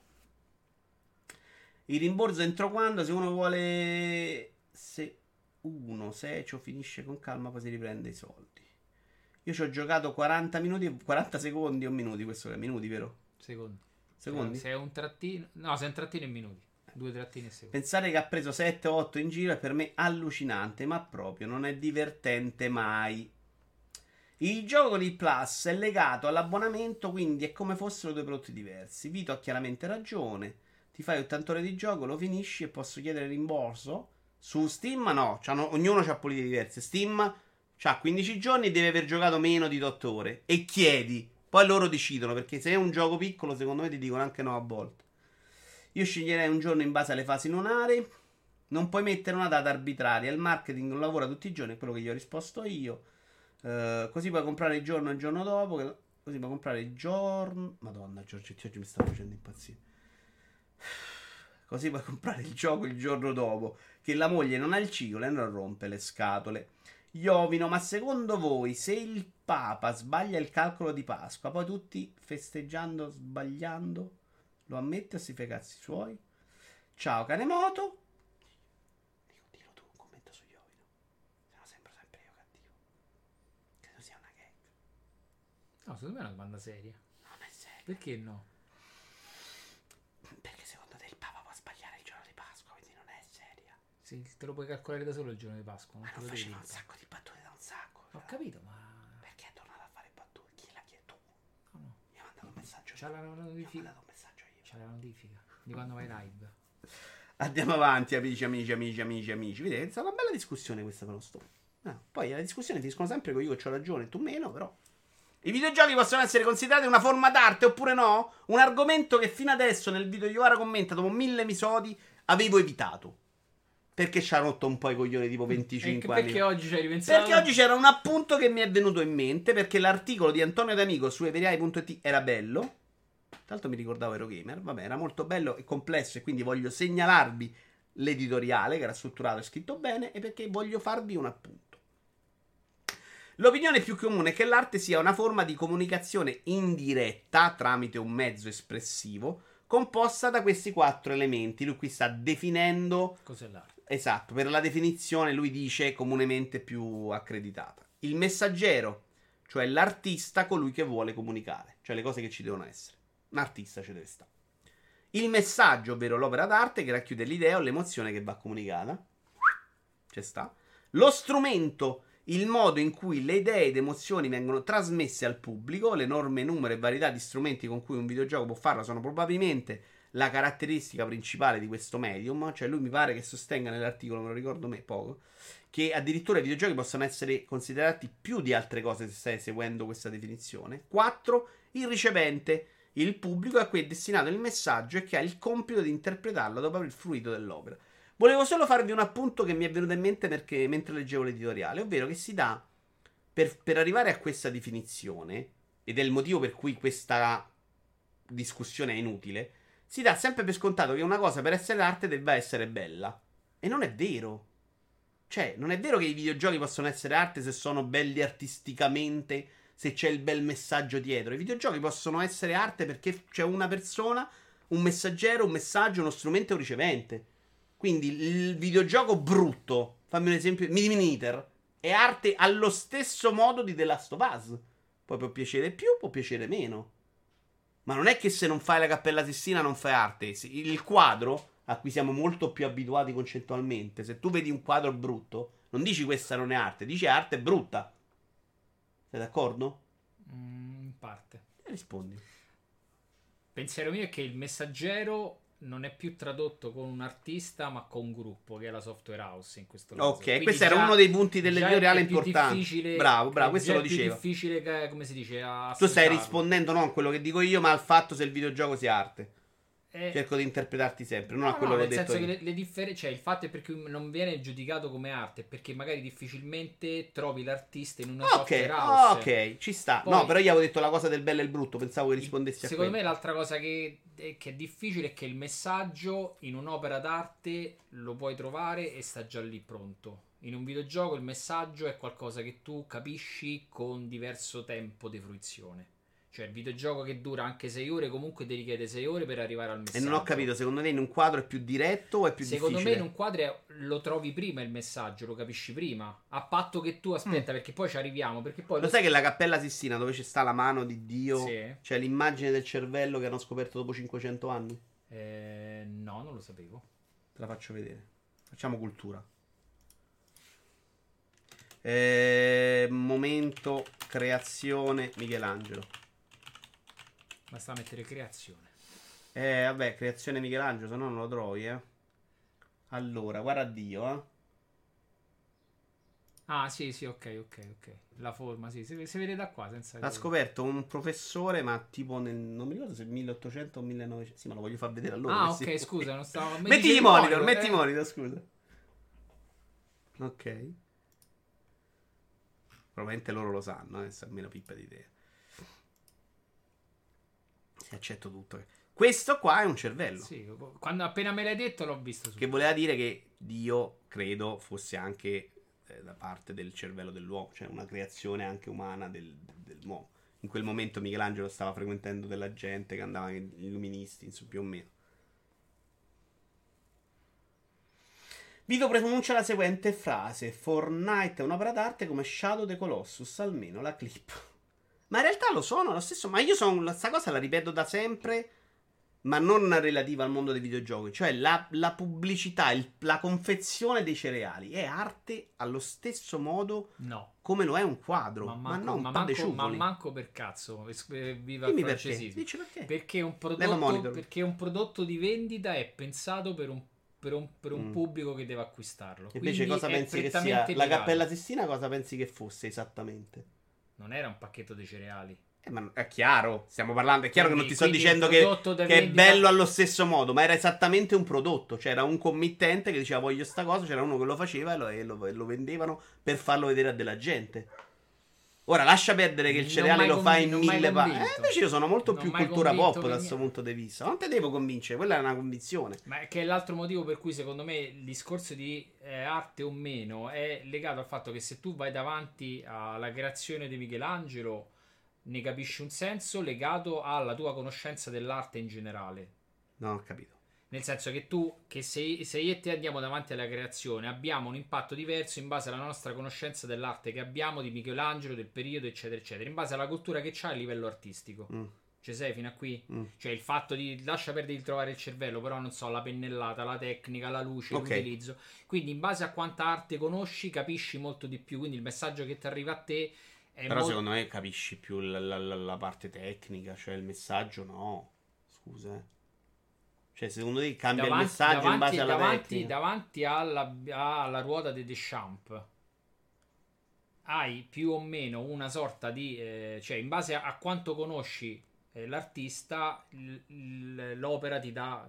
Il rimborso entro quando? Se uno vuole. Se uno secio finisce con calma, poi si riprende i soldi. Io ci ho giocato 40 minuti, 40 secondi o minuti. Questo è minuti, vero? Secondi. Secondi? Se è un trattino. No, se è un trattino in minuti. 2 trattini e secondi. Pensare che ha preso 7 o 8 in giro è per me allucinante, ma proprio non è divertente mai. Il gioco con il Plus è legato all'abbonamento, quindi è come fossero due prodotti diversi. Vito ha chiaramente ragione. Ti fai 80 ore di gioco, lo finisci e posso chiedere rimborso? Su Steam no, ognuno ha politiche diverse. Steam ha 15 giorni e deve aver giocato meno di 8 ore. E chiedi. Poi loro decidono, perché se è un gioco piccolo, secondo me ti dicono anche no a volte. Io sceglierei un giorno in base alle fasi lunari. Non puoi mettere una data arbitraria. Il marketing non lavora tutti i giorni, è quello che gli ho risposto io. Così puoi comprare il giorno dopo. Così puoi comprare il giorno. Madonna, Giorgetti, oggi mi sta facendo impazzire. Così puoi comprare il gioco il giorno dopo. Che la moglie non ha il ciclo e non rompe le scatole. Iovino, ma secondo voi se il Papa sbaglia il calcolo di Pasqua, poi tutti festeggiando sbagliando, lo ammette o si fa i cazzi suoi? Ciao Canemoto. Dillo tu un commento su Iovino. Se no sembro sempre io cattivo. Credo sia una gag. No, secondo me è una domanda seria. Non è serio. Perché no? Perché secondo te il Papa può sbagliare il giorno di Pasqua, quindi non è seria. Se te lo puoi calcolare da solo il giorno di Pasqua. Non Ma te non lo devi faceva un dire. sacco di battute da un sacco. Ho capito, ma. Perché è tornato a fare battute? Chi l'ha chiesto? Tu? No, no. Mi ha mandato un messaggio C'ha io. la Mi ha notifica. mandato un messaggio io. C'ha la notifica di quando vai live. Andiamo avanti, amici. Vedete, è stata una bella discussione questa per lo sto. Poi le discussioni finiscono sempre con io che ho ragione, tu meno, però. I videogiochi possono essere considerati una forma d'arte oppure no? Un argomento che fino adesso nel video Iovara commenta dopo 1000 episodi avevo evitato. Perché ci ha rotto un po' i coglioni tipo 25 anni. Perché oggi ci hai ripensato? Perché oggi c'era un appunto che mi è venuto in mente. Perché l'articolo di Antonio D'Amico su everiai.it era bello. Tra l'altro mi ricordavo Eurogamer. Vabbè, era molto bello e complesso. E quindi voglio segnalarvi l'editoriale che era strutturato e scritto bene. E perché voglio farvi un appunto. L'opinione più comune è che l'arte sia una forma di comunicazione indiretta tramite un mezzo espressivo composta da questi 4 elementi. Lui qui sta definendo. Cos'è l'arte? Esatto, per la definizione lui dice comunemente più accreditata. Il messaggero, cioè l'artista, colui che vuole comunicare, cioè le cose che ci devono essere. Un artista ci deve stare. Il messaggio, ovvero l'opera d'arte che racchiude l'idea o l'emozione che va comunicata. Ci sta. Lo strumento, il modo in cui le idee ed emozioni vengono trasmesse al pubblico. L'enorme numero e varietà di strumenti con cui un videogioco può farlo sono probabilmente la caratteristica principale di questo medium. Cioè lui mi pare che sostenga nell'articolo, me lo ricordo me poco, che addirittura i videogiochi possono essere considerati più di altre cose se stai seguendo questa definizione. 4. Il ricevente, il pubblico a cui è destinato il messaggio e che ha il compito di interpretarlo dopo aver fruito dell'opera. Volevo solo farvi un appunto che mi è venuto in mente perché mentre leggevo l'editoriale, ovvero che si dà per arrivare a questa definizione, ed è il motivo per cui questa discussione è inutile, si dà sempre per scontato che una cosa per essere arte debba essere bella. E non è vero. Cioè, non è vero che i videogiochi possono essere arte se sono belli artisticamente, se c'è il bel messaggio dietro. I videogiochi possono essere arte perché c'è una persona, un messaggero, un messaggio, uno strumento e un ricevente. Quindi il videogioco brutto, fammi un esempio, Minimeter, è arte allo stesso modo di The Last of Us. Poi può piacere più, può piacere meno. Ma non è che se non fai la Cappella Sistina non fai arte. Il quadro, a cui siamo molto più abituati concettualmente, se tu vedi un quadro brutto, non dici questa non è arte, dici arte brutta. Sei d'accordo? In parte. E rispondi. Pensiero mio è che il messaggero non è più tradotto con un artista, ma con un gruppo, che è la Software House in questo caso. Ok, Quindi questo era uno dei punti dell'editoriale importanti. difficile, Bravo, questo lo è più dicevo. difficile, come si dice, Tu stai associarlo. rispondendo non a quello che dico io, ma al fatto se il videogioco sia arte. Cerco di interpretarti sempre, non a quello che ho nel detto senso io. che le differenze, cioè il fatto è perché non viene giudicato come arte, perché magari difficilmente trovi l'artista in una software house. Ok, ci sta. Poi, no, però io avevo detto la cosa del bello e il brutto, pensavo che rispondessi a secondo quello. me l'altra cosa che è difficile è che il messaggio in un'opera d'arte lo puoi trovare e sta già lì pronto. In un videogioco il messaggio è qualcosa che tu capisci con diverso tempo di fruizione. Cioè il videogioco che dura anche 6 ore comunque ti richiede 6 ore per arrivare al messaggio. E non ho capito, secondo te in un quadro è più diretto o è più Secondo difficile? me in un quadro lo trovi prima il messaggio, lo capisci prima. A patto che tu aspetta, perché poi ci arriviamo. Perché poi Lo sai che la Cappella Sistina, dove c'è sta la mano di Dio, Sì. c'è l'immagine del cervello che hanno scoperto dopo 500 anni? No, non lo sapevo. Te la faccio vedere. Facciamo cultura. Momento creazione Michelangelo. Basta mettere creazione. Vabbè, creazione Michelangelo, se no non lo trovi, Allora, guarda Dio, Ah, sì, ok. La forma, sì, si vede da qua senza... L'ha scoperto un professore, ma tipo non mi ricordo se 1800 o 1900. Sì, ma lo voglio far vedere allora. Ah, che ok, si- scusa, non stavo... Metti i monitor, metti i monitor, scusa. Ok. Probabilmente loro lo sanno, se almeno pippa di idea. Si accetto tutto. Questo qua è un cervello. Sì, quando appena me l'hai detto l'ho visto Che voleva dire che Dio, credo, fosse anche da parte del cervello dell'uomo, cioè una creazione anche umana dell'uomo. In quel momento Michelangelo stava frequentando della gente che andava in illuministi, insomma, più o meno. Vito pronuncia la seguente frase: Fortnite è un'opera d'arte come Shadow the Colossus, almeno la clip. Ma in realtà lo sono, lo stesso. Ma io sono. Questa cosa la ripeto da sempre. Ma non relativa al mondo dei videogiochi. Cioè la pubblicità, la confezione dei cereali è arte allo stesso modo No. come lo è un quadro. Ma no, un po' dei ma manco per cazzo. Viva Dimmi il perché. francesismo. Dici perché? Perché Leva monitor. perché un prodotto di vendita è pensato per un pubblico che deve acquistarlo. Invece Quindi cosa è pensi che sia? prettamente La mirato. Cappella Sistina cosa pensi che fosse esattamente? Non era un pacchetto di cereali. Ma è chiaro, stiamo parlando, è chiaro che non ti sto Quindi dicendo il che prodotto da è vendita- bello allo stesso modo, ma era esattamente un prodotto. C'era un committente che diceva voglio sta cosa, c'era uno che lo faceva e lo vendevano per farlo vedere a della gente. Ora lascia perdere che il Non cereale mai lo fa in non mai 1000 convinto. invece io sono molto Non più mai cultura convinto pop per da questo niente. punto di vista. Non te devo convincere, quella è una convinzione. Ma è che è l'altro motivo per cui secondo me il discorso di arte o meno è legato al fatto che se tu vai davanti alla creazione di Michelangelo ne capisci un senso legato alla tua conoscenza dell'arte in generale. Non ho capito. Nel senso che tu, che se io e te andiamo davanti alla creazione, abbiamo un impatto diverso in base alla nostra conoscenza dell'arte che abbiamo, di Michelangelo, del periodo, eccetera, eccetera, in base alla cultura che c'ha a livello artistico. Ci sei fino a qui? Cioè il fatto di lascia perdere di trovare il cervello, però non so, la pennellata, la tecnica, la luce, l'utilizzo. Quindi in base a quanta arte conosci, capisci molto di più. Quindi il messaggio che ti arriva a te è Però secondo me capisci più la parte tecnica, cioè il messaggio no. Scusa. Cioè secondo te cambia il messaggio in base alla tecnica? Davanti alla ruota di Deschamps hai più o meno una sorta di... cioè in base a quanto conosci l'artista, l'opera ti dà...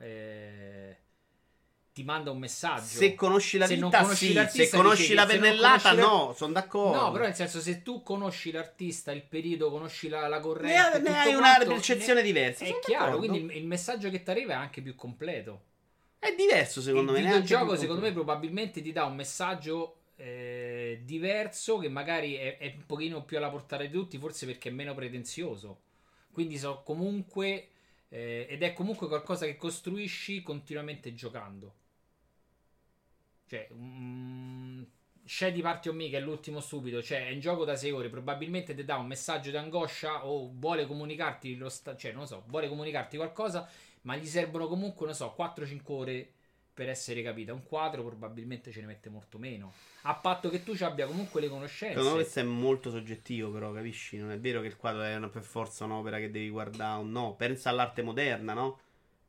ti manda un messaggio. Se conosci la Se non vita, conosci sì. l'artista, Se conosci dici la che se non pennellata, conosci no. Sono d'accordo. No, però nel senso, se tu conosci l'artista, il periodo, conosci la corrente, ne tutto hai una quanto, percezione diversa. È Sono chiaro, d'accordo. quindi il messaggio che ti arriva è anche più completo. È diverso secondo me. Il neanche videogioco, più secondo me, completo. probabilmente ti dà un messaggio diverso che magari è un pochino più alla portata di tutti, forse perché è meno pretenzioso. Quindi so comunque ed è comunque qualcosa che costruisci continuamente giocando. Cioè, Shady Party on Me, che è l'ultimo stupido, cioè è in gioco da 6 ore, probabilmente ti dà un messaggio di angoscia o vuole comunicarti cioè non lo so, vuole comunicarti qualcosa, ma gli servono comunque, non so, 4-5 ore per essere capita. Un quadro probabilmente ce ne mette molto meno, a patto che tu ci abbia comunque le conoscenze. Secondo me questo è molto soggettivo, però, capisci? Non è vero che il quadro è per forza un'opera che devi guardare o no. Pensa all'arte moderna, no?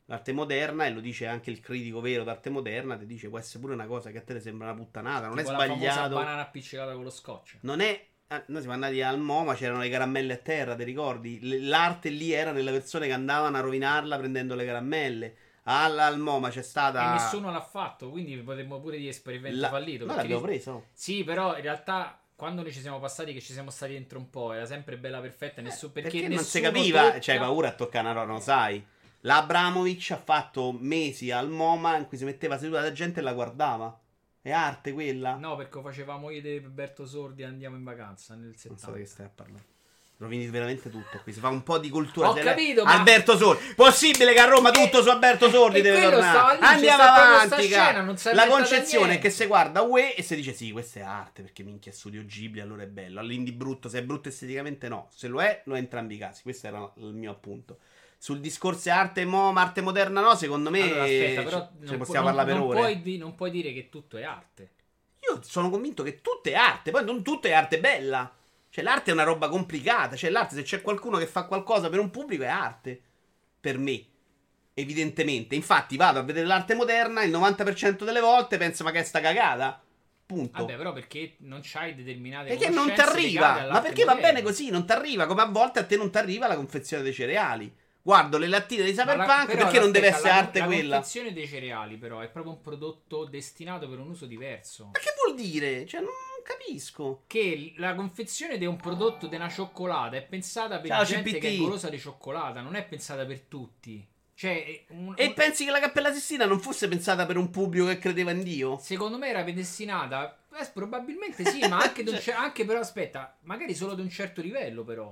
L'arte moderna, e lo dice anche il critico vero d'arte moderna, ti dice può essere pure una cosa che a te ti sembra una puttanata, non tipo è la famosa sbagliato. banana appiccicata con lo scotch. Non è. Noi siamo andati al MoMA, c'erano le caramelle a terra, ti ricordi? L'arte lì era nelle persone che andavano a rovinarla prendendo le caramelle. Al MoMA c'è stata. E nessuno l'ha fatto, quindi potremmo pure dire esperimento fallito. Noi l'abbiamo preso. Sì, però in realtà quando noi ci siamo passati, che ci siamo stati dentro un po', era sempre bella perfetta. Perché non si capiva, c'hai paura a toccare una roba, non sai. La Abramovic ha fatto mesi al MoMA in cui si metteva seduta la gente e la guardava. È arte quella? No, perché facevamo io e Roberto Sordi andiamo in vacanza nel Non so 70. di che stai a parlare. Rovini veramente tutto qui. Si fa un po' di cultura. Ho capito, ma... Alberto Sordi. Possibile che a Roma tutto su Alberto Sordi deve tornare. Lì, andiamo avanti. Scena, non la concezione è che si guarda Uè e si dice sì, questa è arte perché minchia è studio Ghibli, allora è bello. All'indie brutto, se è brutto esteticamente no. Se lo è entrambi i casi. Questo era il mio appunto. Sul discorso arte moderna no, secondo me allora, aspetta, però possiamo parlare per ore. Non puoi dire che tutto è arte. Io sono convinto che tutto è arte, poi non tutto è arte bella. Cioè l'arte è una roba complicata, cioè l'arte se c'è qualcuno che fa qualcosa per un pubblico è arte. Per me, evidentemente. Infatti vado a vedere l'arte moderna, il 90% delle volte penso ma che è sta cagata. Punto. Vabbè, però perché non c'hai determinate perché non ti arriva, ma perché va bene così, non ti arriva, come a volte a te non ti arriva la confezione dei cereali. Guardo le lattine di Cyberpunk, perché non deve essere arte quella? La confezione dei cereali, però, è proprio un prodotto destinato per un uso diverso. Ma che vuol dire? Cioè, non capisco. Che la confezione di un prodotto di una cioccolata è pensata per gente CPT. che è golosa di cioccolata, non è pensata per tutti. Cioè, e pensi che la Cappella Sistina non fosse pensata per un pubblico che credeva in Dio? Secondo me era destinata, probabilmente sì, ma anche, anche però, aspetta, magari solo ad un certo livello, però.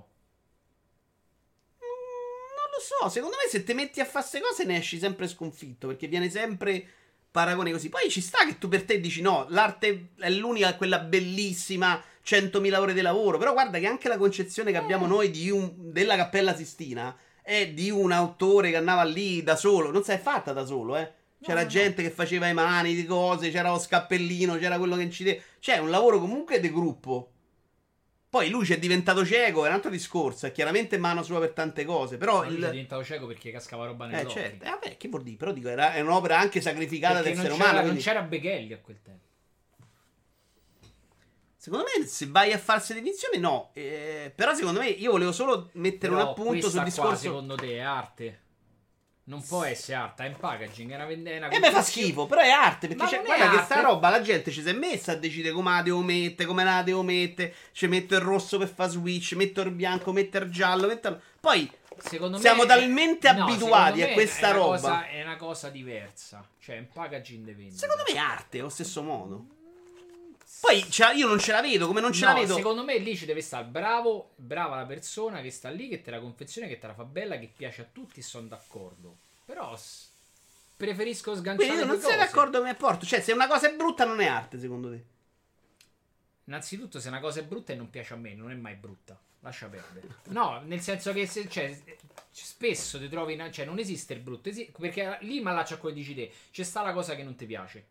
Lo so, secondo me se ti metti a fare queste cose ne esci sempre sconfitto, perché viene sempre paragone così. Poi ci sta che tu per te dici no, l'arte è l'unica, quella bellissima, 100.000 ore di lavoro, però guarda che anche la concezione che abbiamo noi della Cappella Sistina è di un autore che andava lì da solo, non si è fatta da solo, C'era gente che faceva i mani di cose, c'era lo scappellino, c'era quello che incideva, c'è un lavoro comunque di gruppo. Poi lui ci è diventato cieco, è un altro discorso, è chiaramente mano sua per tante cose, però lui è diventato cieco perché cascava roba negli occhi. Certo. Vabbè, che vuol dire? Però dico, è un'opera anche sacrificata del essere umano. Non c'era Bechelli a quel tempo. Secondo me, se vai a farsi definizioni, no. Però secondo me, io volevo solo mettere un appunto sul discorso. Qua, secondo te, è arte? Non può essere arte, è in packaging, è una e me fa schifo, però è arte, perché guarda arte. Che sta roba la gente ci si è messa a decidere come la devo mettere, come la devo mettere, ci metto il rosso per fare switch, metto il bianco, metto il giallo, poi secondo siamo me talmente abituati a questa roba. È una cosa diversa, cioè in packaging deve vendere. Secondo me è arte, allo stesso modo. Poi io non ce la vedo, come non ce la vedo. Secondo me lì ci deve stare brava la persona che sta lì, che te la confezione, che te la fa bella, che piace a tutti, sono d'accordo. Però preferisco sganciare. Quindi non sei d'accordo come apporto. Cioè, se una cosa è brutta non è arte, secondo te? Innanzitutto, se una cosa è brutta e non piace a me, non è mai brutta. Lascia perdere. No, nel senso che spesso ti trovi. Cioè, non esiste il brutto. Perché lì mi allaccio a quello che dici te. C'è sta la cosa che non ti piace.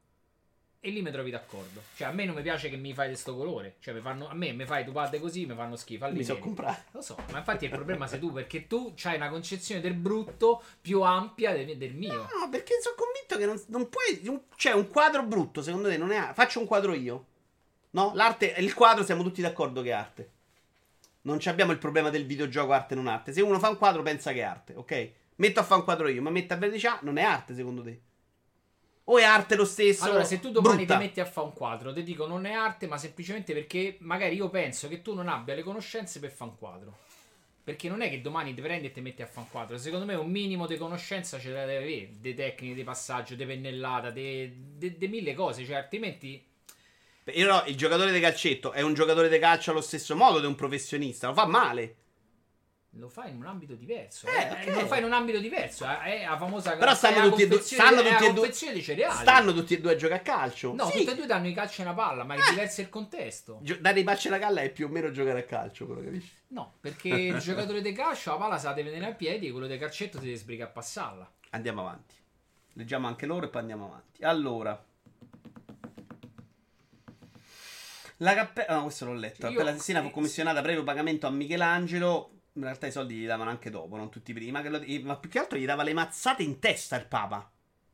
E lì mi trovi d'accordo. Cioè, a me non mi piace che mi fai di sto colore. Cioè, a me mi fai tupate così, mi fanno schifo. Mi so comprare. Lo so, ma infatti il problema sei tu, perché tu c'hai una concezione del brutto più ampia del mio. No, perché sono convinto che non puoi. Cioè, un quadro brutto, secondo te, non è arte. Faccio un quadro io. No? L'arte, il quadro siamo tutti d'accordo che è arte. Non abbiamo il problema del videogioco arte non arte. Se uno fa un quadro pensa che è arte, ok? Metto a fare un quadro io, ma metto a verniciare, non è arte secondo te? O è arte lo stesso? Allora, se tu domani ti metti a fare un quadro, ti dico non è arte, ma semplicemente perché magari io penso che tu non abbia le conoscenze per fare un quadro. Perché non è che domani ti prendi e ti metti a fare un quadro. Secondo me un minimo di conoscenza ce la deve avere, di tecniche, di passaggio, di pennellata, di mille cose, cioè altrimenti. Però il giocatore di calcetto è un giocatore di calcio allo stesso modo di un professionista, lo fa male. Lo fai in un ambito diverso. Okay. Lo fai in un ambito diverso. È la famosa. Però stanno tutti e due. Di cereali. Stanno tutti e due a giocare a calcio. No, sì. Tutti e due danno i calci e una palla, ma è diverso il contesto. Dare i calci e una palla è più o meno giocare a calcio, però capisci? No, perché il giocatore di calcio la palla se la deve tenere a piedi e quello di calcetto si deve sbrigare a passarla. Andiamo avanti. Leggiamo anche loro e poi andiamo avanti. Allora. La cappella. No, questo l'ho letto. La Cappella Sistina fu commissionata previo pagamento a Michelangelo. in realtà i soldi gli davano anche dopo, non tutti prima. Ma più che altro gli dava le mazzate in testa il Papa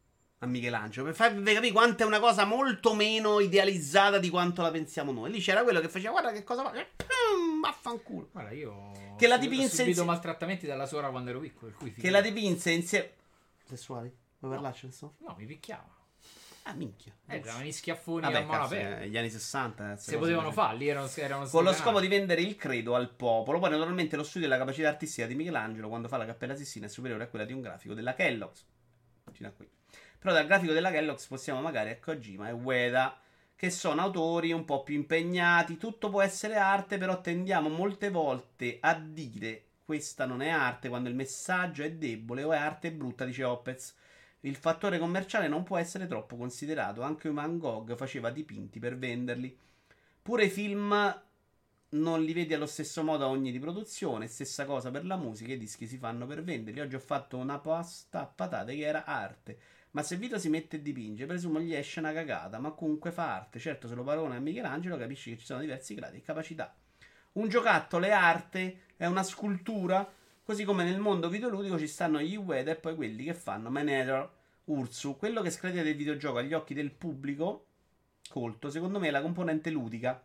a Michelangelo, per farvi capire quanto è una cosa molto meno idealizzata di quanto la pensiamo noi. Lì c'era quello che faceva, guarda che cosa fa, vaffanculo. Guarda, io Che la ho dipinse subito maltrattamenti dalla suora quando ero piccolo, per cui che la dipinse insieme. Sessuali? Vuoi parlarci adesso? No, mi picchiava. Ah, minchia. Davano gli schiaffoni Vabbè, a mano cazzo, aperta. gli anni 60. Se potevano fare. farli, erano Con lo sdoganati. scopo di vendere il credo al popolo. Poi, naturalmente, lo studio della capacità artistica di Michelangelo, quando fa la Cappella Sistina, è superiore a quella di un grafico della Kellogg's. Fino a qui. Però dal grafico della Kellogg's possiamo magari a Kojima e Ueda, che sono autori un po' più impegnati. Tutto può essere arte, però tendiamo molte volte a dire questa non è arte quando il messaggio è debole o è arte brutta, dice Opez. Il fattore commerciale non può essere troppo considerato. Anche Van Gogh faceva dipinti per venderli. Pure i film non li vedi allo stesso modo a ogni riproduzione. Stessa cosa per la musica, i dischi si fanno per venderli. Oggi ho fatto una pasta a patate che era arte. Ma se Vito si mette e dipinge, presumo gli esce una cagata, ma comunque fa arte. Certo, se lo parona a Michelangelo capisci che ci sono diversi gradi e capacità. Un giocattolo è arte, è una scultura, così come nel mondo videoludico ci stanno gli Ueda e poi quelli che fanno Maneater, Ursu. Quello che scredita del videogioco agli occhi del pubblico colto, secondo me è la componente ludica.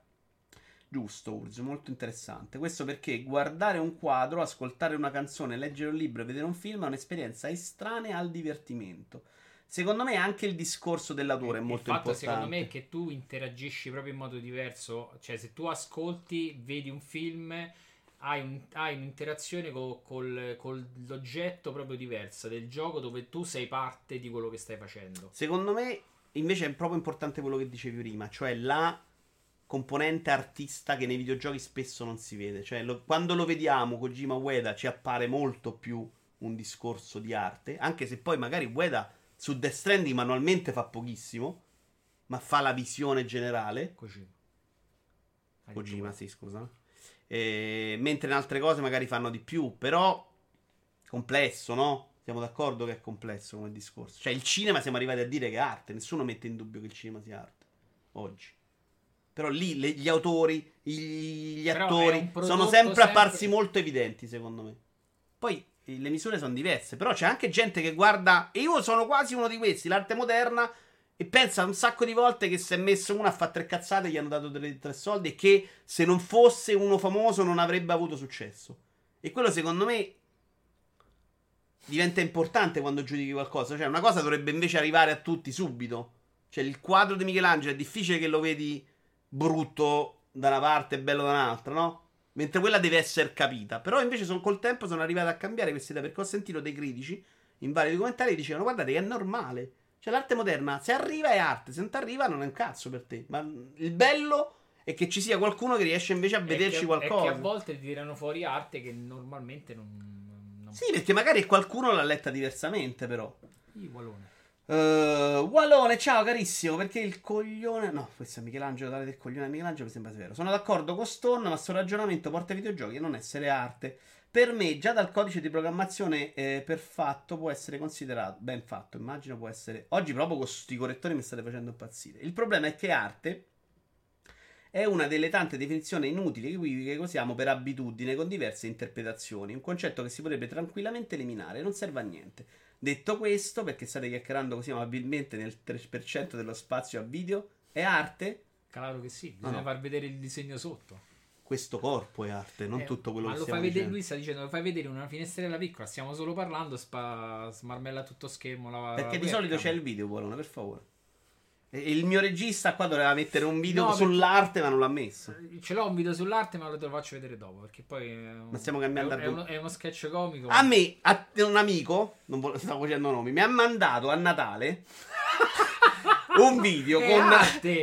Giusto, Ursu, molto interessante. Questo perché guardare un quadro, ascoltare una canzone, leggere un libro e vedere un film è un'esperienza estranea al divertimento. Secondo me anche il discorso dell'autore è molto importante. Secondo me è che tu interagisci proprio in modo diverso. Cioè, se tu ascolti, vedi un film, hai un'interazione con l'oggetto proprio diversa del gioco, dove tu sei parte di quello che stai facendo. Secondo me, invece, è proprio importante quello che dicevi prima, cioè la componente artista che nei videogiochi spesso non si vede. Cioè, quando lo vediamo, Kojima Ueda ci appare molto più un discorso di arte, anche se poi magari Ueda su Death Stranding manualmente fa pochissimo, ma fa la visione generale. Kojima, sì, scusa. Mentre in altre cose magari fanno di più, però complesso, no? Siamo d'accordo che è complesso come discorso. Cioè, il cinema siamo arrivati a dire che è arte, nessuno mette in dubbio che il cinema sia arte oggi. Però lì gli autori, gli attori sono sempre apparsi molto evidenti, secondo me. Poi le misure sono diverse, però c'è anche gente che guarda, e io sono quasi uno di questi, l'arte moderna, e pensa un sacco di volte che si è messo uno a fare tre cazzate, gli hanno dato tre soldi, e che se non fosse uno famoso non avrebbe avuto successo. E quello secondo me diventa importante quando giudichi qualcosa. Cioè, una cosa dovrebbe invece arrivare a tutti subito. Cioè, il quadro di Michelangelo è difficile che lo vedi brutto da una parte e bello da un'altra, no? Mentre quella deve essere capita. Però invece col tempo sono arrivato a cambiare questa idea, perché ho sentito dei critici in vari documentari che dicevano: guardate che è normale, cioè l'arte moderna se arriva è arte, se non ti arriva non è un cazzo per te. Ma il bello è che ci sia qualcuno che riesce invece a vederci qualcosa. E che a volte ti tirano fuori arte che normalmente non... Sì, perché magari qualcuno l'ha letta diversamente, però. Walone. Walone, ciao carissimo. Perché il coglione. No, questo è Michelangelo. Dare del coglione a Michelangelo mi sembra severo. Sono d'accordo con Stone, ma sto ragionamento porta ai videogiochi a non essere arte. Per me, già dal codice di programmazione per fatto può essere considerato. Ben fatto, immagino può essere. Oggi, proprio con questi correttori, mi state facendo impazzire. Il problema è che arte è una delle tante definizioni inutili e equivoche che usiamo per abitudine con diverse interpretazioni. Un concetto che si potrebbe tranquillamente eliminare, non serve a niente. Detto questo, perché state chiacchierando così amabilmente nel 3% dello spazio a video, è arte? Claro che sì, bisogna far vedere il disegno sotto. Questo corpo è arte, non tutto quello ma che lo stiamo fai vedere, dicendo. lui sta dicendo, lo fai vedere in una finestrella piccola, stiamo solo parlando, smarmella tutto schermo. Perché di solito c'è il video, Polone, per favore. E il mio regista qua doveva mettere un video sull'arte, ma non l'ha messo. Ce l'ho un video sull'arte, ma te lo faccio vedere dopo. Perché poi ma stiamo cambiando è uno sketch comico. A me, un amico, non stavo facendo nomi, mi ha mandato a Natale un video con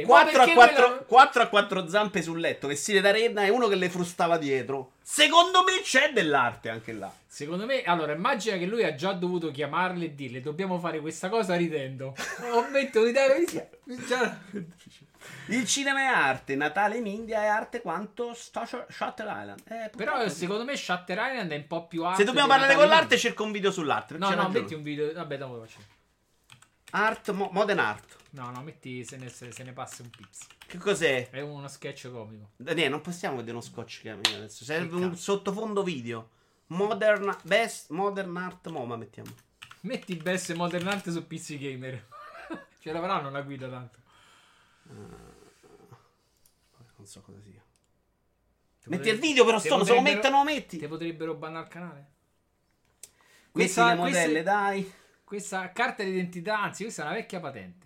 4 a 4 zampe sul letto, vestite da renna, e uno che le frustava dietro. Secondo me c'è dell'arte anche là. Secondo me, allora, immagina che lui ha già dovuto chiamarle e dirle: dobbiamo fare questa cosa ridendo. Ammetto di dare il cinema è arte, Natale in India è arte quanto Shutter Island. Però secondo me Shutter Island è un po' più arte. Se dobbiamo parlare con l'arte, cerco un video sull'arte. No, metti un video. Vabbè, dopo lo faccio. Art, modern art. No, metti se ne passa un pips. Che cos'è? È uno sketch comico. Non possiamo vedere uno scotch che adesso. Serve un sottofondo video. Best Modern Art MoMA mettiamo. Metti Best Modern Art su PC Gamer. Ce l'avranno una guida tanto. Non so cosa sia. Metti il video però, se lo mettono, lo metti. Te potrebbero bannare il canale. Queste le modelle, dai. Questa carta d'identità, anzi, questa è una vecchia patente.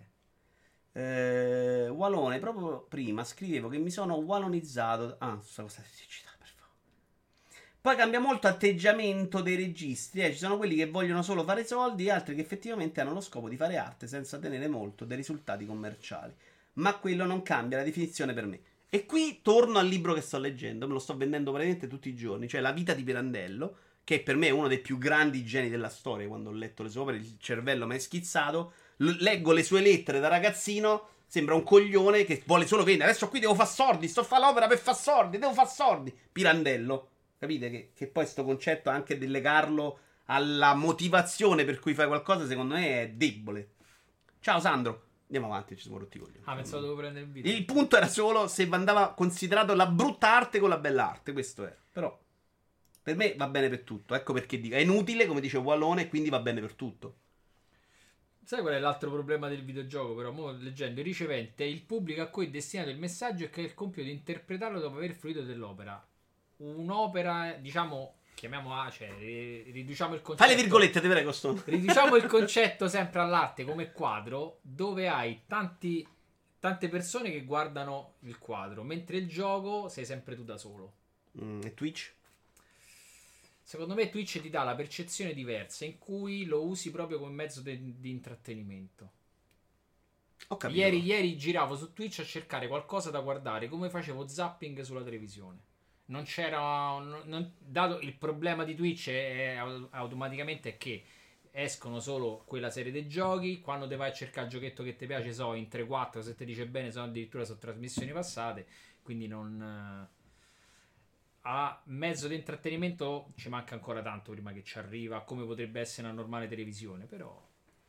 Walone, proprio prima scrivevo che mi sono wallonizzato. Ah, questa cosa di siccità, per favore. Poi cambia molto atteggiamento dei registri. Ci sono quelli che vogliono solo fare soldi e altri che effettivamente hanno lo scopo di fare arte senza tenere molto dei risultati commerciali. Ma quello non cambia la definizione per me. E qui torno al libro che sto leggendo, me lo sto vendendo praticamente tutti i giorni, cioè La vita di Pirandello, che per me è uno dei più grandi geni della storia. Quando ho letto le sue opere il cervello mi è schizzato. Leggo le sue lettere da ragazzino, sembra un coglione che vuole solo vendere. Adesso qui devo fare soldi, sto a fare l'opera per fare soldi, devo fare soldi. Pirandello, capite che poi sto concetto anche di legarlo alla motivazione per cui fai qualcosa, secondo me è debole. Ciao Sandro. Andiamo avanti, ci siamo rotti i coglioni. Ah, pensavo dovevo prendere il video. Il punto era solo se andava considerato la brutta arte con la bella arte. Questo è. Però per me va bene per tutto. Ecco perché dico. È inutile, come dice Wallone, quindi va bene per tutto. Sai qual è l'altro problema del videogioco? Però, mo leggendo, il ricevente è il pubblico a cui è destinato il messaggio e che ha il compito di interpretarlo dopo aver fruito dell'opera. Un'opera, diciamo, chiamiamola, cioè, riduciamo il concetto. Fai le virgolette, te prego, sto. Riduciamo il concetto sempre all'arte come quadro, dove hai tante persone che guardano il quadro, mentre il gioco sei sempre tu da solo. E Twitch? Secondo me Twitch ti dà la percezione diversa in cui lo usi proprio come mezzo di intrattenimento. Ho capito. Ieri giravo su Twitch a cercare qualcosa da guardare, come facevo zapping sulla televisione. Non c'era... dato il problema di Twitch automaticamente è che escono solo quella serie dei giochi. Quando te vai a cercare il giochetto che ti piace, in 3-4, se ti dice bene, sono addirittura su trasmissioni passate. Quindi non... a mezzo di intrattenimento ci manca ancora tanto prima che ci arriva, come potrebbe essere una normale televisione, però...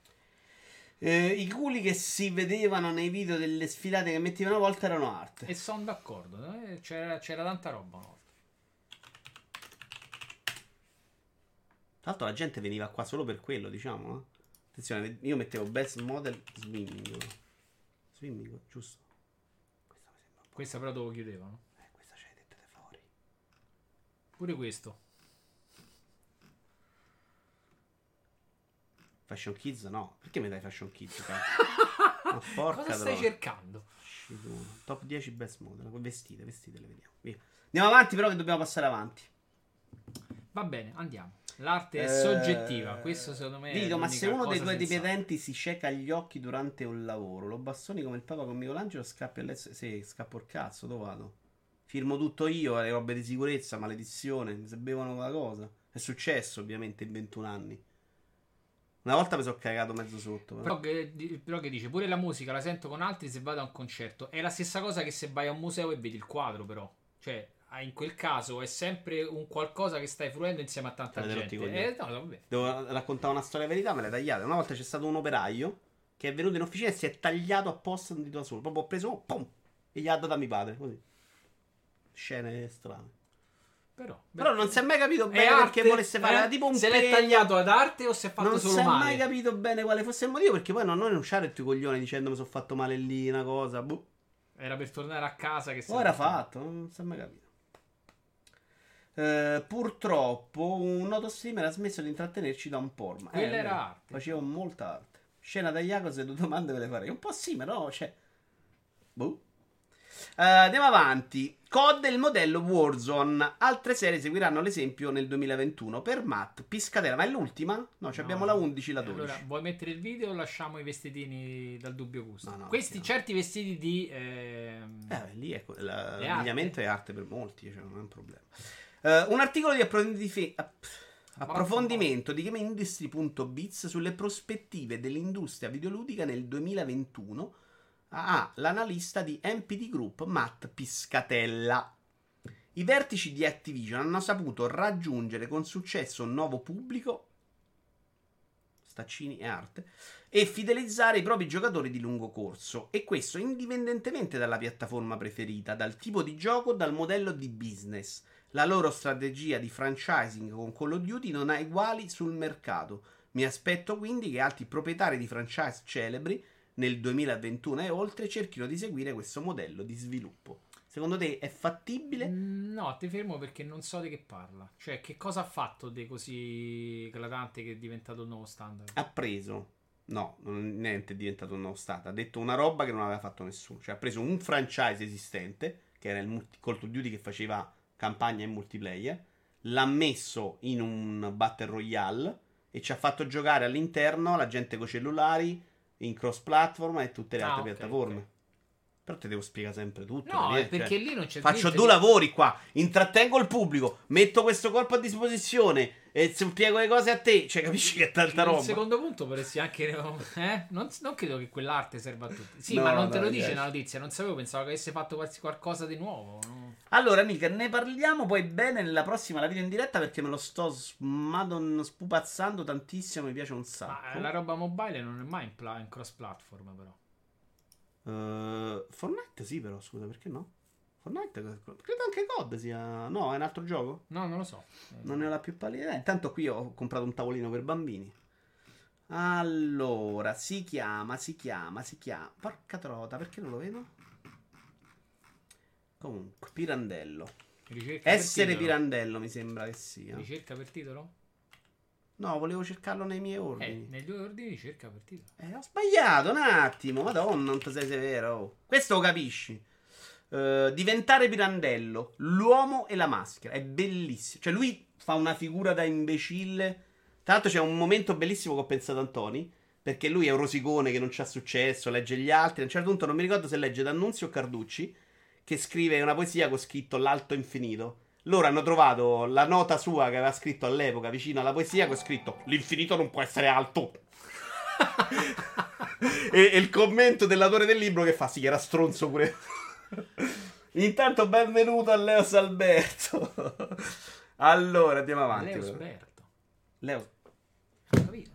I culi che si vedevano nei video delle sfilate che mettevano una volta erano arte. E sono d'accordo, c'era tanta roba una volta. Tra l'altro la gente veniva qua solo per quello, diciamo. Attenzione, io mettevo Best Model Swimming. Swimming, giusto? Questa mi sembra. Questa però dopo chiudevano. Questa c'hai dette fuori. Pure questo. Fashion Kids no. Perché mi dai Fashion Kids? Ma porca cosa stai cercando? Top 10 Best Model. Vestite, le vediamo. Via. Andiamo avanti però che dobbiamo passare avanti. Va bene, andiamo. L'arte è soggettiva. Questo secondo me Vito, è ma se uno dei tuoi sensata. dipendenti si cieca gli occhi durante un lavoro, lo bastoni come il Papa con Michelangelo, scappi all'estero. Sì, scappo il cazzo, dove vado? Firmo tutto io, le robe di sicurezza, maledizione. Mi se bevono la cosa. È successo ovviamente in 21 anni. Una volta mi sono cagato mezzo sotto. Però che dice, pure la musica la sento con altri se vado a un concerto. È la stessa cosa che se vai a un museo e vedi il quadro, però. Cioè, in quel caso è sempre un qualcosa che stai fruendo insieme a tanta gente. No, vabbè. Devo raccontare una storia verità, me l'hai tagliata. Una volta c'è stato un operaio che è venuto in officina e si è tagliato apposta un dito da solo. Proprio ho preso, pum, e gli ha dato a mio padre, così. Scene strane. Però non si è mai capito bene perché volesse fare tipo un se l'è tagliato ad arte o si è fatto solo male. Non si è mai capito bene quale fosse il motivo, perché poi non usciare il tuo coglione dicendo mi sono fatto male lì una cosa. Boh. Era per tornare a casa che o era fatto, non si è mai capito. Purtroppo un noto streamer ha smesso di intrattenerci da un po' ormai. Quella era arte. Facevo molta arte. Scena da Jacob, se due domande ve le farei. Un po' sì, ma no, c'è. Boh. Andiamo avanti. COD e il modello Warzone. Altre serie seguiranno l'esempio nel 2021. Per Matt, Piscatella. Ma è l'ultima? No, abbiamo la 11, la 12. Allora, vuoi mettere il video o lasciamo i vestitini dal dubbio gusto? No, questi certi vestiti di... lì ecco, l'abbigliamento è arte per molti, cioè non è un problema. Un articolo di approfondimento di GameIndustry.biz sulle prospettive dell'industria videoludica nel 2021 l'analista di MPD Group Matt Piscatella. I vertici di Activision hanno saputo raggiungere con successo un nuovo pubblico, staccini e arte, e fidelizzare i propri giocatori di lungo corso, e questo indipendentemente dalla piattaforma preferita, dal tipo di gioco o dal modello di business. La loro strategia di franchising con Call of Duty non ha uguali sul mercato. Mi aspetto quindi che altri proprietari di franchise celebri nel 2021 e oltre cerchino di seguire questo modello di sviluppo. Secondo te è fattibile? No, ti fermo perché non so di che parla. Cioè, che cosa ha fatto di così eclatante che è diventato il nuovo standard? Ha preso, no, niente è diventato un nuovo stato. Ha detto una roba che non aveva fatto nessuno. Cioè, ha preso un franchise esistente, che era il Call of Duty che faceva campagna e multiplayer, l'ha messo in un Battle Royale e ci ha fatto giocare all'interno la gente con cellulari, in cross platform e tutte le altre piattaforme. Ok. Però te devo spiegare sempre tutto. No, è perché lì non c'è Faccio niente due lavori qua. Intrattengo il pubblico, metto questo corpo a disposizione e spiego le cose a te. Cioè, capisci che è tanta roba. Il secondo punto potresti anche. Non credo che quell'arte serva a tutti. Sì, No, ma non te no, lo dice yes. una notizia. Non sapevo, pensavo che avesse fatto qualcosa di nuovo. No? Allora, Nick, ne parliamo poi bene nella prossima la video in diretta perché me lo sto spupazzando tantissimo. Mi piace un Ma sacco. la roba mobile non è mai in cross platform, però. Fortnite sì, però scusa, perché no? Fortnite credo anche COD sia. No, è un altro gioco? No, non lo so. Non ne ho la più pallida idea. Intanto qui ho comprato un tavolino per bambini. Allora, si chiama. Porca trota, perché non lo vedo? Comunque, Pirandello. Ricerca per Essere titolo. Pirandello mi sembra che sia. Ricerca per titolo? No, volevo cercarlo nei miei ordini. Nei due ordini ricerca per titolo. Ho sbagliato un attimo. Madonna, non ti sei severo. Oh. Questo lo capisci. Diventare Pirandello, l'uomo e la maschera. È bellissimo. Cioè, lui fa una figura da imbecille. Tra l'altro, c'è un momento bellissimo che ho pensato a Antoni. Perché lui è un rosicone che non c'ha successo, legge gli altri. A un certo punto non mi ricordo se legge D'Annunzio o Carducci, che scrive una poesia con scritto L'alto infinito. Loro hanno trovato la nota sua che aveva scritto all'epoca vicino alla poesia con scritto l'infinito non può essere alto. e il commento dell'autore del libro che fa sì, era stronzo pure. Intanto benvenuto a Leo Salberto. Allora andiamo avanti. Leo Sberto. Leo. Ho capito.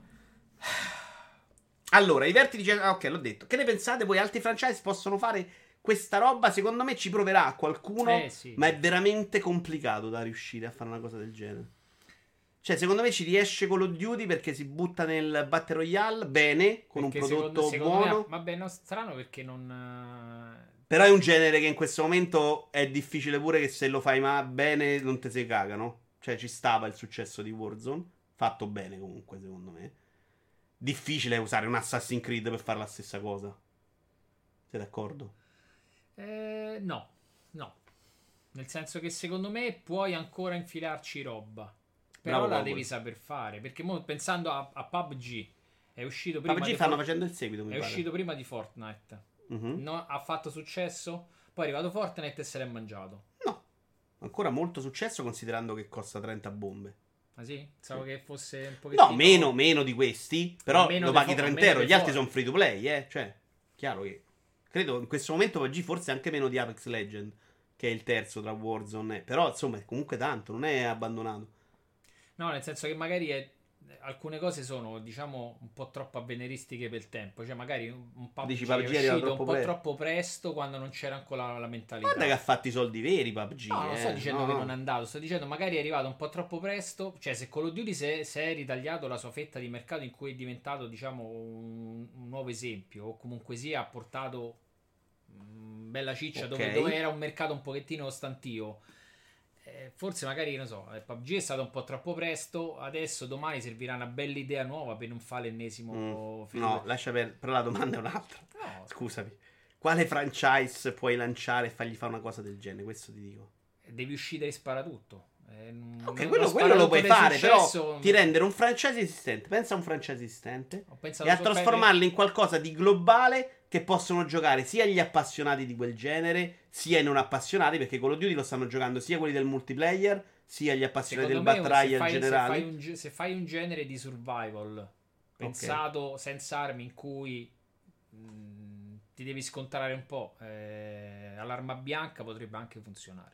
Allora, i vertici. Ok, l'ho detto. Che ne pensate voi? Altri franchise possono fare questa roba? Secondo me ci proverà qualcuno. Sì. Ma è veramente complicato da riuscire a fare una cosa del genere. Cioè, secondo me ci riesce Call of Duty perché si butta nel Battle Royale bene, con Perché un prodotto secondo buono. me, vabbè, no, strano perché non. Però è un genere che in questo momento è difficile pure che se lo fai bene non te si cagano. Cioè, ci stava il successo di Warzone. Fatto bene comunque, secondo me. Difficile usare un Assassin's Creed per fare la stessa cosa. Sei d'accordo? No. Nel senso che secondo me puoi ancora infilarci roba. Però Bravo, la Paolo. devi saper fare. Perché mo, pensando a PUBG, è uscito prima PUBG di stanno facendo il seguito, mi è pare. uscito prima di Fortnite. Mhm. Ha fatto successo. Poi è arrivato Fortnite e se l'è mangiato. No. Ancora molto successo considerando che costa 30 bombe. Ah sì? Pensavo che fosse un pochettino. No, meno di questi. Però Meno lo dei paghi fo- 30 meno euro. dei Gli altri fuori. sono free to play, Cioè, chiaro che. Credo in questo momento PUBG forse anche meno di Apex Legend, che è il terzo tra Warzone. Però insomma è comunque tanto, non è abbandonato. No, nel senso che magari alcune cose sono, diciamo, un po' troppo avveniristiche per il tempo. Cioè, magari un PUBG Dici è PUBG arriva uscito troppo un po' presto. troppo presto quando non c'era ancora la mentalità. Guarda che ha fatto i soldi veri PUBG. No, non sto dicendo No, che no. non è andato, sto dicendo magari è arrivato un po' troppo presto. Cioè, se Call of Duty si è ritagliato la sua fetta di mercato in cui è diventato, diciamo, un nuovo esempio, o comunque sia ha portato bella ciccia Ok. dove era un mercato un pochettino stantio. Forse magari, non so, PUBG è stato un po' troppo presto. Adesso domani servirà una bella idea nuova per non fare l'ennesimo film. No, lascia perdere. Però la domanda è un'altra. No, Scusami. Quale franchise puoi lanciare e fargli fare una cosa del genere? Questo ti dico. devi uscire e spara tutto. Ok, Uno quello spara lo tutto puoi nel fare, successo. però ti rendere un franchise esistente. Pensa a un franchise esistente Ho pensato e a su trasformarlo in qualcosa di globale che possono giocare sia gli appassionati di quel genere, sia i non appassionati, perché Call of Duty lo stanno giocando sia quelli del multiplayer, sia gli appassionati Secondo del me, Battle Royale generale. se fai un genere di survival pensato senza armi in cui ti devi scontrare un po' all'arma bianca, potrebbe anche funzionare.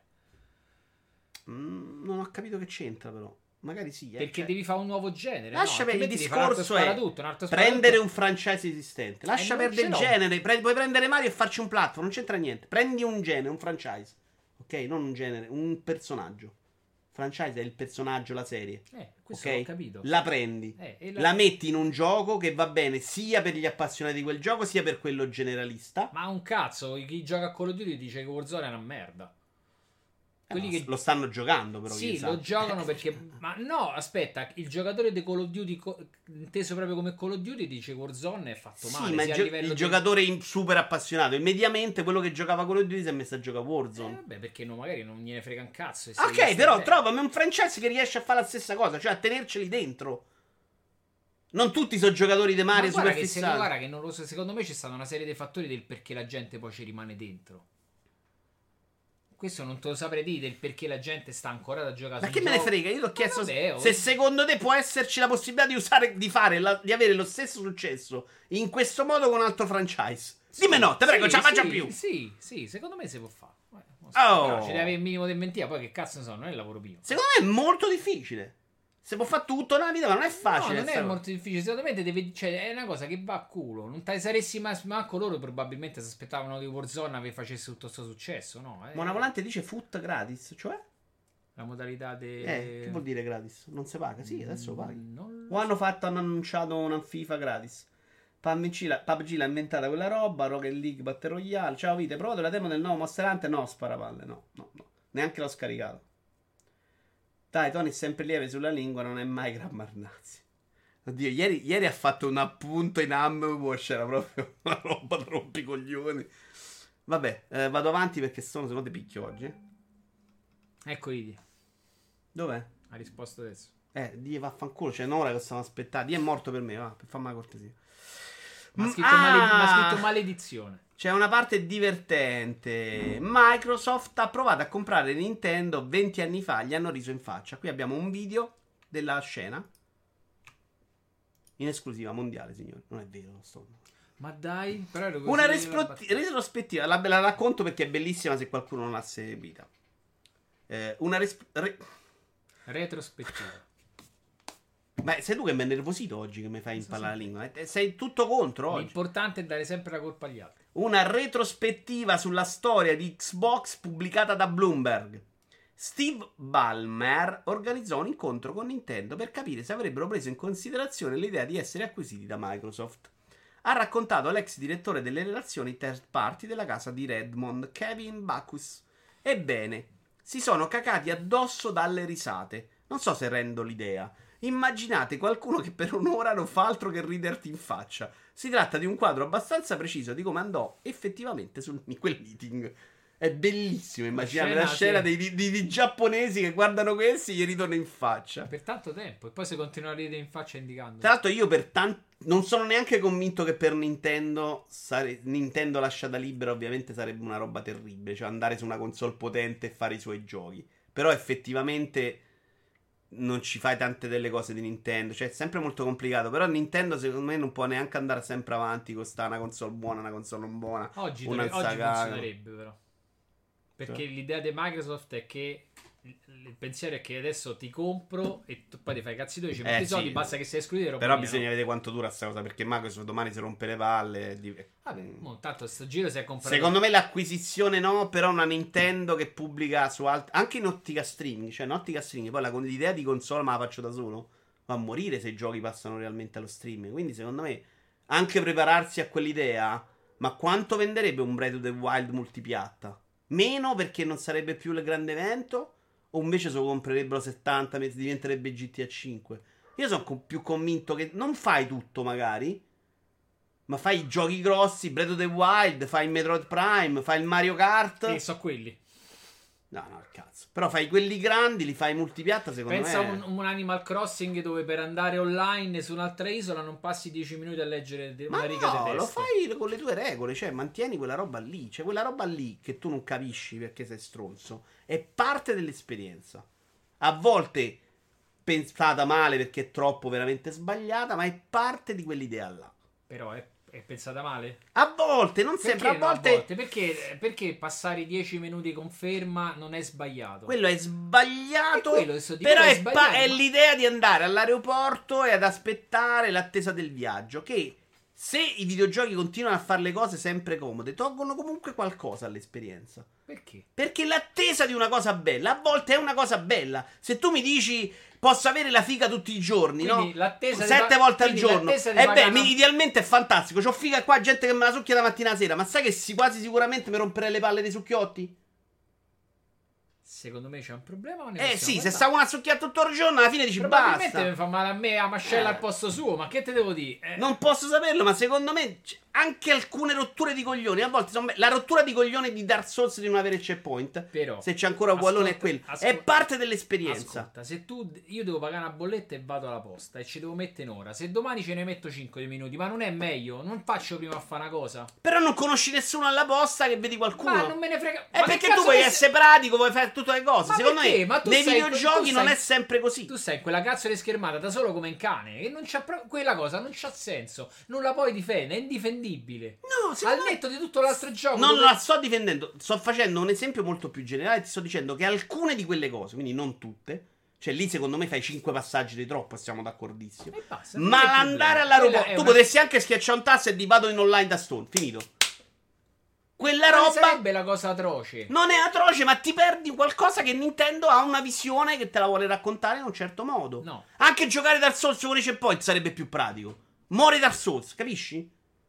Non ho capito che c'entra, però. Magari sì. Perché cioè, devi fare un nuovo genere. lascia no? perdere il Altrimenti devi fare un altro discorso è sparatutto, un altro prendere sparatutto. un franchise esistente. Lascia non perdere ce il l'ho. genere. Puoi prendere Mario e farci un platform. Non c'entra niente. Prendi un genere, un franchise. Ok? Non un genere, un personaggio. Franchise è il personaggio, la serie. Questo Ok? ho capito. La prendi, E la metti in un gioco che va bene sia per gli appassionati di quel gioco, sia per quello generalista. Ma un cazzo, chi gioca a Call of Duty dice che Warzone è una merda. Quelli che Lo stanno giocando, però. sì, lo giocano perché. Ma no, aspetta, il giocatore di Call of Duty, inteso proprio come Call of Duty, dice Warzone è fatto Sì, male. ma Sia a livello il giocatore super appassionato, mediamente quello che giocava Call of Duty si è messo a giocare a Warzone. vabbè, perché no, magari non gliene frega un cazzo. Ok, però trovami un franchise che riesce a fare la stessa cosa, cioè a tenerceli dentro. Non tutti sono giocatori di Mario super fissati. Guarda che non lo so, secondo me c'è stata una serie di fattori del perché la gente poi ci rimane dentro. Questo non te lo saprei dire del perché la gente sta ancora da giocare. Ma che me ne frega? Io ti ho chiesto vabbè, se secondo te può esserci la possibilità di avere lo stesso successo in questo modo con un altro franchise. Dimmi no, te prego, ce la faccia più. Sì, secondo me si può fare. Oh. No, ci deve avere il minimo di inventiva, poi che cazzo ne so, non è il lavoro mio. Secondo me è molto difficile. Si può fare tutto nella vita, ma non è facile. No, non è molto difficile. Secondo me cioè, è una cosa che va a culo. Non te ne saresti manco loro. Probabilmente si aspettavano che Warzone facesse tutto questo successo. No, Mona Volante dice foot gratis, cioè? La modalità Che vuol dire gratis? Non si paga? Sì, adesso lo paghi. Hanno annunciato una FIFA gratis. PUBG l'ha inventata quella roba. Rocket League, Battle Royale. Ciao, vite, provato la demo del nuovo Monster Hunter? No, sparapalle. No. Neanche l'ho scaricato. Dai, Tony è sempre lieve sulla lingua, non è mai grammarnazzi. Oddio, ieri ha fatto un appunto in Amwash, era proprio una roba da rompicoglioni. Vabbè, vado avanti perché sono, se no ti picchio oggi. Ecco Idi. Dov'è? Ha risposto adesso. Die vaffanculo, c'è un'ora che stiamo aspettando. Die è morto per me, va, per farmi la cortesia. Ma ha scritto maledizione. C'è una parte divertente. Microsoft ha provato a comprare Nintendo 20 anni fa, gli hanno riso in faccia. Qui abbiamo un video della scena. In esclusiva mondiale, signori. Non è vero, sto. Ma dai, però ero una retrospettiva. La racconto perché è bellissima se qualcuno non l'ha seguita. Una retrospettiva. Beh, sei tu che mi hai nervosito oggi che mi fai impallare la lingua. Sei tutto contro oggi. L'importante è dare sempre la colpa agli altri. Una retrospettiva sulla storia di Xbox pubblicata da Bloomberg. Steve Ballmer organizzò un incontro con Nintendo per capire se avrebbero preso in considerazione l'idea di essere acquisiti da Microsoft. Ha raccontato l'ex direttore delle relazioni third party della casa di Redmond, Kevin Backus. Ebbene, si sono cacati addosso dalle risate. Non so se rendo l'idea. Immaginate qualcuno che per un'ora non fa altro che riderti in faccia. Si tratta di un quadro abbastanza preciso di come andò effettivamente su quel meeting. È bellissimo immaginare la scena di giapponesi che guardano questi e gli ridono in faccia. Per tanto tempo. E poi si continua a ridere in faccia indicando. Tra l'altro io non sono neanche convinto che per Nintendo lasciata libera ovviamente sarebbe una roba terribile. Cioè andare su una console potente e fare i suoi giochi. Però effettivamente non ci fai tante delle cose di Nintendo. Cioè è sempre molto complicato. Però Nintendo secondo me non può neanche andare sempre avanti con una console buona, una console non buona. Oggi funzionerebbe però. Perché l'idea di Microsoft è che il pensiero è che adesso ti compro e tu poi ti fai cazzi tuoi, ci metti i soldi, basta che sei escluso. Però bisogna vedere quanto dura sta cosa, perché Microsoft domani si rompe le palle. Vabbè, tanto sto giro si è comprato. Secondo me l'acquisizione no, però una Nintendo che pubblica su anche in ottica streaming, cioè in ottica streaming, poi l'idea di console me la faccio da solo, va a morire se i giochi passano realmente allo streaming. Quindi secondo me anche prepararsi a quell'idea, ma quanto venderebbe un Breath of the Wild multipiatta? Meno perché non sarebbe più il grande evento, o invece se lo comprerebbero 70 diventerebbe GTA 5. Io sono più convinto che non fai tutto magari, ma fai i giochi grossi, Breath of the Wild, fai il Metroid Prime, fai il Mario Kart. So quelli. No, cazzo. Però fai quelli grandi, li fai multipiatta, secondo me. Pensa a un Animal Crossing dove per andare online su un'altra isola non passi 10 minuti a leggere una riga di testo. Lo fai con le tue regole, cioè mantieni quella roba lì. Cioè quella roba lì che tu non capisci perché sei stronzo è parte dell'esperienza. A volte pensata male perché è troppo veramente sbagliata, ma è parte di quell'idea là. Però è pensata male? A volte, non sempre, a volte... Perché passare 10 minuti con ferma non è sbagliato? Quello è sbagliato, però è l'idea di andare all'aeroporto e ad aspettare l'attesa del viaggio, che Se i videogiochi continuano a fare le cose sempre comode, tolgono comunque qualcosa all'esperienza. Perché? Perché l'attesa di una cosa bella, a volte è una cosa bella. Se tu mi dici posso avere la figa tutti i giorni, Quindi no? l'attesa 7 volte al quindi giorno. l'attesa di E beh, pagare idealmente è fantastico. C'ho figa qua, gente che me la succhia da mattina a sera. Ma sai che quasi sicuramente mi romperei le palle dei succhiotti? Secondo me c'è un problema o ne Eh possiamo sì, se parlare? stavo una succhiata tutto il giorno, alla fine dici Probabilmente basta. mi fa male a me a mascella al posto suo, ma che te devo dire? Non posso saperlo, ma secondo me anche alcune rotture di coglioni. A volte la rottura di coglioni di Dark Souls di non avere il checkpoint. Però, se c'è ancora Wallone è quello. È parte dell'esperienza. Ascolta, se io devo pagare una bolletta e vado alla posta e ci devo mettere un'ora, se domani ce ne metto 5 minuti, ma non è meglio? Non faccio prima a fare una cosa? Però non conosci nessuno alla posta che vedi qualcuno. Ma non me ne frega. È perché tu vuoi essere pratico, vuoi fare tutte le cose. Ma Secondo perché? me, Ma tu nei sei- videogiochi tu non sei- è sempre così. Tu sei in quella cazzo di schermata da solo come un cane e non c'ha quella cosa non c'ha senso. Non la puoi difendere, è indifendibile. No, Al secondo me netto di tutto l'altro gioco. non dove- la sto difendendo. Sto facendo un esempio molto più generale. Ti sto dicendo che alcune di quelle cose, quindi non tutte. Cioè, lì secondo me fai 5 passaggi di troppo, siamo d'accordissimo. E basta, non è Ma il andare problema. all'aeroporto, Quella è tu una- potresti anche schiacciare un tasto e di vado in online da Stone. Finito. Quella Ma roba sarebbe la cosa atroce. non è atroce, ma ti perdi qualcosa che Nintendo ha una visione che te la vuole raccontare in un certo modo. No. Anche giocare Dark Souls con i checkpoint sarebbe più pratico. Muore Dark Souls, capisci?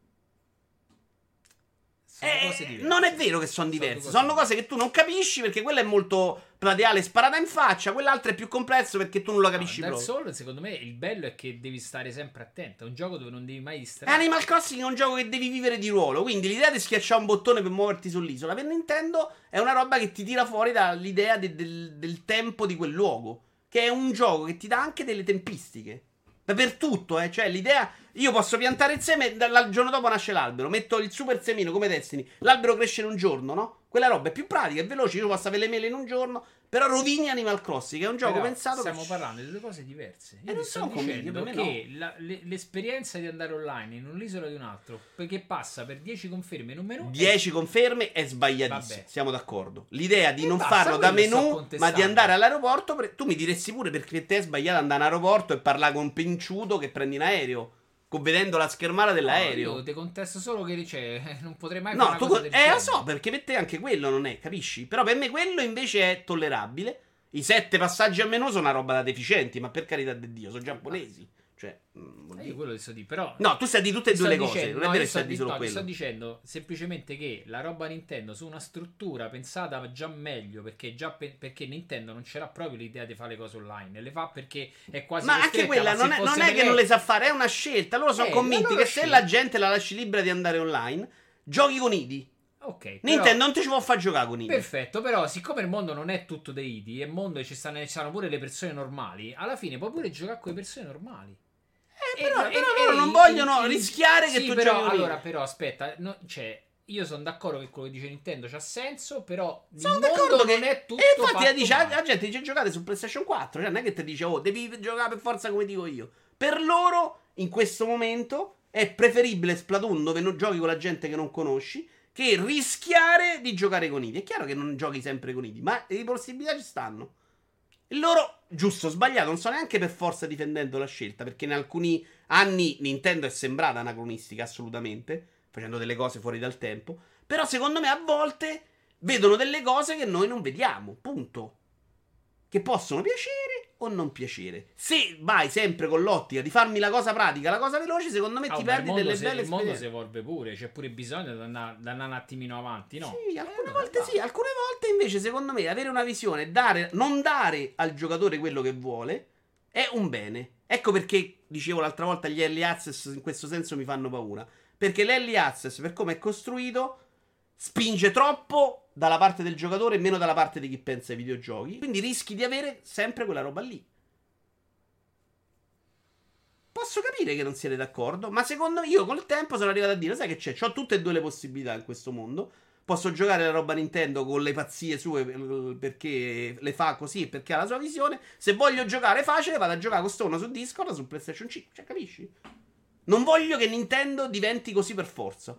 Sono cose diverse. Non è vero che sono Sono diverse, due sono cose cose che tu non capisci perché quella è molto plateale, sparata in faccia, quell'altra è più complesso perché tu non la capisci Dark proprio. Souls, secondo me, il bello è che devi stare sempre attento. È un gioco dove non devi mai distrarre. Animal Crossing è un gioco che devi vivere di ruolo, quindi l'idea di schiacciare un bottone per muoverti sull'isola per Nintendo è una roba che ti tira fuori dall'idea del tempo di quel luogo, che è un gioco che ti dà anche delle tempistiche. Ma per tutto, cioè l'idea, io posso piantare il seme e dal giorno dopo nasce l'albero, metto il super semino come Destiny, l'albero cresce in un giorno, no? Quella roba è più pratica, è veloce, io posso avere le mele in un giorno, però rovini Animal Crossing, che è un gioco Però pensato stiamo per... parlando di due cose diverse. Io non ti sto sono convinto, dicendo per me che l'esperienza di andare online in un'isola di un altro, perché passa per 10 conferme in un menu 10 conferme è sbagliatissimo, Vabbè. siamo d'accordo. L'idea di E non basta, farlo da quello sto menu, ma contestando. di andare all'aeroporto, tu mi diresti pure perché te è sbagliato andare in aeroporto e parlare con un pinciuto che prendi in aereo, vedendo la schermata dell'aereo. Io ti contesto solo che non potrei mai No, fare una cosa del lo genere. so, perché per te anche quello non è, capisci? Però per me quello invece è tollerabile. I 7 passaggi a menu sono una roba da deficienti, ma per carità di Dio, sono giapponesi. Cioè, vuol Io dire- quello ti sto di, però No, tu stai di tutte e ti due sto le cose, dicendo- non è no, vero io che stai sto di solo no, ti quello. sto dicendo semplicemente che la roba Nintendo su una struttura pensata va già meglio perché perché Nintendo non c'era proprio l'idea di fare le cose online, le fa perché è quasi Ma anche costretta, quella ma se non è, fosse non è per che lei- non le sa fare, è una scelta. Loro sono la convinti loro che se scelta. la gente la lasci libera di andare online, giochi con ID. Ok, però- Nintendo non ti ci può far giocare con ID. perfetto, però siccome il mondo non è tutto dei idi, è un mondo e ci stanno pure le persone normali, alla fine puoi pure giocare con le persone normali. Però loro non vogliono rischiare che sì, tu però, giochi con allora, ID. però aspetta, cioè, io sono d'accordo che quello che dice Nintendo c'ha senso, però Sono il mondo d'accordo non che... è tutto E infatti fatto dice, male. la gente dice giocate su PlayStation 4. Cioè non è che ti dice, oh, devi giocare per forza come dico io. Per loro, in questo momento, è preferibile Splatoon dove non giochi con la gente che non conosci che rischiare di giocare con ID. È chiaro che non giochi sempre con ID, ma le possibilità ci stanno. E loro, giusto o sbagliato, non sto neanche per forza difendendo la scelta, perché in alcuni anni Nintendo è sembrata anacronistica assolutamente, facendo delle cose fuori dal tempo. Però secondo me a volte vedono delle cose che noi non vediamo, punto. Che possono piacere o non piacere. Se vai sempre con l'ottica di farmi la cosa pratica, la cosa veloce, secondo me ti Ma perdi delle belle il mondo si esperienze. evolve pure, c'è pure bisogno di andare un attimino avanti, no? Sì, alcune allora volte va. sì, alcune volte invece secondo me avere una visione, non dare al giocatore quello che vuole è un bene. Ecco perché dicevo l'altra volta gli early access in questo senso mi fanno paura. Perché l'early access, per come è costruito, spinge troppo dalla parte del giocatore e meno dalla parte di chi pensa ai videogiochi. Quindi rischi di avere sempre quella roba lì. Posso capire che non siete d'accordo, ma secondo me io col tempo sono arrivato a dire, sai che c'è? C'ho tutte e due le possibilità in questo mondo. Posso giocare la roba Nintendo con le pazzie sue perché le fa così e perché ha la sua visione. Se voglio giocare facile, vado a giocare con Stone su Discord su PlayStation 5. Cioè, capisci? Non voglio che Nintendo diventi così per forza.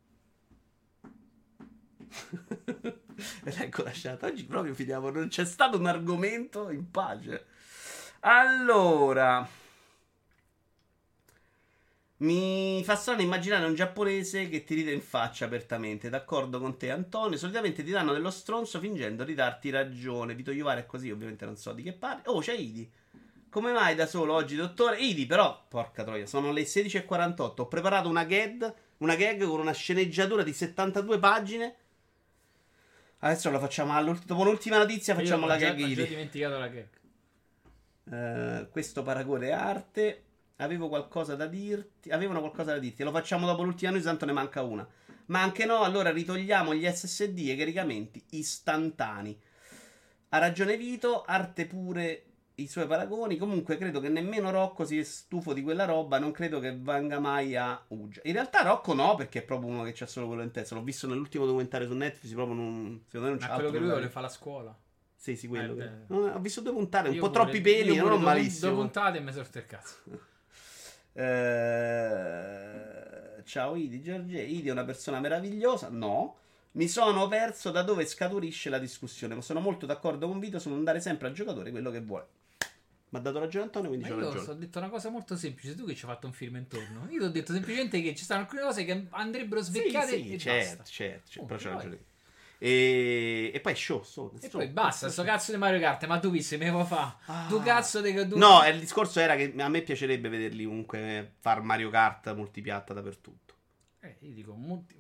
Ecco la chat. Oggi proprio finiamo. Non c'è stato un argomento in pace. Allora, Mi fa strano immaginare un giapponese che ti ride in faccia apertamente. D'accordo con te, Antonio. Solitamente ti danno dello stronzo fingendo di darti ragione. Vito Iuvara è così, ovviamente non so di che parli. Oh, c'è Idi. Come mai da solo oggi, dottore? Idi, però, porca troia, sono le 16:48. Ho preparato una gag con una sceneggiatura di 72 pagine. Adesso la facciamo dopo l'ultima notizia. Facciamo la gag. Ho già dimenticato la gag. Questo paragone è arte. Avevano qualcosa da dirti. Lo facciamo dopo l'ultima news, tanto ne manca una. Ma anche no, allora ritogliamo gli SSD e caricamenti istantanei. Ha ragione Vito, arte pure i suoi paragoni. Comunque credo che nemmeno Rocco si è stufo di quella roba. Non credo che venga mai a Ugia. In realtà Rocco no, perché è proprio uno che c'ha solo quello in testa. L'ho visto nell'ultimo documentario su Netflix. Proprio non, secondo me non c'è altro. Ma quello che lui vuole fare la scuola. Sì, quello. Bene. Ho visto 2 puntate, un Io po' pure- troppi peli, io non pure malissimo. 2 puntate e mi sorto il cazzo. Ciao Idi, Giorgia. Idi è una persona meravigliosa. No. Mi sono perso da dove scaturisce la discussione, ma sono molto d'accordo con Vito su non dare sempre al giocatore quello che vuole. Mi ha dato ragione Antonio, quindi Ma c'ho io ragione. ho detto una cosa molto semplice. Tu che ci hai fatto un film intorno. Io ti ho detto semplicemente che ci stanno alcune cose che andrebbero svecchiate e certo, basta. certo, però c'è Vai. ragione. E poi show. E poi basta, sto cazzo di Mario Kart. Ma tu visto, me lo fa. Tu cazzo di che tu... No, il discorso era che a me piacerebbe vederli comunque far Mario Kart multipiatta dappertutto. Io dico,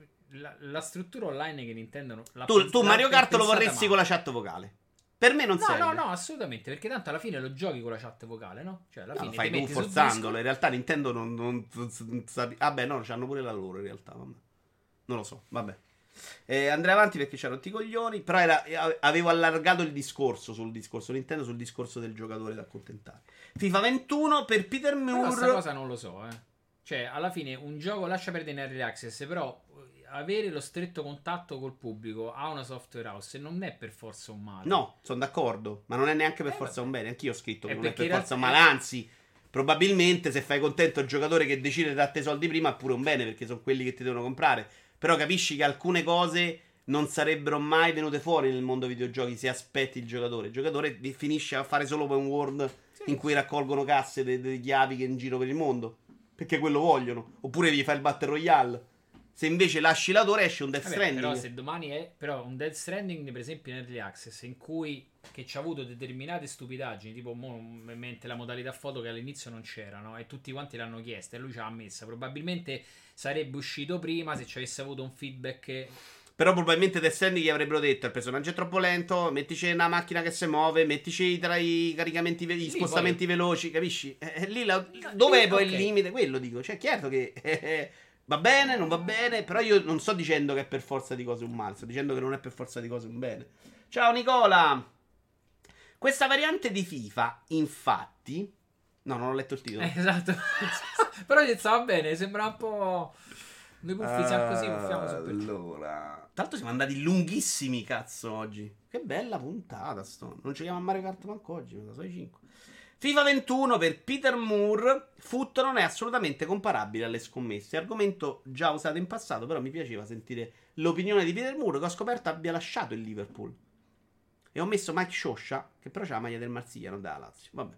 la struttura online che Nintendo... Tu Mario Kart lo vorresti male. con la chat vocale. Per me non serve. No, assolutamente, perché tanto alla fine lo giochi con la chat vocale, no? Cioè, alla No, fine lo fai ti tu metti su forzandolo. Discord. In realtà Nintendo non vabbè, no, c'hanno pure la loro in realtà. Vabbè. Non lo so, vabbè. Andrei avanti perché c'erano i coglioni. Però avevo allargato il discorso sul discorso Nintendo, sul discorso del giocatore da accontentare. FIFA 21 per Peter Però Moore. questa cosa non lo so, Cioè, alla fine un gioco lascia perdere in early access, però avere lo stretto contatto col pubblico a una software house non è per forza un male. No, sono d'accordo. Ma non è neanche per forza vabbè. un bene. Anch'io ho scritto che non è perché per in forza un realtà- male. Anzi, probabilmente se fai contento il giocatore che decide di darti i soldi prima è pure un bene, perché sono quelli che ti devono comprare. Però capisci che alcune cose non sarebbero mai venute fuori nel mondo videogiochi se aspetti il giocatore. Il giocatore finisce a fare solo open world in cui raccolgono casse delle chiavi che in giro per il mondo. Perché quello vogliono. Oppure vi fai il Battle Royale. Se invece lasci l'autore esce un Death Vabbè, Stranding. però se domani è però un Death Stranding, per esempio in early access, in cui che ci ha avuto determinate stupidaggini, tipo mentre la modalità foto che all'inizio non c'era, no? E tutti quanti l'hanno chiesta e lui ce l'ha messa. Probabilmente sarebbe uscito prima se ci avesse avuto un feedback. Però probabilmente Death Stranding gli avrebbero detto: il personaggio è troppo lento, mettici una macchina che si muove, mettici tra i caricamenti, i spostamenti veloci, capisci? Dov'è poi il limite? Quello dico. Cioè, chiaro che va bene, non va bene, però io non sto dicendo che è per forza di cose un male, sto dicendo che non è per forza di cose un bene. Ciao Nicola! Questa variante di FIFA, infatti... No, non ho letto il titolo. Esatto. Però gli stava bene, sembra un po'... Noi puffi siamo così, puffiamo su per giù. Allora... Tra l'altro siamo andati lunghissimi, cazzo, oggi. Che bella puntata, sto. Non giochiamo a Mario Kart manco oggi, me la so i 5. FIFA 21 per Peter Moore. Foot non è assolutamente comparabile alle scommesse. Argomento già usato in passato, però mi piaceva sentire l'opinione di Peter Moore, che ho scoperto abbia lasciato il Liverpool. E ho messo Mike Scioscia, che però c'ha la maglia del Marsiglia, non della Lazio. Vabbè.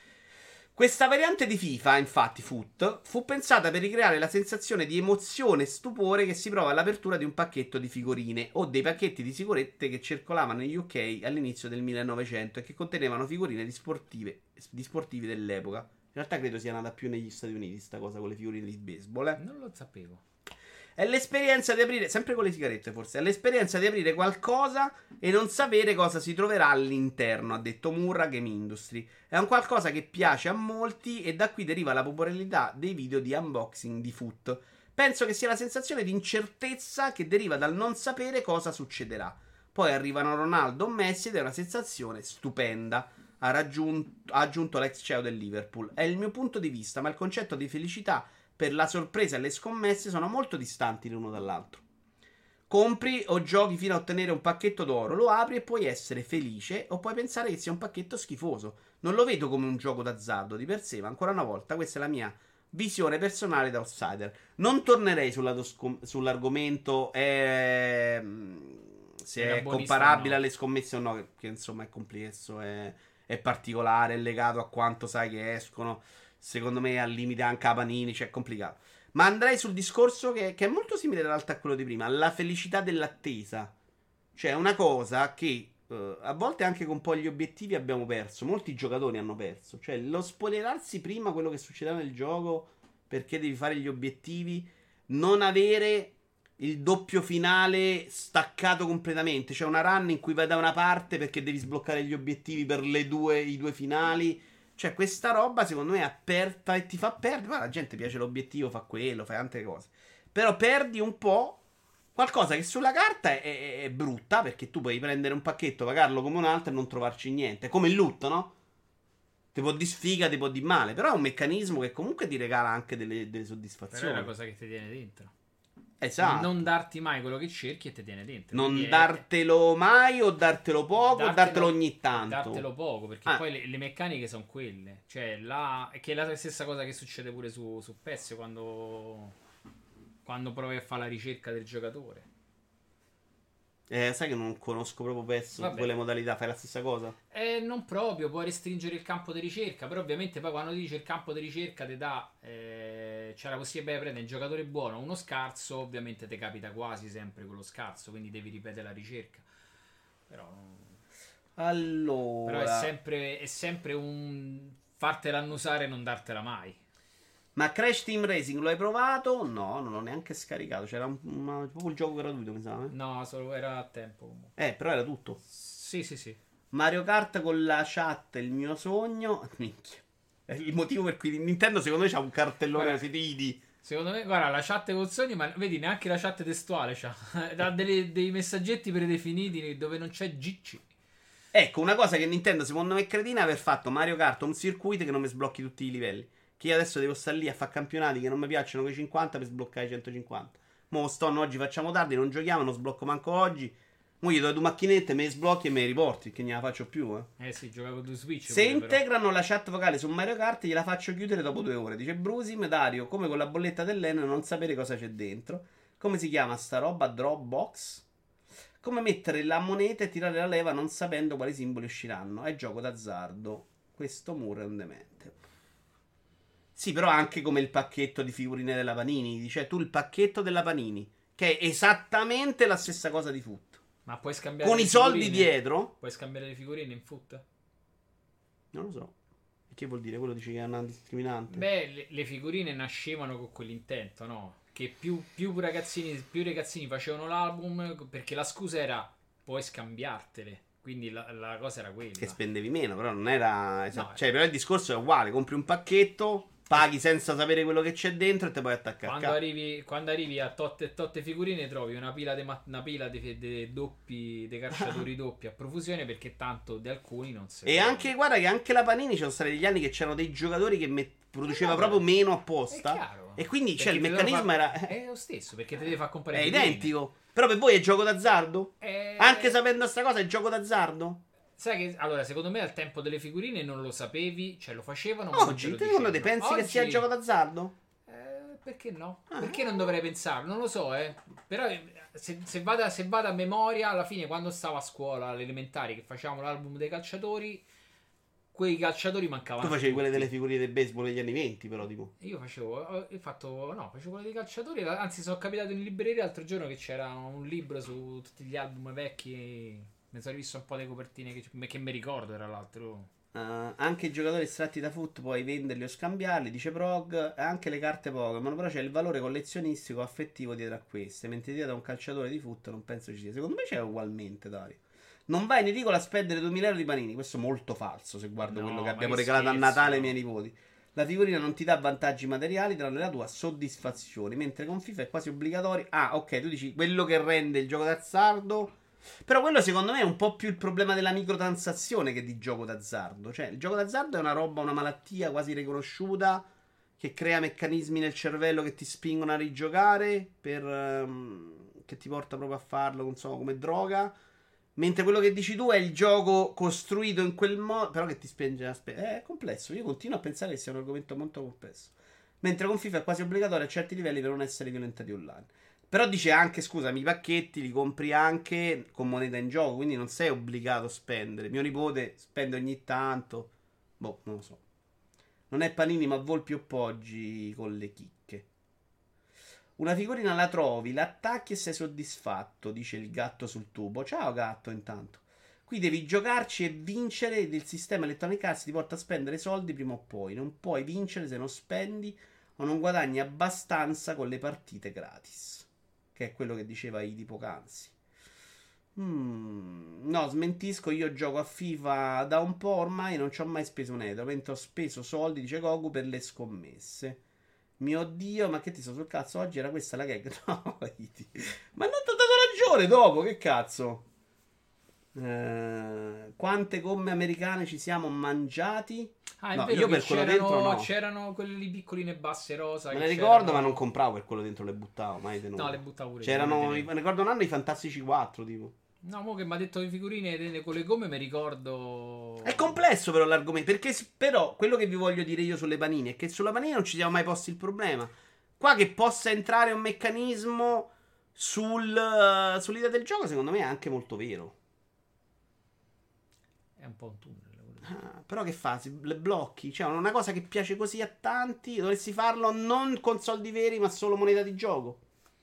Questa variante di FIFA, infatti, Foot, fu pensata per ricreare la sensazione di emozione e stupore che si prova all'apertura di un pacchetto di figurine o dei pacchetti di sicurezze che circolavano in UK all'inizio del 1900 e che contenevano figurine di sportivi dell'epoca. In realtà credo sia nata più negli Stati Uniti sta cosa con le figurine di baseball, Non lo sapevo. È l'esperienza di aprire, sempre con le sigarette forse, è l'esperienza di aprire qualcosa e non sapere cosa si troverà all'interno, ha detto Murra Game Industry. È un qualcosa che piace a molti e da qui deriva la popolarità dei video di unboxing di Foot. Penso che sia la sensazione di incertezza che deriva dal non sapere cosa succederà. Poi arrivano Ronaldo o Messi ed è una sensazione stupenda. Ha aggiunto l'ex CEO del Liverpool. È il mio punto di vista, ma il concetto di felicità per la sorpresa e le scommesse sono molto distanti l'uno dall'altro. Compri o giochi fino a ottenere un pacchetto d'oro, lo apri e puoi essere felice o puoi pensare che sia un pacchetto schifoso. Non lo vedo come un gioco d'azzardo di per sé, ma ancora una volta questa è la mia visione personale da outsider. Non tornerei sull'argomento se è comparabile alle scommesse o no, che insomma è complesso, è particolare, è legato a quanto sai che escono. secondo me al limite anche a Panini, cioè è complicato. Ma andrei sul discorso che è molto simile in realtà a quello di prima, la felicità dell'attesa. Cioè, è una cosa che a volte anche con poi gli obiettivi abbiamo perso. Molti giocatori hanno perso. Cioè, lo spoilerarsi prima quello che succederà nel gioco perché devi fare gli obiettivi, non avere il doppio finale staccato completamente. Cioè, una run in cui vai da una parte perché devi sbloccare gli obiettivi per i due finali. Cioè, questa roba secondo me è aperta e ti fa perdere. Ma la gente piace l'obiettivo, fa quello, fa tante cose. Però perdi un po'. Qualcosa che sulla carta è brutta, perché tu puoi prendere un pacchetto, pagarlo come un altro e non trovarci niente. È come il loot, no? Ti può di sfiga, ti può di male. Però è un meccanismo che comunque ti regala anche delle Però è soddisfazioni. una cosa che ti tiene dentro. Esatto. Non darti mai quello che cerchi e ti tiene dentro. Non Quindi dartelo mai o dartelo poco o dartelo ogni tanto. Dartelo poco, perché poi le meccaniche sono quelle. Cioè, che è la stessa cosa che succede pure su PES quando provi a fare la ricerca del giocatore. Sai che non conosco proprio PES, Vabbè. quelle modalità, fai la stessa cosa? Non proprio, puoi restringere il campo di ricerca, però ovviamente poi quando dice il campo di ricerca ti dà, c'è la possibilità di prendere un giocatore buono, uno scarso, ovviamente ti capita quasi sempre quello scarso, quindi devi ripetere la ricerca. Però Allora, è sempre un fartela annusare e non dartela mai. ma Crash Team Racing lo hai provato? No, non l'ho neanche scaricato. C'era proprio il gioco gratuito, mi sa. No, solo era a tempo comunque. Però era tutto. Sì, sì, sì. Mario Kart con la chat è il mio sogno. Minchia. È il motivo per cui Nintendo, secondo me, c'ha un cartellone Guarda, così di ID. Secondo me, guarda, la chat con sogni, ma vedi, neanche la chat testuale c'ha. Dà dei messaggetti predefiniti dove non c'è GC. Ecco, una cosa che Nintendo, secondo me, è cretina è aver fatto Mario Kart un circuito che non mi sblocchi tutti i livelli. Che io adesso devo stare lì a fare campionati che non mi piacciono quei 50 per sbloccare i 150. Mo' stonno, oggi facciamo tardi, non giochiamo, non sblocco manco oggi. Mo' gli do due macchinette, me le sblocchi e me le riporti, che ne la faccio più, Sì, gioca con due Switch. Se pure, integrano però. la chat vocale su Mario Kart, gliela faccio chiudere dopo 2 ore. Dice Brusim, Dario, come con la bolletta dell'En, non sapere cosa c'è dentro. Come si chiama sta roba? Dropbox? Come mettere la moneta e tirare la leva non sapendo quali simboli usciranno. È gioco d'azzardo. Questo muro è un demente. Sì, però anche come il pacchetto di figurine della Panini. Dice tu il pacchetto della Panini, che è esattamente la stessa cosa di Foot. Ma puoi scambiare Con le i soldi figurine? dietro? Puoi scambiare le figurine in foot? Non lo so. Che vuol dire? Quello dice che è una discriminante. Beh, le figurine nascevano con quell'intento, no? Che più ragazzini facevano l'album perché la scusa era puoi scambiartele. Quindi la cosa era quella. Che spendevi meno, però non era esatto. No, Cioè, però il discorso è uguale: compri un pacchetto, paghi senza sapere quello che c'è dentro e te puoi attaccare. Quando arrivi a totte figurine trovi una pila di doppi, dei calciatori doppi a profusione perché tanto di alcuni non si E anche, guarda che anche la Panini c'erano stati degli anni che c'erano dei giocatori che produceva proprio meno apposta. È chiaro. E quindi Perché il te lo meccanismo era è lo stesso perché te devi far comprare è figurine. identico. Però per voi è gioco d'azzardo? Eh, Anche sapendo sta cosa è gioco d'azzardo? Sai che allora secondo me al tempo delle figurine non lo sapevi, cioè lo facevano ma Oggi, non te te lo secondo te dicevano. pensi che sia Oggi, gioco d'azzardo? perché no? Ah. Perché non dovrei pensarlo? Non lo so, Però se vado a memoria, alla fine quando stavo a scuola, alle elementari, che facevamo l'album dei calciatori, quei calciatori mancavano. Tu facevi quelle tutti. delle figurine del baseball degli anni 20, però, tipo. Io facevo quelle dei calciatori. Anzi, sono capitato in libreria l'altro giorno che c'era un libro su tutti gli album vecchi. Mi sono rivisto un po' le copertine che mi ricordo, tra l'altro. Anche i giocatori estratti da foot puoi venderli o scambiarli, dice Prog. Anche le carte Pokémon, però c'è il valore collezionistico affettivo dietro a queste. Mentre dietro a un calciatore di foot non penso ci sia. Secondo me c'è ugualmente, Dario. Non vai in edicola a spendere 2000 euro di panini. Questo è molto falso se guardo No, quello che ma abbiamo che regalato a scherzo, Natale ai no. miei nipoti. La figurina non ti dà vantaggi materiali tranne la tua soddisfazione. Mentre con FIFA è quasi obbligatorio. Ah, ok, tu dici quello che rende il gioco d'azzardo. Però quello secondo me è un po' più il problema della microtransazione che di gioco d'azzardo. Cioè, il gioco d'azzardo è una roba, una malattia quasi riconosciuta che crea meccanismi nel cervello che ti spingono a rigiocare che ti porta proprio a farlo, insomma, come droga. Mentre quello che dici tu è il gioco costruito in quel modo, però che ti spinge a è complesso. Io continuo a pensare che sia un argomento molto complesso. Mentre con FIFA è quasi obbligatorio a certi livelli per non essere violentati online. Però dice anche, scusami, i pacchetti li compri anche con moneta in gioco, quindi non sei obbligato a spendere. Mio nipote spende ogni tanto. Boh, non lo so. Non è Panini, ma Volpi o Poggi con le chicche. Una figurina la trovi, l'attacchi e sei soddisfatto, dice il gatto sul tubo. Ciao gatto, intanto. Qui devi giocarci e vincere ed il sistema Electronic Arts ti porta a spendere soldi prima o poi. Non puoi vincere se non spendi o non guadagni abbastanza con le partite gratis. Che è quello che diceva Idi poc'anzi. No, smentisco, io gioco a FIFA da un po' ormai e non ci ho mai speso un euro, mentre ho speso soldi, dice Goku, per le scommesse. Mio Dio, ma che ti sto sul cazzo? Oggi era questa la gag? No, Iti. Ma non ti ho dato ragione dopo, che cazzo? Quante gomme americane ci siamo mangiati? Ah, è No, vero io che per quello dentro no. c'erano quelle lì piccoline basse rosa. Me che le ricordo, c'erano- ma non compravo per quello dentro, le buttavo mai tenuto. No, le buttavo pure. C'erano, io, me ne ricordo un anno i Fantastici 4, tipo. No, mo che mi ha detto di figurine con le gomme mi ricordo. È complesso però l'argomento, perché però quello che vi voglio dire io sulle panini è che sulla panina non ci siamo mai posti il problema. Qua che possa entrare un meccanismo sull'idea del gioco, secondo me è anche molto vero. È un po' un tunnel. Però che fa? Le blocchi? Cioè, una cosa che piace così a tanti, dovresti farlo non con soldi veri, ma solo moneta di gioco.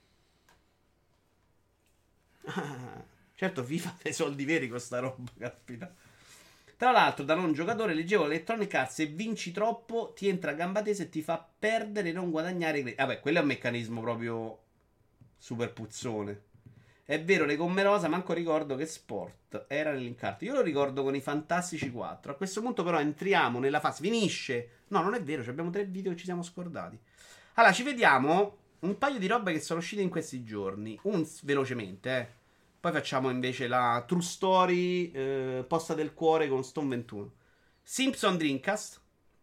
Certo, FIFA dei soldi veri con sta roba, caspita. Tra l'altro, da non giocatore, leggevo Electronic Arts, se vinci troppo ti entra a gamba tesa e ti fa perdere e non guadagnare. Vabbè, quello è un meccanismo proprio super puzzone. È vero, le gomme rosa, manco ricordo che sport era nell'incarto. Io lo ricordo con i Fantastici 4. A questo punto però entriamo nella fase. Finisce. No, non è vero, abbiamo 3 video che ci siamo scordati. Allora, ci vediamo un paio di robe che sono uscite in questi giorni. Velocemente, Poi facciamo invece la True Story posta del cuore con Stone 21. Simpson Dreamcast.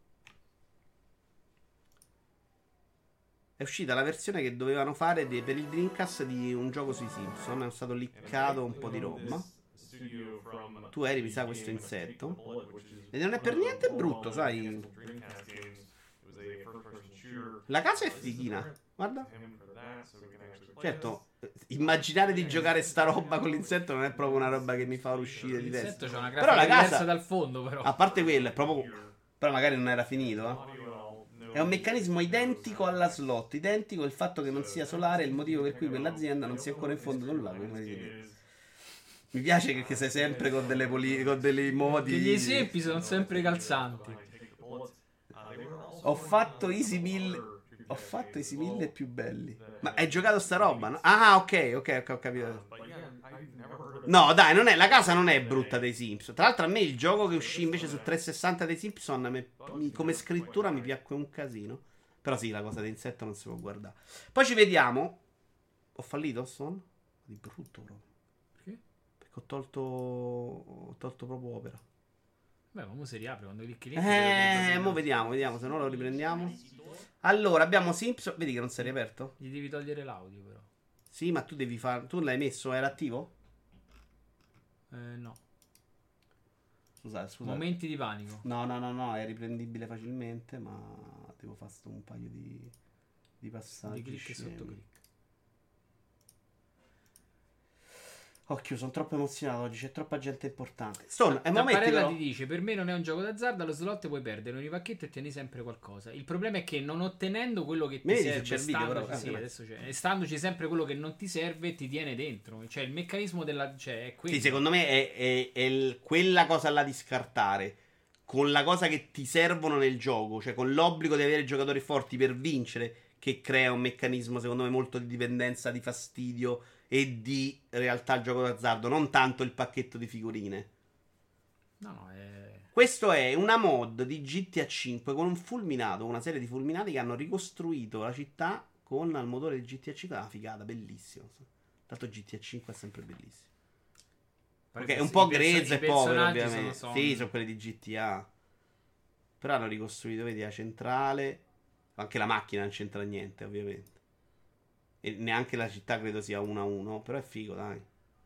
È uscita la versione che dovevano fare per il Dreamcast di un gioco sui Simpson. È stato liccato un po' di roba. Tu eri, mi sa, questo insetto. E non è per niente brutto, sai. La casa è fighina. Guarda. Certo, immaginare di giocare sta roba con l'insetto non è proprio una roba che mi fa uscire di testa. L'insetto c'ha una Però la grafica diversa casa, dal fondo, però. a parte quello, è proprio. Però magari non era finito, È un meccanismo identico alla slot, identico il fatto che non sia solare, è il motivo per cui quell'azienda non sia ancora in fondo ad un lago. Come dite. Mi piace che sei sempre con con dei modi. Che gli esempi sono sempre calzanti. Ho fatto Easy 1000. Ho fatto Easy 1000 più belli. Ma hai giocato sta roba? No? Ah, ok, ho capito. No, dai, non è, la casa non è brutta dei Simpson. Tra l'altro a me il gioco che uscì invece su 360 dei Simpson come scrittura mi piacque un casino. Però sì, la cosa dell'insetto non si può guardare. Poi ci vediamo. Ho fallito, Son? Di brutto proprio. Perché? Perché ho tolto proprio Opera. Beh, ma mo si riapre quando clicchi lì. Mo vediamo, se no lo riprendiamo. Allora, abbiamo Simpson. Vedi che non si è riaperto? Gli devi togliere l'audio, però. Sì, ma tu devi fare. Tu l'hai messo? Era attivo? No. Scusate. Momenti di panico. No, è riprendibile facilmente, ma devo fare un paio di passaggi. Di clic e scemi. sottoclic. Occhio, sono troppo emozionato oggi, c'è troppa gente importante. È momenti Tapparella però. ti dice: per me non è un gioco d'azzardo, allo slot puoi perdere ogni pacchetto e tieni sempre qualcosa. Il problema è che non ottenendo quello che ti Vedi se serve, c'è il video, però. sì, adesso c'è. E standoci sempre quello che non ti serve, ti tiene dentro. Cioè, il meccanismo della. Cioè, è quello. Sì, secondo me è quella cosa là di scartare con la cosa che ti servono nel gioco, cioè con l'obbligo di avere giocatori forti per vincere, che crea un meccanismo, secondo me, molto di dipendenza, di fastidio e di realtà gioco d'azzardo, non tanto il pacchetto di figurine. No, è. Questo è una mod di GTA 5 con un fulminato, una serie di fulminati che hanno ricostruito la città con il motore di GTA 5. Una figata, bellissimo. Tanto GTA 5 è sempre bellissimo. Ok, è un po' grezzo e povero, ovviamente. Sì, sono quelli di GTA. Però hanno ricostruito, vedi, la centrale. Anche la macchina non c'entra niente, ovviamente. E neanche la città credo sia 1-1. Però è figo, dai.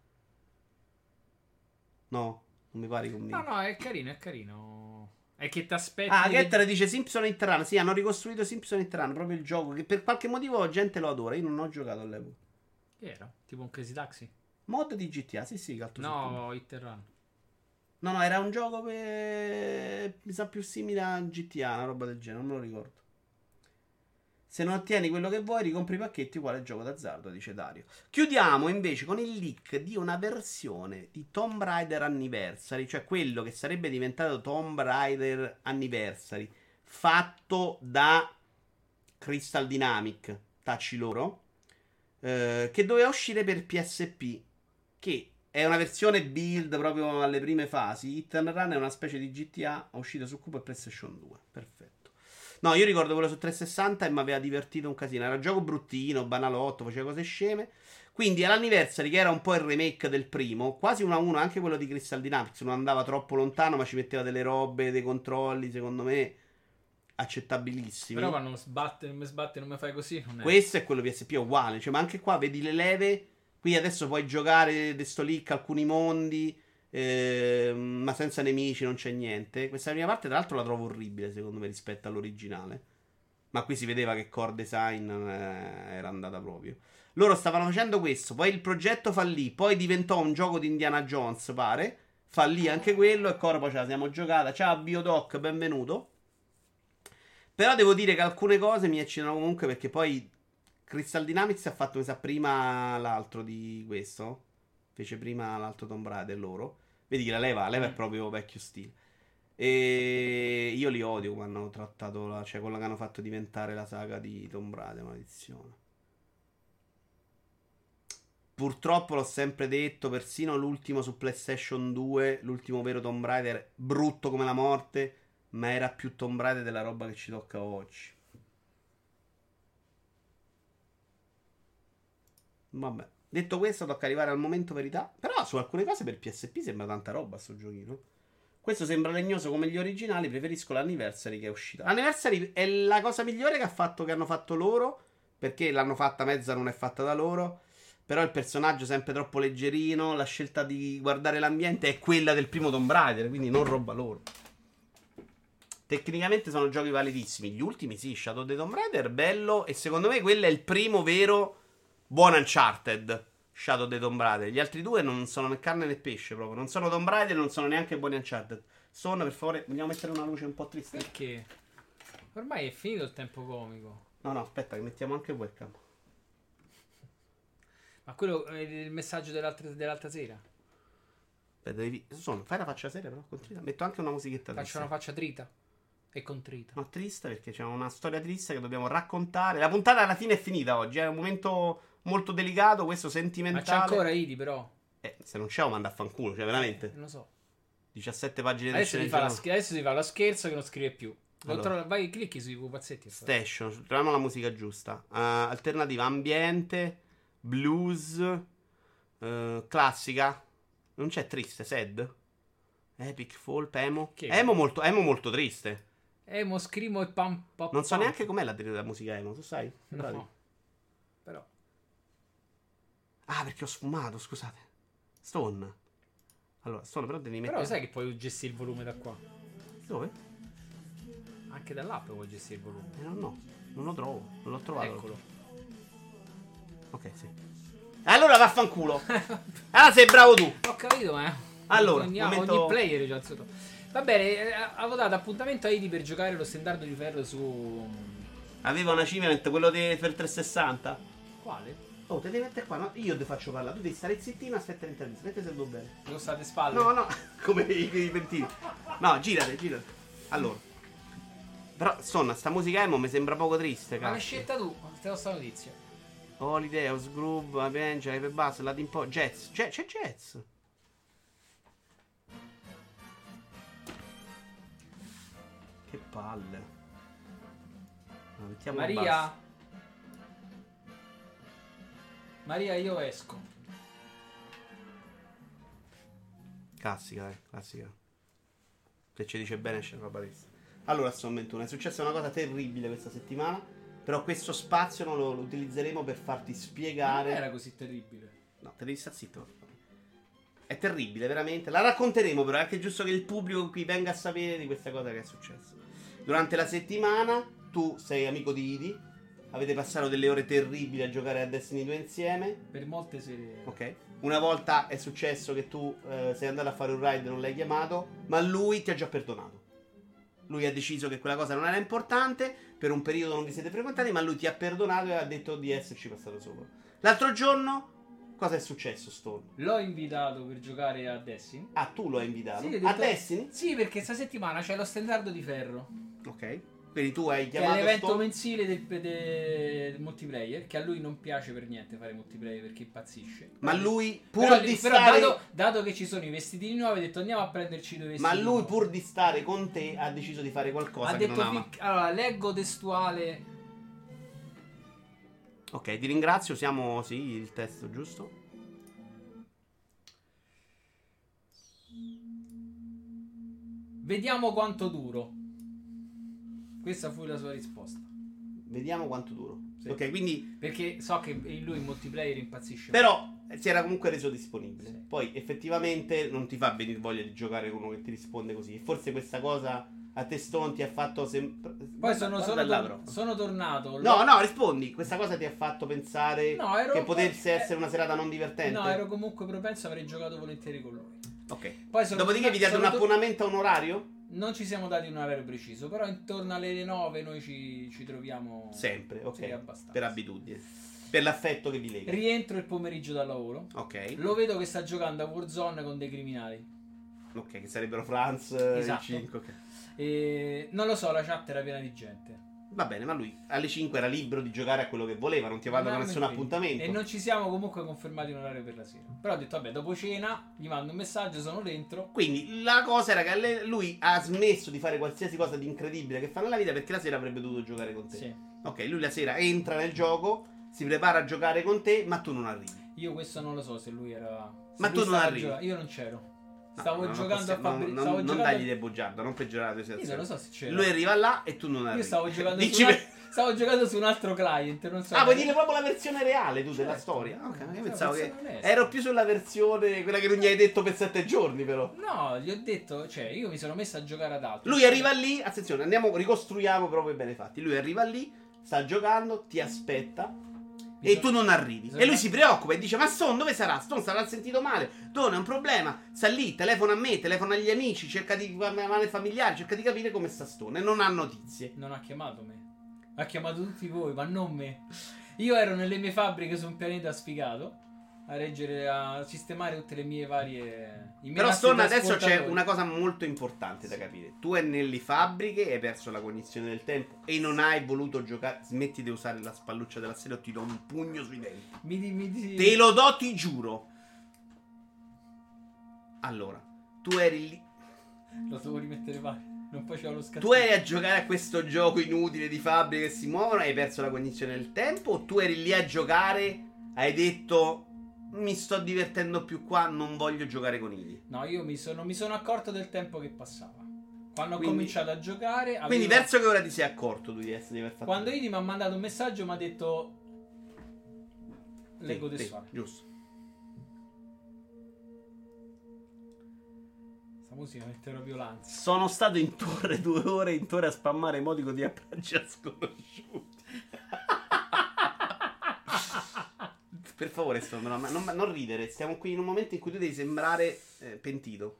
No, non mi pare convinto. No, è carino, è carino. È che ti aspetti. Ah, Getter dice Simpson in Terrano. Sì, hanno ricostruito Simpson in Terrano, proprio il gioco che per qualche motivo gente lo adora. Io non ho giocato all'epoca. Che era? Tipo un Crazy Taxi? Mod di GTA, sì, Calto No, Hit and Run. No, no, era un gioco mi sa più simile a GTA, una roba del genere, non me lo ricordo. Se non ottieni quello che vuoi, ricompri i pacchetti uguale al gioco d'azzardo, dice Dario. Chiudiamo invece con il leak di una versione di Tomb Raider Anniversary, cioè quello che sarebbe diventato Tomb Raider Anniversary, fatto da Crystal Dynamic, tacci loro, che doveva uscire per PSP, che è una versione build proprio alle prime fasi. Hit and Run è una specie di GTA, è uscito su Cubo e PlayStation 2, perfetto. No, io ricordo quello su 360 e mi aveva divertito un casino. Era un gioco bruttino, banalotto, faceva cose sceme. Quindi all'anniversary, che era un po' il remake del primo, quasi 1 a 1, anche quello di Crystal Dynamics non andava troppo lontano, ma ci metteva delle robe, dei controlli, secondo me, accettabilissimi. Però quando sbatte, non mi fai così, non è. Questo è quello PSP, è uguale. Cioè, ma anche qua vedi le leve. Qui adesso puoi giocare de sto leak alcuni mondi. Ma senza nemici, non c'è niente. Questa prima parte, tra l'altro, la trovo orribile, secondo me, rispetto all'originale. Ma qui si vedeva che core design era andata proprio. Loro stavano facendo questo, poi il progetto fallì, poi diventò un gioco di Indiana Jones, pare. Fallì anche quello e Core poi ce la siamo giocata. Ciao Biodoc, benvenuto. Però devo dire che alcune cose mi eccitano comunque perché poi Crystal Dynamics ha fatto, mi sa, prima l'altro di questo. Fece prima l'altro Tomb Raider loro. Vedi che la leva è proprio vecchio stile. E io li odio quando hanno trattato cioè quello che hanno fatto diventare la saga di Tomb Raider, maledizione. Purtroppo l'ho sempre detto, persino l'ultimo su PlayStation 2, l'ultimo vero Tomb Raider, brutto come la morte, ma era più Tomb Raider della roba che ci tocca oggi. Vabbè. Detto questo, tocca arrivare al momento verità. Però su alcune cose per PSP sembra tanta roba sto giochino. Questo sembra legnoso come gli originali. Preferisco l'Anniversary che è uscito. L'Anniversary è la cosa migliore che hanno fatto loro. Perché l'hanno fatta mezza, non è fatta da loro. Però il personaggio è sempre troppo leggerino. La scelta di guardare l'ambiente è quella del primo Tomb Raider. Quindi non roba loro. Tecnicamente sono giochi validissimi. Gli ultimi, sì, Shadow of the Tomb Raider, bello. E secondo me quello è il primo vero buon Uncharted. Shadow of the Tomb Raider. Gli altri due non sono né carne né pesce proprio. Non sono Tomb Raider, non sono neanche buoni Uncharted. Sono, per favore, vogliamo mettere una luce un po' triste? Perché? Ormai è finito il tempo comico. No, no, aspetta, che mettiamo anche il webcam. Ma quello è il messaggio dell'altra sera. Aspetta, fai la faccia seria, però continua. Metto anche una musichetta triste. Faccio una faccia trita e contrita. No, triste perché c'è una storia triste che dobbiamo raccontare. La puntata alla fine è finita oggi. È un momento molto delicato, questo sentimentale. Ma c'è ancora Idi, però. Se non c'è, lo manda a fanculo, cioè veramente. Non lo so. 17 pagine di Adesso si fa la scherzo che non scrive più. Allora. Vai, clicchi sui pupazzetti. Station, troviamo la musica giusta. Alternativa ambiente, blues, classica. Non c'è triste, sad. Epic, folk, emo. Che? Emo molto triste. Emo, scrimo e pam. Non so neanche com'è la musica emo, tu sai? No. Però. Ah, perché ho sfumato, scusate. Stone. Allora, Stone, però devi mettere. Però sai che puoi gestire il volume da qua. Dove? Anche dall'app puoi gestire il volume. Non lo trovo. Non l'ho trovato. Eccolo. Ok, sì. Allora vaffanculo. Ah, sei bravo tu. Ho capito, ma. Allora, ogni momento... player c'ha il suo. Va bene, avevo dato appuntamento a Idi per giocare lo stendardo di ferro su. Aveva un achievement, quello per 360. Quale? Oh, te devi mettere qua, no? Io ti faccio parlare. Tu devi stare zittino, aspetta l'intervista. Metti seduto bene. Devo stare alle spalle. No, come i pentini. No, girate. Allora. Però, Sonna, sta musica emo mi sembra poco triste, Ma l'hai cazzo. scelta tu, te lo sta notizia. Holiday, House Groove, Avenger, Hyper Bass, Latin Pop, Jazz. C'è Jazz. Che palle. No, mettiamo Maria. basso. Maria, io esco. Classica. Se ci dice bene c'è roba triste. Allora, Son 21, è successa una cosa terribile questa settimana. Però questo spazio non lo utilizzeremo per farti spiegare. Non era così terribile. No, te devi stare zitto. È terribile, veramente. La racconteremo, però è anche giusto che il pubblico qui venga a sapere di questa cosa che è successa. Durante la settimana, tu sei amico di Idi. avete passato delle ore terribili a giocare a Destiny 2 insieme. Per molte serie. Ok. Una volta è successo che tu sei andato a fare un raid e non l'hai chiamato, ma lui ti ha già perdonato. Lui ha deciso che quella cosa non era importante, per un periodo non vi siete frequentati, ma lui ti ha perdonato e ha detto di esserci passato sopra. L'altro giorno, cosa è successo, Stone? L'ho invitato per giocare a Destiny. Ah, tu lo hai invitato? Sì, ho A detto- Destiny? Sì, perché sta settimana c'è lo standard di ferro. Ok. Quindi tu hai Che è chiamato l'evento Stone? mensile del multiplayer. Che a lui non piace per niente fare multiplayer perché impazzisce. Ma lui, Però, pur di però stare... dato che ci sono i vestitini nuovi, ha detto andiamo a prenderci due vestiti. Ma lui, nuovi. pur di stare con te, ha deciso di fare qualcosa Ha che detto non ama. allora, leggo testuale. Ok, ti ringrazio, siamo... Sì, il testo giusto. Vediamo quanto duro. Questa fu la sua risposta. Vediamo quanto duro. Sì. Ok, quindi... Perché so che lui in multiplayer impazzisce. Però si era comunque reso disponibile. Sì. Poi effettivamente non ti fa venire voglia di giocare con uno che ti risponde così. E forse questa cosa a te Stone ti ha fatto sempre... Poi sono tornato. No, rispondi. Questa cosa ti ha fatto pensare No, ero che un po'- potesse essere una serata non divertente? No, ero comunque propenso, avrei giocato volentieri con lui. Ok. Poi sono Dopodiché vi date un sono abbonamento a un orario? Non ci siamo dati un orario preciso, però intorno alle 9 noi ci troviamo Sempre, ok. Sì, abbastanza. Per abitudine. Per l'affetto che vi lega. Rientro il pomeriggio dal lavoro. Ok. Lo vedo che sta giocando a Warzone con dei criminali. Ok, che sarebbero Franz Esatto. e 5. Ok. E non lo so, la chat era piena di gente. Va bene, ma lui alle 5 era libero di giocare a quello che voleva, non ti aveva dato nessun appuntamento. E non ci siamo comunque confermati un orario per la sera. Però ho detto, vabbè, dopo cena gli mando un messaggio, sono dentro. Quindi la cosa era che lui ha smesso di fare qualsiasi cosa di incredibile che fa nella vita perché la sera avrebbe dovuto giocare con te. Sì. Ok, lui la sera entra nel gioco, si prepara a giocare con te, ma tu non arrivi. Io questo non lo so se lui era... Ma tu non arrivi. Io non c'ero. No, Stavo giocando a Fabri... Non dagli del bugiardo, non peggiorare la Io situazione. non lo so se c'era. Lui arriva là e tu non arrivi. Io stavo giocando, Dici stavo giocando su un altro client. Non so Ah, vuoi dire proprio la versione reale tu della Certo. storia? Ok, io Una pensavo che versione onesta. ero più sulla versione, quella che non gli hai detto per 7 giorni, però. No, gli ho detto, cioè, io mi sono messo a giocare ad altro. Lui arriva lì, attenzione, ricostruiamo proprio i benefatti. Lui arriva lì, sta giocando, ti aspetta. E tu non arrivi. E lui si preoccupa e dice: ma Stone dove sarà? Stone sarà sentito male. Stone è un problema. Sta lì, telefona a me, telefona agli amici, cerca di chiamare i familiari, cerca di capire come sta Stone. E non ha notizie. Non ha chiamato me. Ha chiamato tutti voi, ma non me. Io ero nelle mie fabbriche su un pianeta sfigato. A sistemare tutte le mie varie. Però Stone adesso c'è una cosa molto importante da capire. Tu è nelle fabbriche, hai perso la cognizione del tempo e non hai voluto giocare. Smetti di usare la spalluccia della sedia o ti do un pugno sui denti. Te lo do, ti giuro. Allora, tu eri lì. Lo devo rimettere pari. Non facevo lo scattino. Tu eri a giocare a questo gioco inutile di fabbriche che si muovono, hai perso la cognizione del tempo, o tu eri lì a giocare, hai detto mi sto divertendo più qua, non voglio giocare con Idi. No, io mi sono accorto del tempo che passava. Quando ho Quindi- cominciato a giocare. Quindi verso che ora ti sei accorto tu di aver fatto? Quando Idi mi ha mandato un messaggio, mi ha detto. Leggo Sì, testuale. giusto. Sta musica mette proprio l'ansia. Sono stato in torre 2 ore in torre a spammare emoticon di appaggi a sconosciuti. Per favore, non ridere. Stiamo qui in un momento in cui tu devi sembrare pentito.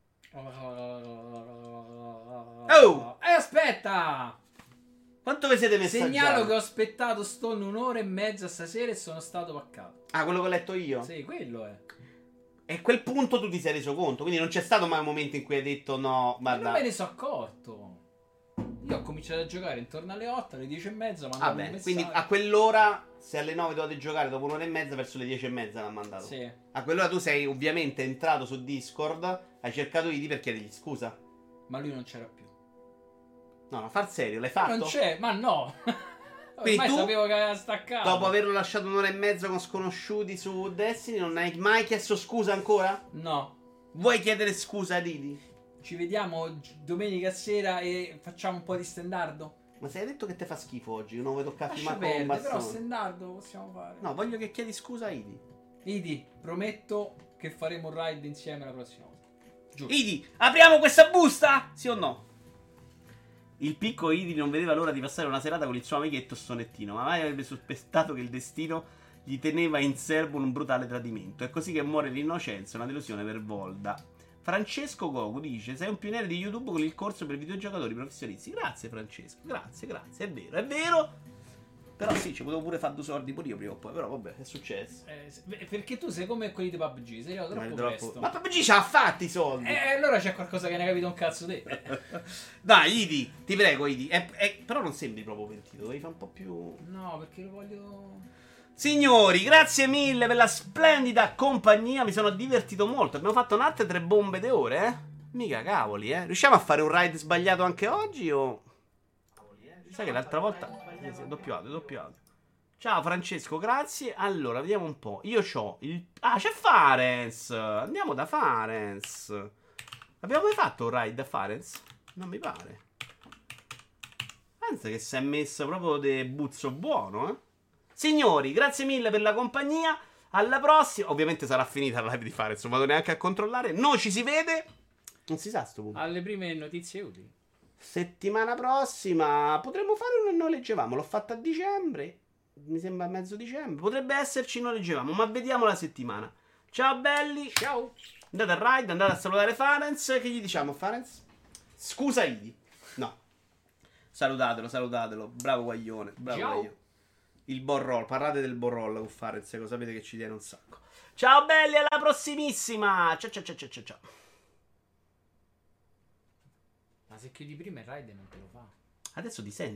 Oh! Aspetta! Quanto vi siete messi? Segnalo che ho aspettato Stone un'ora e mezza stasera e sono stato paccato. Ah, quello che ho letto io? Sì, quello è. E a quel punto tu ti sei reso conto. Quindi non c'è stato mai un momento in cui hai detto no, Ma non guarda. me ne sono accorto. Io ho cominciato a giocare intorno alle 8, alle 10 e mezza. Ah, bene. Quindi a quell'ora, se alle 9 dovete giocare, dopo un'ora e mezza, verso le 10 e mezza l'ha mandato. Sì. A quell'ora tu sei ovviamente entrato su Discord, hai cercato Idi per chiedergli scusa. Ma lui non c'era più. No, far serio, l'hai fatto? Non c'è, ma no. Quindi Ormai tu, sapevo che aveva staccato. dopo averlo lasciato un'ora e mezza con sconosciuti su Destiny, non hai mai chiesto scusa ancora? No. Vuoi chiedere scusa a Didi? Ci vediamo domenica sera e facciamo un po' di stendardo. Ma se hai detto che te fa schifo oggi, non vuoi toccarti Lascia manco con un perdere, però bastone. stendardo possiamo fare. No, voglio che chiedi scusa a Idi. Idi, prometto che faremo un ride insieme la prossima volta. Giuro. Idi, apriamo questa busta? Sì o no? Il piccolo Idi non vedeva l'ora di passare una serata con il suo amichetto Sonettino, ma mai avrebbe sospettato che il destino gli teneva in serbo un brutale tradimento. È così che muore l'innocenza, una delusione per Volda. Francesco Goku dice: sei un pioniere di YouTube con il corso per videogiocatori professionisti. Grazie Francesco, grazie, è vero, è vero. Però sì, ci potevo pure fare due soldi pure io prima o poi. Però vabbè, è successo. Perché tu sei come quelli di PUBG, sei arrivato troppo presto. Ma PUBG ci ha fatti i soldi. Allora c'è qualcosa che ne hai capito un cazzo te. Dai, Idi, ti prego, Idi. Però non sembri proprio pentito, devi fare un po' più. No, perché lo voglio. Signori, grazie mille per la splendida compagnia. Mi sono divertito molto. Abbiamo fatto un'altra 3 bombe de ore, eh? Mica cavoli, eh? Riusciamo a fare un ride sbagliato anche oggi o. Sai che l'altra volta. Sì, doppiato. Ciao Francesco, grazie. Allora, vediamo un po'. Io c'ho il. Ah, c'è Farenz. Andiamo da Farenz. Abbiamo mai fatto un ride da Farenz? Non mi pare. Pensa che si è messo proprio de buzzo buono, eh? Signori, grazie mille per la compagnia. Alla prossima. Ovviamente sarà finita la live di Farenz. Non vado neanche a controllare. Noi ci si vede. Non si sa sto punto. Alle prime notizie utili. Settimana prossima potremmo fare un noi leggevamo. L'ho fatta a dicembre. Mi sembra a mezzo dicembre. Potrebbe esserci noi leggevamo. Ma vediamo la settimana. Ciao belli. Ciao. Andate al ride. Andate a salutare Farenz. Che gli diciamo Farenz? Scusa Idi. No. Salutatelo. Bravo guaglione. Bravo Ciao. guaglione. Il borroll. Parlate del borroll con Farenz. Lo sapete che ci tiene un sacco. Ciao belli. Alla prossimissima. Ciao. Ma se chiudi prima il ride non te lo fa. Adesso ti senti.